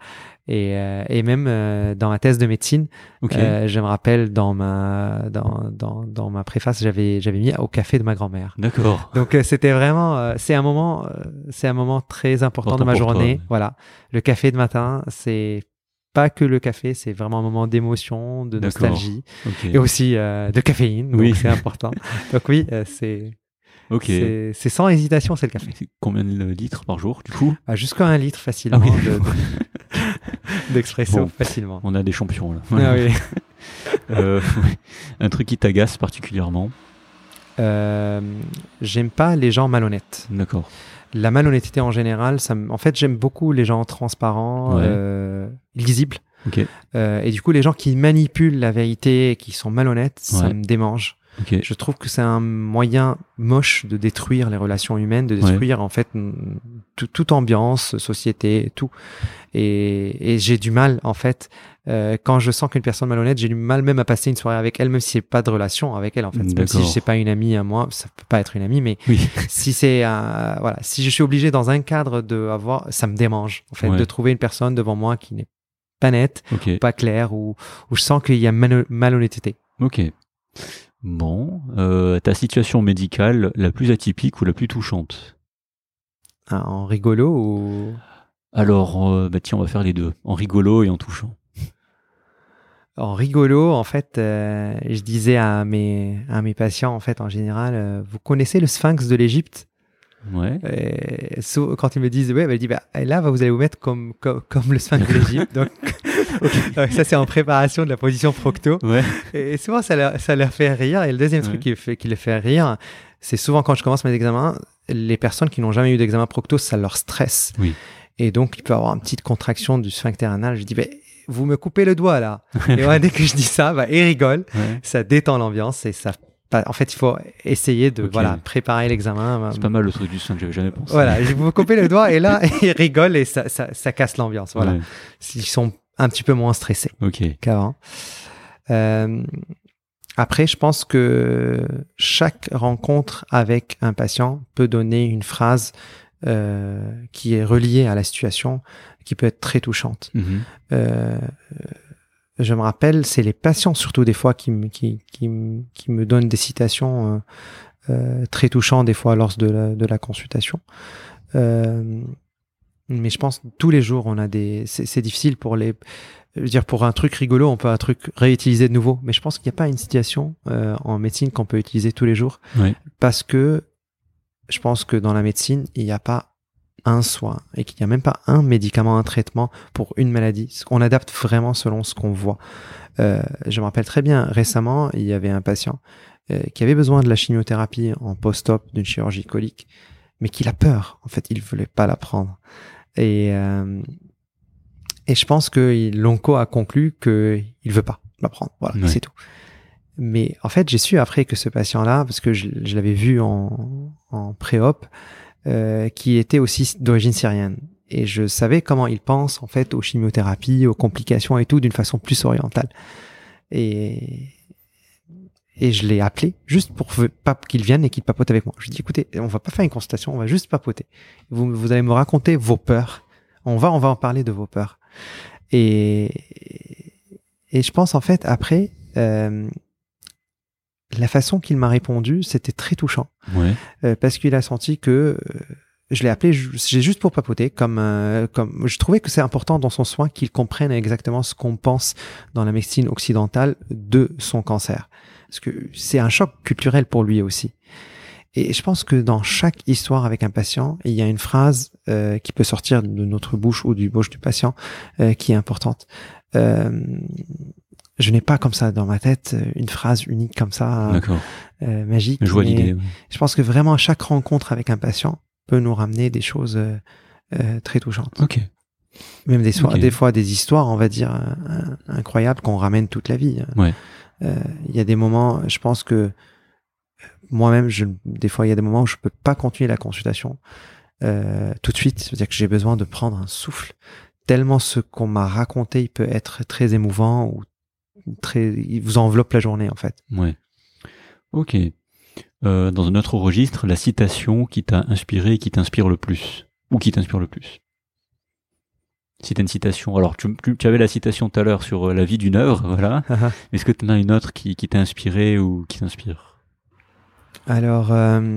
Et même dans ma thèse de médecine, je me rappelle dans ma préface, j'avais mis au café de ma grand-mère. D'accord. Donc c'était vraiment, c'est un moment très important de ma journée. Toi. Voilà, le café de matin, c'est pas que le café, c'est vraiment un moment d'émotion, de nostalgie, et aussi de caféine. Donc c'est important. Donc oui, c'est sans hésitation, c'est le café. Combien de litres par jour, du coup? Jusqu'à 1 litre facilement d'expresso, facilement. On a des champions là. Ah, oui. Un truc qui t'agace particulièrement? J'aime pas les gens malhonnêtes. D'accord. La malhonnêteté en général, en fait, j'aime beaucoup les gens transparents, lisibles. Et du coup, les gens qui manipulent la vérité et qui sont malhonnêtes, ça me démange. Je trouve que c'est un moyen moche de détruire les relations humaines, de détruire en fait toute ambiance, société, tout. Et j'ai du mal en fait quand je sens qu'une personne malhonnête, j'ai du mal même à passer une soirée avec elle, même si j'ai pas de relation avec elle en fait. Même si c'est pas une amie à moi, ça peut pas être une amie, mais si c'est voilà, si je suis obligé dans un cadre ça me démange en fait de trouver une personne devant moi qui n'est pas nette, pas claire, ou je sens qu'il y a malhonnêteté. Ok. Bon, ta situation médicale la plus atypique ou la plus touchante? En rigolo ou... Alors, tiens, on va faire les deux, en rigolo et en touchant. En rigolo, en fait, je disais à mes patients, en fait, en général, vous connaissez le sphinx de l'Égypte? Ouais. Quand ils me disent, elle dit, là, vous allez vous mettre comme le sphinx de l'Égypte. Donc, ça, c'est en préparation de la position procto. Ouais. Et souvent, ça leur fait rire. Et le deuxième truc qui les fait rire, c'est souvent quand je commence mes examens, les personnes qui n'ont jamais eu d'examen procto, ça leur stresse. Oui. Et donc, il peut y avoir une petite contraction du sphincter anal. Je dis, vous me coupez le doigt, là. Et dès que je dis ça, ils rigolent. Ça détend l'ambiance et ça... En fait, il faut essayer de préparer l'examen. C'est pas mal le truc du sphinx, j'avais jamais pensé. Voilà, je vous couper le doigt et là, ils rigolent et ça casse l'ambiance. Voilà. Ils sont un petit peu moins stressés qu'avant. Après, je pense que chaque rencontre avec un patient peut donner une phrase qui est reliée à la situation, qui peut être très touchante. Je me rappelle, c'est les patients surtout des fois qui me donnent des citations très touchantes des fois lors de la consultation. Mais je pense tous les jours on a c'est difficile pour pour un truc rigolo, on peut un truc réutiliser de nouveau. Mais je pense qu'il n'y a pas une situation en médecine qu'on peut utiliser tous les jours parce que je pense que dans la médecine il n'y a pas un soin et qu'il n'y a même pas un médicament, un traitement pour une maladie. On adapte vraiment selon ce qu'on voit. Je me rappelle très bien, récemment, il y avait un patient qui avait besoin de la chimiothérapie en post-op d'une chirurgie colique, mais qu'il a peur. En fait, il voulait pas la prendre. Et je pense que l'onco a conclu qu'il veut pas la prendre. Voilà, c'est tout. Mais en fait, j'ai su après que ce patient-là, parce que je l'avais vu en pré-op, qui était aussi d'origine syrienne. Et je savais comment il pense, en fait, aux chimiothérapies, aux complications et tout, d'une façon plus orientale. Et je l'ai appelé, juste pour qu'il vienne et qu'il papote avec moi. Je lui ai dit, écoutez, on va pas faire une consultation, on va juste papoter. Vous allez me raconter vos peurs. On va en parler de vos peurs. Et je pense, en fait, après, la façon qu'il m'a répondu, c'était très touchant. Parce qu'il a senti que je l'ai appelé, j'ai juste pour papoter, comme je trouvais que c'est important dans son soin qu'il comprenne exactement ce qu'on pense dans la médecine occidentale de son cancer. Parce que c'est un choc culturel pour lui aussi. Et je pense que dans chaque histoire avec un patient, il y a une phrase qui peut sortir de notre bouche ou du bouche du patient qui est importante. Je n'ai pas comme ça dans ma tête une phrase unique comme ça, magique. Je vois l'idée. Je pense que vraiment chaque rencontre avec un patient peut nous ramener des choses très touchantes. Même des fois des histoires, on va dire, incroyables qu'on ramène toute la vie. Il y a des moments, je pense que moi-même, des fois, il y a des moments où je peux pas continuer la consultation tout de suite. C'est-à-dire que j'ai besoin de prendre un souffle. Tellement ce qu'on m'a raconté, il peut être très émouvant ou il vous enveloppe la journée, en fait. Ok. Dans un autre registre, la citation qui t'a inspiré et qui t'inspire le plus, ou qui t'inspire le plus. Si tu as une citation. Alors, tu avais la citation tout à l'heure sur la vie d'une œuvre, voilà. Est-ce que tu en as une autre qui t'a inspiré ou qui t'inspire? Alors,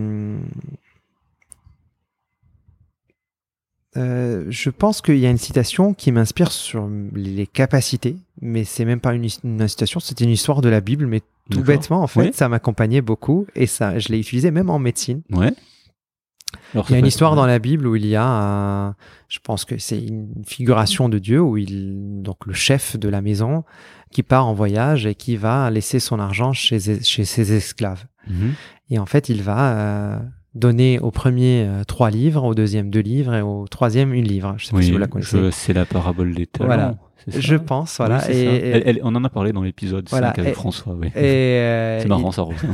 je pense qu'il y a une citation qui m'inspire sur les capacités, mais c'est même pas une citation, c'était une histoire de la Bible, mais tout bêtement, en fait, ça m'accompagnait beaucoup et ça, je l'ai utilisé même en médecine. Ouais. Alors, il y a une histoire dans la Bible où il y a, je pense que c'est une figuration de Dieu, où donc le chef de la maison, qui part en voyage et qui va laisser son argent chez ses esclaves. Et en fait, il va donner au premier 3 livres, au deuxième 2 livres et au troisième 1 livre. Je sais pas si vous la connaissez. C'est la parabole des talents. Voilà. Je pense, voilà. Oui, on en a parlé dans l'épisode 5 avec François. Oui. C'est marrant, ça revient.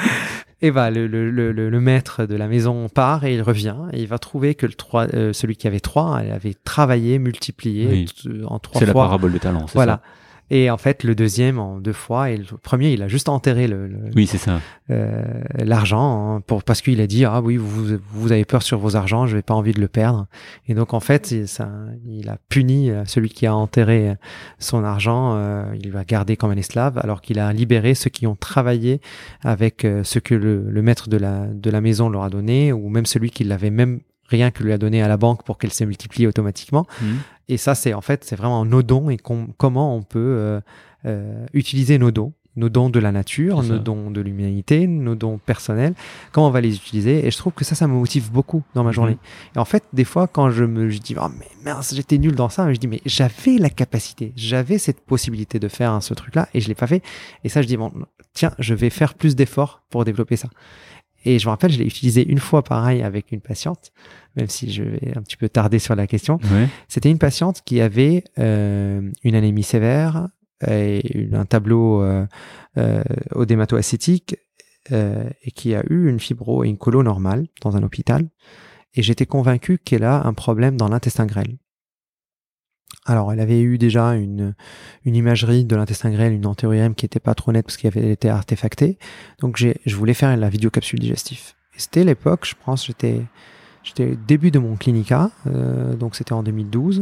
Et le maître de la maison part et il revient et il va trouver que celui qui avait 3, elle avait travaillé, multiplié en 3 fois. C'est la parabole des talents, c'est ça. Et en fait, le deuxième en 2 fois, et le premier, il a juste enterré oui, c'est ça. L'argent, parce qu'il a dit, ah oui, vous avez peur sur vos argents, je n'ai pas envie de le perdre. Et donc, en fait, il a puni celui qui a enterré son argent, il l'a gardé comme un esclave, alors qu'il a libéré ceux qui ont travaillé avec ce que le maître de la maison leur a donné, ou même celui qui l'avait même rien que lui a donné à la banque pour qu'elle se multiplie automatiquement. Et ça, c'est vraiment nos dons et comment on peut utiliser nos dons de la nature, nos dons de l'humanité, nos dons personnels, comment on va les utiliser. Et je trouve que ça me motive beaucoup dans ma journée. Et en fait, des fois, quand je dis, oh mais mince, j'étais nul dans ça, mais je dis, mais j'avais la capacité, j'avais cette possibilité de faire ce truc-là et je l'ai pas fait. Et ça, je dis, bon, tiens, je vais faire plus d'efforts pour développer ça. Et je me rappelle, je l'ai utilisé une fois pareil avec une patiente, même si je vais un petit peu tarder sur la question. C'était une patiente qui avait une anémie sévère et un tableau odémato-ascétique et qui a eu une fibro et une colo normale dans un hôpital. Et j'étais convaincu qu'elle a un problème dans l'intestin grêle. Alors, elle avait eu déjà une imagerie de l'intestin grêle, une entéroïème qui était pas trop nette parce qu'elle avait été artefactée. Donc, je voulais faire la videocapsule digestive. Et c'était l'époque, je pense, j'étais début de mon clinica, donc c'était en 2012.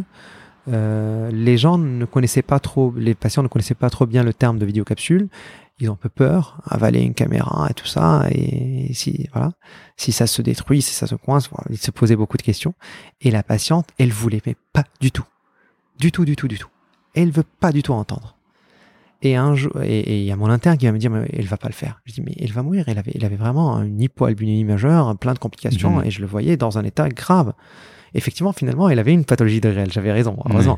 Les patients ne connaissaient pas trop bien le terme de videocapsule. Ils ont un peu peur, avaler une caméra et tout ça. Et si ça se détruit, si ça se coince, ils se posaient beaucoup de questions. Et la patiente, elle voulait, mais pas du tout. Du tout. Elle veut pas du tout entendre. Et un jour, et il y a mon interne qui va me dire, mais elle va pas le faire. Je dis, mais elle va mourir. Elle avait vraiment une hypoalbuminémie majeure, plein de complications, et je le voyais dans un état grave. Effectivement, finalement, elle avait une pathologie de grêle. J'avais raison, heureusement.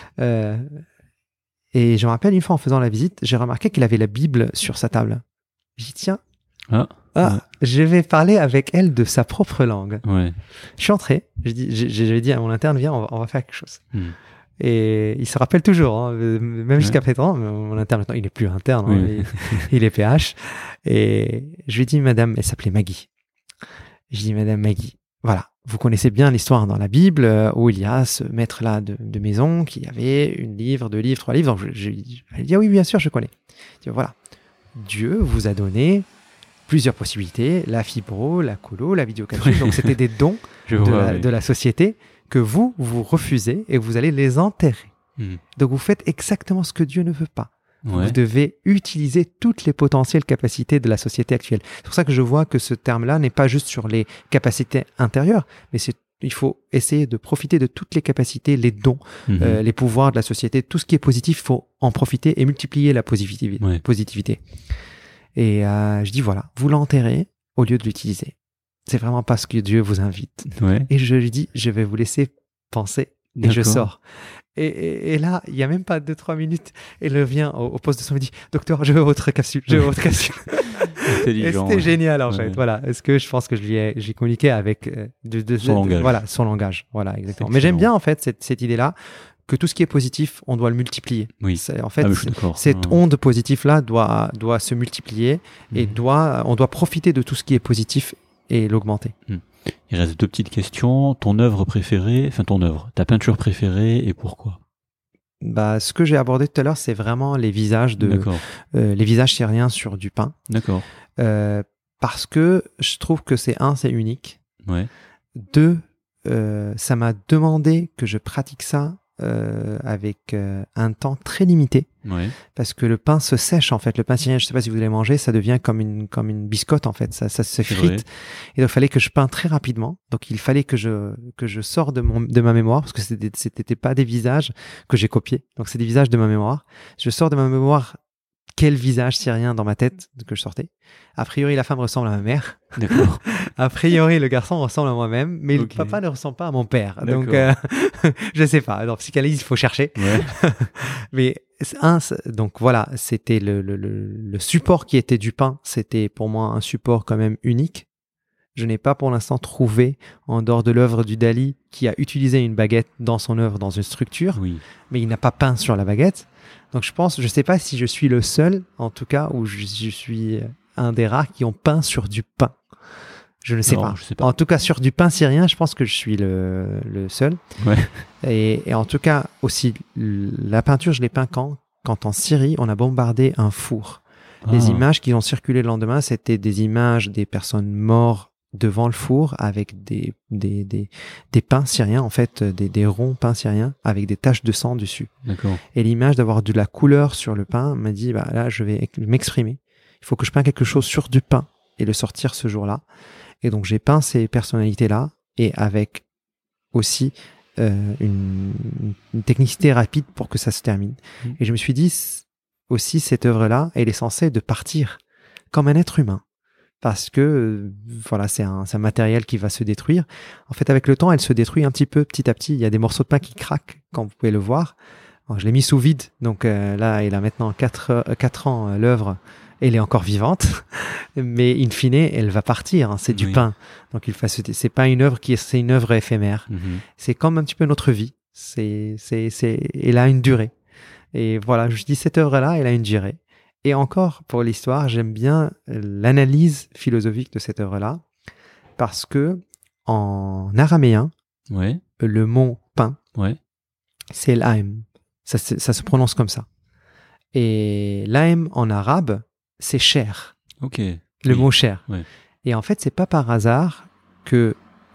Et je me rappelle, une fois en faisant la visite, j'ai remarqué qu'il avait la Bible sur sa table. J'ai dit, tiens, je vais parler avec elle de sa propre langue. Je suis entré, j'avais dit à mon interne, viens, on va faire quelque chose. Et il se rappelle toujours, même jusqu'à présent, mon interne, maintenant, il n'est plus interne, il est PH. Et je lui ai dit, madame, elle s'appelait Maggie. Je lui ai dit, madame Maggie, voilà, vous connaissez bien l'histoire dans la Bible où il y a ce maître-là de maison qui avait 1 livre, 2 livres, 3 livres. Donc elle dit, ah oui, bien sûr, je connais. Je dis, voilà, Dieu vous a donné plusieurs possibilités, la fibro, la colo, la videocapsule. Donc c'était des dons de la société que vous refusez et vous allez les enterrer. Donc vous faites exactement ce que Dieu ne veut pas. Vous devez utiliser toutes les potentielles capacités de la société actuelle. C'est pour ça que je vois que ce terme-là n'est pas juste sur les capacités intérieures, mais il faut essayer de profiter de toutes les capacités, les dons, les pouvoirs de la société. Tout ce qui est positif, il faut en profiter et multiplier la positivité. Et je dis, voilà, vous l'enterrez au lieu de l'utiliser. C'est vraiment pas ce que Dieu vous invite. Et je lui dis, je vais vous laisser penser et je sors. Et là, il n'y a même pas 2-3 minutes, elle vient au poste de soin et me dit, docteur, je veux votre capsule, C'était génial en fait. Voilà. Est-ce que je pense que j'ai communiqué avec son langage. Voilà, son langage. Voilà, exactement. Mais j'aime bien en fait cette idée-là que tout ce qui est positif, on doit le multiplier. En fait, cette onde positive-là doit se multiplier et on doit profiter de tout ce qui est positif et l'augmenter. Il reste 2 petites questions. Ton œuvre préférée, ta peinture préférée et pourquoi? Ce que j'ai abordé tout à l'heure, c'est vraiment les visages les visages syriens sur du pain. D'accord. Parce que je trouve que c'est unique. 2, ça m'a demandé que je pratique ça avec un temps très limité. Ouais. Parce que le pain se sèche en fait. Le pain syrien, je sais pas si vous l'avez mangé, ça devient comme une biscotte en fait. Ça se frite. Et donc il fallait que je peins très rapidement. Donc il fallait que je sors de ma mémoire, parce que c'était pas des visages que j'ai copiés. Donc c'est des visages de ma mémoire. Je sors de ma mémoire quel visage syrien dans ma tête que je sortais. A priori, la femme ressemble à ma mère. D'accord. A priori, le garçon ressemble à moi-même, mais le papa ne ressemble pas à mon père. Donc, je sais pas. Dans psychanalyse, il faut chercher. Ouais. Mais donc voilà, c'était le support qui était du pain. C'était pour moi un support quand même unique. Je n'ai pas pour l'instant trouvé, en dehors de l'œuvre du Dali, qui a utilisé une baguette dans son œuvre, dans une structure, mais il n'a pas peint sur la baguette. Donc je sais pas si je suis le seul, en tout cas, ou je suis un des rares qui ont peint sur du pain. Je ne sais pas. En tout cas, sur du pain syrien, je pense que je suis le seul. Ouais. Et en tout cas, aussi, la peinture, je l'ai peint quand en Syrie, on a bombardé un four. Les images qui ont circulé le lendemain, c'était des images des personnes mortes devant le four avec des pains syriens, en fait, des ronds pains syriens avec des taches de sang dessus. D'accord. Et l'image d'avoir de la couleur sur le pain m'a dit, bah là, je vais m'exprimer. Il faut que je peins quelque chose sur du pain et le sortir ce jour-là. Et donc, j'ai peint ces personnalités-là et avec aussi une technicité rapide pour que ça se termine. Et je me suis dit, aussi, cette œuvre-là, elle est censée de partir comme un être humain. Parce que, voilà, c'est un matériel qui va se détruire. En fait, avec le temps, elle se détruit un petit peu, petit à petit. Il y a des morceaux de pain qui craquent, quand vous pouvez le voir. Alors, je l'ai mis sous vide. Donc là, il a maintenant 4 ans, l'œuvre. Elle est encore vivante. Mais in fine, elle va partir. Hein, c'est du pain. Donc, c'est pas une œuvre c'est une œuvre éphémère. C'est comme un petit peu notre vie. Elle a une durée. Et voilà, je dis, cette œuvre-là, elle a une durée. Et encore, pour l'histoire, j'aime bien l'analyse philosophique de cette œuvre-là, parce que en araméen, le mot pain, c'est l'aim. Ça se prononce comme ça. Et l'aim en arabe, c'est chair. Le mot chair. Et en fait, c'est pas par hasard que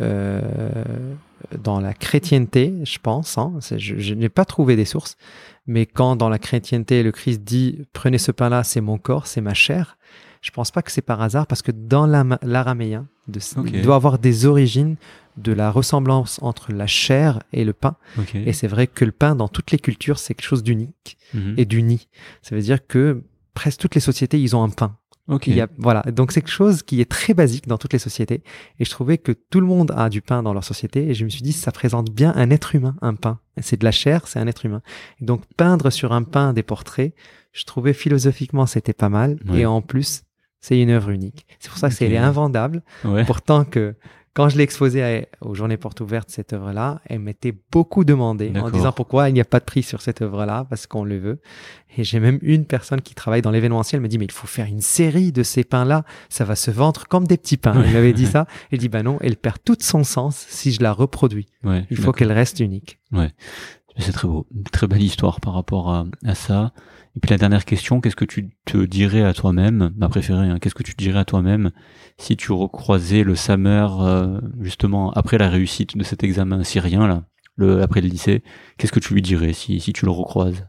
dans la chrétienté, je pense, hein, je n'ai pas trouvé des sources, mais quand dans la chrétienté, le Christ dit « Prenez ce pain-là, c'est mon corps, c'est ma chair », je pense pas que c'est par hasard, parce que dans l'araméen, il doit avoir des origines de la ressemblance entre la chair et le pain. Et c'est vrai que le pain, dans toutes les cultures, c'est quelque chose d'unique et d'uni. Ça veut dire que presque toutes les sociétés, ils ont un pain. Voilà, donc c'est quelque chose qui est très basique dans toutes les sociétés, et je trouvais que tout le monde a du pain dans leur société, et je me suis dit, ça présente bien un être humain, un pain. C'est de la chair, c'est un être humain. Et donc peindre sur un pain des portraits, je trouvais philosophiquement c'était pas mal, et en plus c'est une œuvre unique. C'est pour ça que elle est invendable. Pourtant que quand je l'ai exposée aux Journées Portes Ouvertes, cette œuvre-là, elle m'était beaucoup demandée en disant pourquoi il n'y a pas de prix sur cette œuvre-là, parce qu'on le veut. Et j'ai même une personne qui travaille dans l'événementiel me dit, mais il faut faire une série de ces pains-là, ça va se vendre comme des petits pains. Il m'avait dit ça. Il dit, bah non, elle perd tout son sens si je la reproduis. Il faut qu'elle reste unique. C'est très beau. Une très belle histoire par rapport à ça. Et puis la dernière question, qu'est-ce que tu te dirais à toi-même, ma préférée, hein, qu'est-ce que tu te dirais à toi-même si tu recroisais le Samer justement après la réussite de cet examen syrien là, après le lycée, qu'est-ce que tu lui dirais si tu le recroises?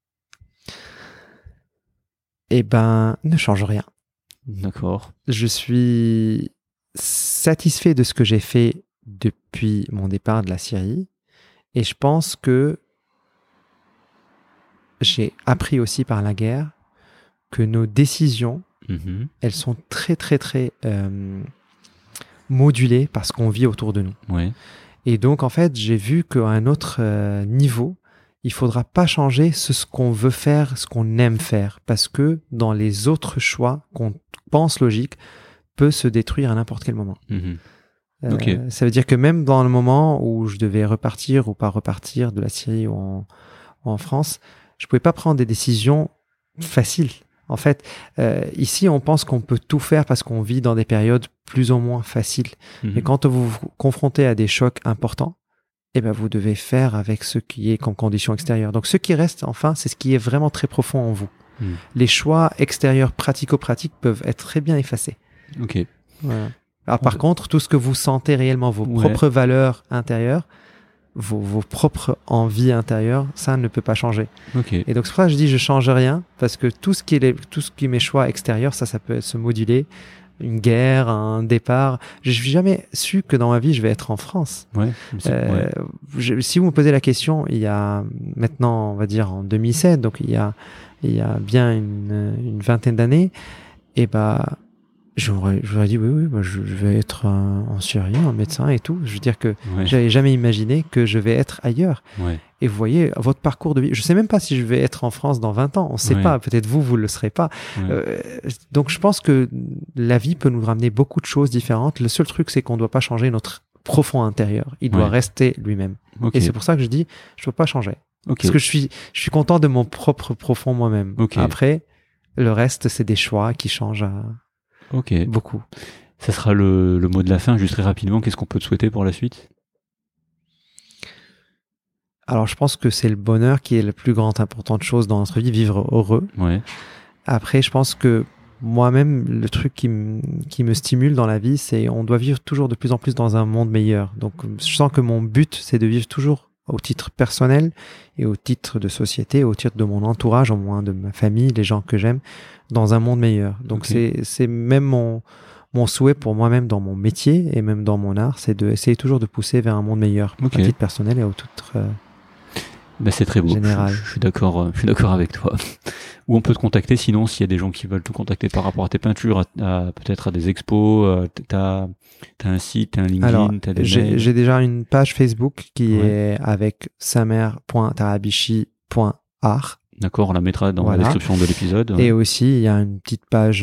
Eh ben, ne change rien. D'accord. Je suis satisfait de ce que j'ai fait depuis mon départ de la Syrie, et je pense que j'ai appris aussi par la guerre que nos décisions, elles sont très, très, très modulées par ce qu'on vit autour de nous. Et donc, en fait, j'ai vu qu'à un autre niveau, il ne faudra pas changer ce qu'on veut faire, ce qu'on aime faire, parce que dans les autres choix qu'on pense logiques, peut se détruire à n'importe quel moment. Ça veut dire que même dans le moment où je devais repartir ou pas repartir de la Syrie ou en France, je pouvais pas prendre des décisions faciles. En fait, ici, on pense qu'on peut tout faire parce qu'on vit dans des périodes plus ou moins faciles. Mais quand vous vous confrontez à des chocs importants, eh ben, vous devez faire avec ce qui est comme condition extérieure. Donc, ce qui reste, enfin, c'est ce qui est vraiment très profond en vous. Les choix extérieurs pratico-pratiques peuvent être très bien effacés. Voilà. Alors, par contre, tout ce que vous sentez réellement, vos propres valeurs intérieures, vos propres envies intérieures, ça ne peut pas changer. Okay. Et donc c'est pour ça que je dis je change rien, parce que tout ce qui est mes choix extérieurs, ça peut se moduler. Une guerre, un départ. Je n'ai jamais su que dans ma vie, je vais être en France. Ouais, si vous me posez la question, il y a maintenant, on va dire en 2007, donc il y a bien une vingtaine d'années, et j'aurais dit oui, je vais être en Syrie, un médecin et tout. Je veux dire que j'avais jamais imaginé que je vais être ailleurs. Ouais. Et vous voyez, votre parcours de vie, je sais même pas si je vais être en France dans 20 ans. On sait pas. Peut-être vous le serez pas. Donc je pense que la vie peut nous ramener beaucoup de choses différentes. Le seul truc, c'est qu'on doit pas changer notre profond intérieur. Il doit rester lui-même. Okay. Et c'est pour ça que je dis, je dois pas changer. Parce que je suis content de mon propre profond moi-même. Après, le reste, c'est des choix qui changent beaucoup. Ça sera le mot de la fin. Juste très rapidement, qu'est-ce qu'on peut te souhaiter pour la suite? Alors, je pense que c'est le bonheur qui est la plus grande importante chose dans notre vie, vivre heureux. Ouais. Après, je pense que moi-même, le truc qui me stimule dans la vie, c'est on doit vivre toujours de plus en plus dans un monde meilleur. Donc, je sens que mon but, c'est de vivre toujours au titre personnel et au titre de société, au titre de mon entourage, au moins de ma famille, les gens que j'aime, dans un monde meilleur. Donc, c'est même mon souhait pour moi-même dans mon métier et même dans mon art, c'est d'essayer toujours de pousser vers un monde meilleur, à titre personnel et au titre c'est très beau. Général. Je suis d'accord avec toi. Où on peut te contacter sinon, s'il y a des gens qui veulent te contacter par rapport à tes peintures, peut-être à des expos, t'as un site, t'as un LinkedIn, alors, t'as des mails. J'ai déjà une page Facebook qui est avec samer.tarabichi.art. D'accord, on la mettra dans la description de l'épisode. Et aussi, il y a une petite page,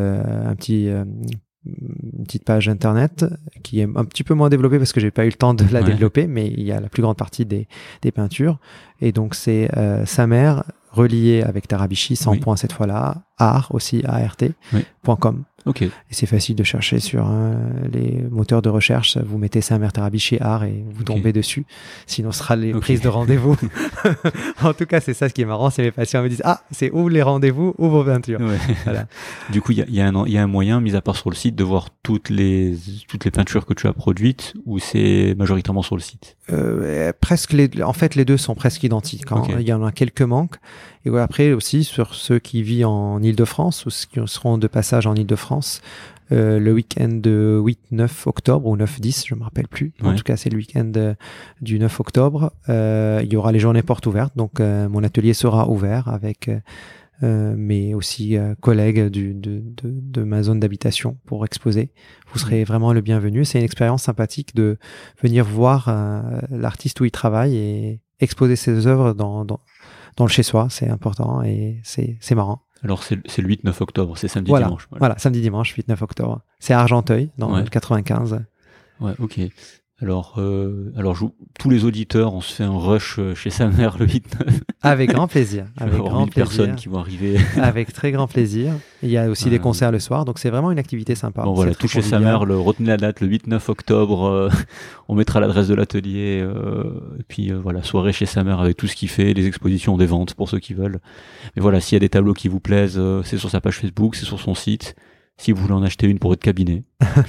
une petite page internet qui est un petit peu moins développée parce que j'ai pas eu le temps de la développer, mais il y a la plus grande partie des peintures. Et donc c'est Samer relié avec Tarabichi, 100 points cette fois-là, art aussi, art.com. Okay. Et c'est facile de chercher sur les moteurs de recherche. Vous mettez Samer Tarabichi art et vous tombez dessus. Sinon, ce sera les prises de rendez-vous. En tout cas, c'est ça ce qui est marrant. C'est mes patients me disent c'est où les rendez-vous ou vos peintures. Voilà. Du coup, il y a un moyen, mis à part sur le site, de voir toutes les peintures que tu as produites, ou c'est majoritairement sur le site? Presque en fait, les deux sont presque identiques. Il y en a quelques manques. Et après aussi sur ceux qui vivent en Île-de-France ou ceux qui seront de passage en Île-de-France, le week-end de 8-9 octobre ou 9-10, je me rappelle plus. En tout cas, c'est le week-end du 9 octobre. Il y aura les journées portes ouvertes. Donc, mon atelier sera ouvert avec mes aussi collègues de ma zone d'habitation pour exposer. Vous serez vraiment le bienvenu. C'est une expérience sympathique de venir voir l'artiste où il travaille et exposer ses œuvres dans le chez-soi. C'est important et c'est marrant. Alors, c'est le 8-9 octobre, c'est samedi-dimanche. Voilà, samedi-dimanche, 8-9 octobre. C'est à Argenteuil, dans le 95. Ouais, ok. Alors, tous les auditeurs, on se fait un rush chez Samer le 8-9. Avec grand plaisir. Avec grand plaisir. Personnes qui vont arriver. Avec très grand plaisir. Il y a aussi des concerts le soir, donc c'est vraiment une activité sympa. Bon, voilà, tout chez Samer, retenez la date, le 8-9 octobre. On mettra l'adresse de l'atelier. Et puis, voilà, soirée chez Samer avec tout ce qu'il fait, des expositions, des ventes pour ceux qui veulent. Mais voilà, s'il y a des tableaux qui vous plaisent, c'est sur sa page Facebook, c'est sur son site. Si vous voulez en acheter une pour votre cabinet,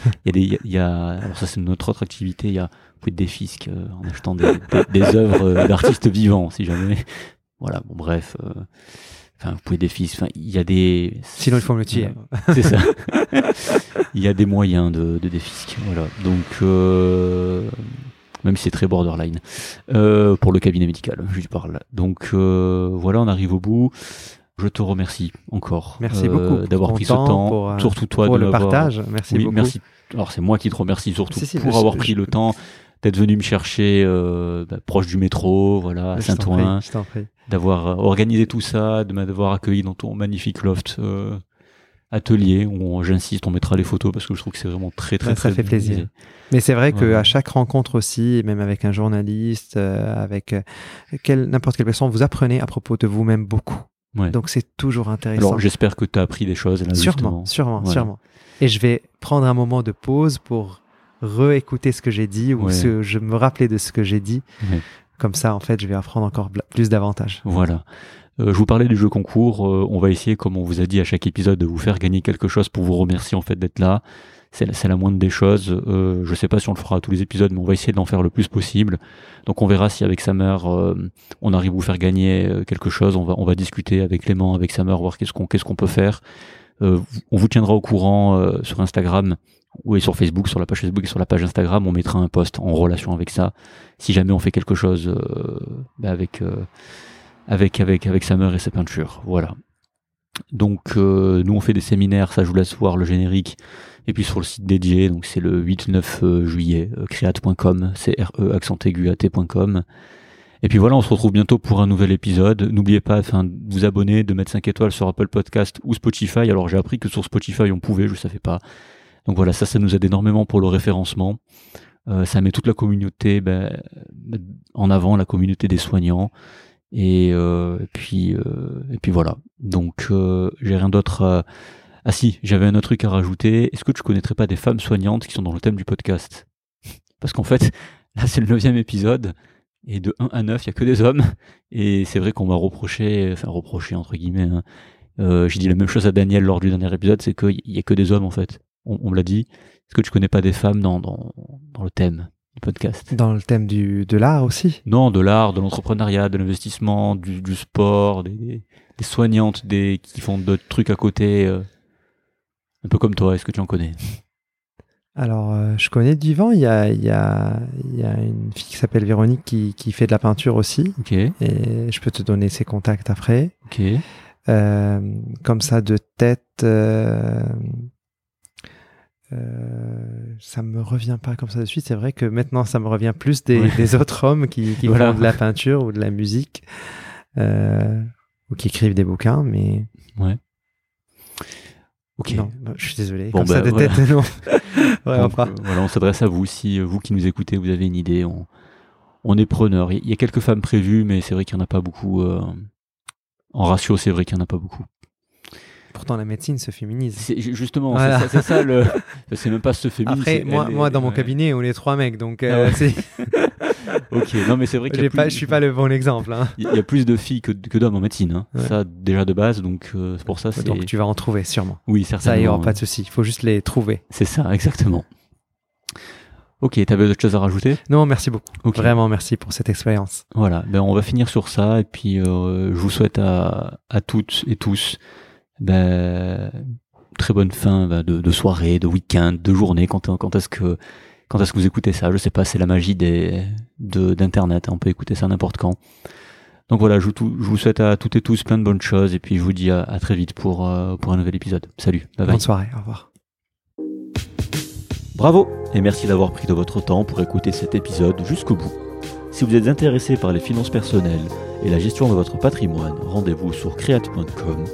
alors ça c'est notre autre activité, vous pouvez défisque en achetant des œuvres d'artistes vivants, si jamais. Voilà, bon bref, vous pouvez défisque, il y a des... Sinon il faut me le tuer. C'est ça. Il y a des moyens de défisque, voilà. Donc, même si c'est très borderline, pour le cabinet médical, je parle. Donc, voilà, on arrive au bout. Je te remercie encore. Merci beaucoup d'avoir pris ce temps, surtout toi pour de le partage. Merci beaucoup. Merci. Alors c'est moi qui te remercie surtout pour avoir pris le temps d'être venu me chercher proche du métro, voilà, à Saint-Ouen, d'avoir organisé tout ça, de m'avoir accueilli dans ton magnifique loft atelier où j'insiste, on mettra les photos parce que je trouve que c'est vraiment très très ça fait plaisir. Mais c'est vrai qu'à chaque rencontre aussi, même avec un journaliste, avec n'importe quelle personne, vous apprenez à propos de vous-même beaucoup. Ouais. Donc c'est toujours intéressant. Alors j'espère que tu as appris des choses là. Sûrement. Et je vais prendre un moment de pause pour réécouter ce que j'ai dit ou je me rappeler de ce que j'ai dit. Ouais. Comme ça, en fait, je vais apprendre encore plus davantage. Voilà. Je vous parlais du jeu concours, on va essayer, comme on vous a dit à chaque épisode, de vous faire gagner quelque chose pour vous remercier en fait d'être là. C'est la moindre des choses. Je sais pas si on le fera à tous les épisodes, mais on va essayer d'en faire le plus possible. Donc on verra si avec Samer on arrive à vous faire gagner quelque chose. On va discuter avec Clément, avec Samer, voir qu'est-ce qu'on peut faire. On vous tiendra au courant sur Instagram ou sur Facebook, sur la page Facebook et sur la page Instagram. On mettra un post en relation avec ça. Si jamais on fait quelque chose avec Samer et ses peintures. Voilà. Donc nous on fait des séminaires, ça je vous laisse voir le générique. Et puis sur le site dédié, donc c'est le 8-9 juillet, create.com, CRE@.com. Et puis voilà, on se retrouve bientôt pour un nouvel épisode. N'oubliez pas de vous abonner, de mettre 5 étoiles sur Apple Podcast ou Spotify. Alors j'ai appris que sur Spotify on pouvait, je ne savais pas. Donc voilà, ça nous aide énormément pour le référencement. Ça met toute la communauté en avant, la communauté des soignants. Et puis voilà. Donc j'ai rien d'autre. Ah si, j'avais un autre truc à rajouter. Est-ce que tu connaîtrais pas des femmes soignantes qui sont dans le thème du podcast ? Parce qu'en fait, là c'est le 9e épisode, et de 1 à 9, il y a que des hommes. Et c'est vrai qu'on m'a reproché entre guillemets, j'ai dit la même chose à Daniel lors du dernier épisode, c'est qu'il y a que des hommes en fait. On me l'a dit. Est-ce que tu connais pas des femmes dans le thème du podcast ? Dans le thème de l'art aussi ? Non, de l'art, de l'entrepreneuriat, de l'investissement, du sport, des soignantes, qui font d'autres trucs à côté. Un peu comme toi, est-ce que tu en connais ? Alors, je connais du vent. Il y a une fille qui s'appelle Véronique qui fait de la peinture aussi. Ok. Et je peux te donner ses contacts après. Ok. Comme ça, de tête, ça me revient pas comme ça de suite. C'est vrai que maintenant, ça me revient plus des autres hommes qui Voilà. font de la peinture ou de la musique ou qui écrivent des bouquins, mais... Ouais. Ok. Non, je suis désolé. Bon, comme ça, de tête, non. Vraiment Donc, pas. voilà, on s'adresse à vous. Si vous qui nous écoutez, vous avez une idée, on est preneur. Il y a quelques femmes prévues, mais c'est vrai qu'il n'y en a pas beaucoup. En ratio, c'est vrai qu'il n'y en a pas beaucoup. Pourtant, la médecine se féminise. Justement, Voilà. c'est ça c'est même pas se féminise. Après, moi dans mon cabinet, on est 3 mecs, donc c'est... Ok, non mais c'est vrai qu'il y a je suis pas le bon exemple. Hein. Il y a plus de filles que d'hommes en médecine, hein. Ouais. Ça déjà de base, donc c'est pour ça. Donc tu vas en trouver sûrement. Oui, certainement. Ça, il n'y aura pas de souci. Il faut juste les trouver. C'est ça, exactement. Ok, t'avais d'autres choses à rajouter ? Non, merci beaucoup. Ok. Vraiment, merci pour cette expérience. Voilà, on va finir sur ça, et puis je vous souhaite à toutes et tous très bonne fin de soirée, de week-end, de journée, quand est-ce que vous écoutez ça ? Je sais pas, c'est la magie d'internet, on peut écouter ça n'importe quand. Donc voilà, je vous souhaite à toutes et tous plein de bonnes choses, et puis je vous dis à très vite pour un nouvel épisode. Salut, bye bye. Bonne soirée, au revoir. Bravo, et merci d'avoir pris de votre temps pour écouter cet épisode jusqu'au bout. Si vous êtes intéressé par les finances personnelles et la gestion de votre patrimoine, rendez-vous sur create.com,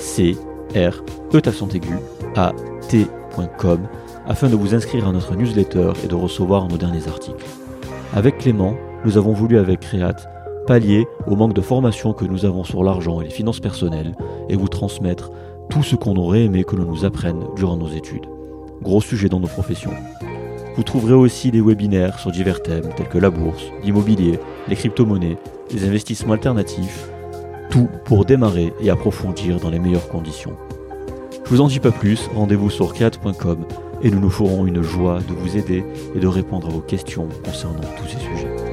CRE@.com, afin de vous inscrire à notre newsletter et de recevoir nos derniers articles. Avec Clément, nous avons voulu avec Create pallier au manque de formation que nous avons sur l'argent et les finances personnelles et vous transmettre tout ce qu'on aurait aimé que l'on nous apprenne durant nos études. Gros sujet dans nos professions. Vous trouverez aussi des webinaires sur divers thèmes tels que la bourse, l'immobilier, les crypto-monnaies, les investissements alternatifs, tout pour démarrer et approfondir dans les meilleures conditions. Je vous en dis pas plus, rendez-vous sur create.com et nous nous ferons une joie de vous aider et de répondre à vos questions concernant tous ces sujets.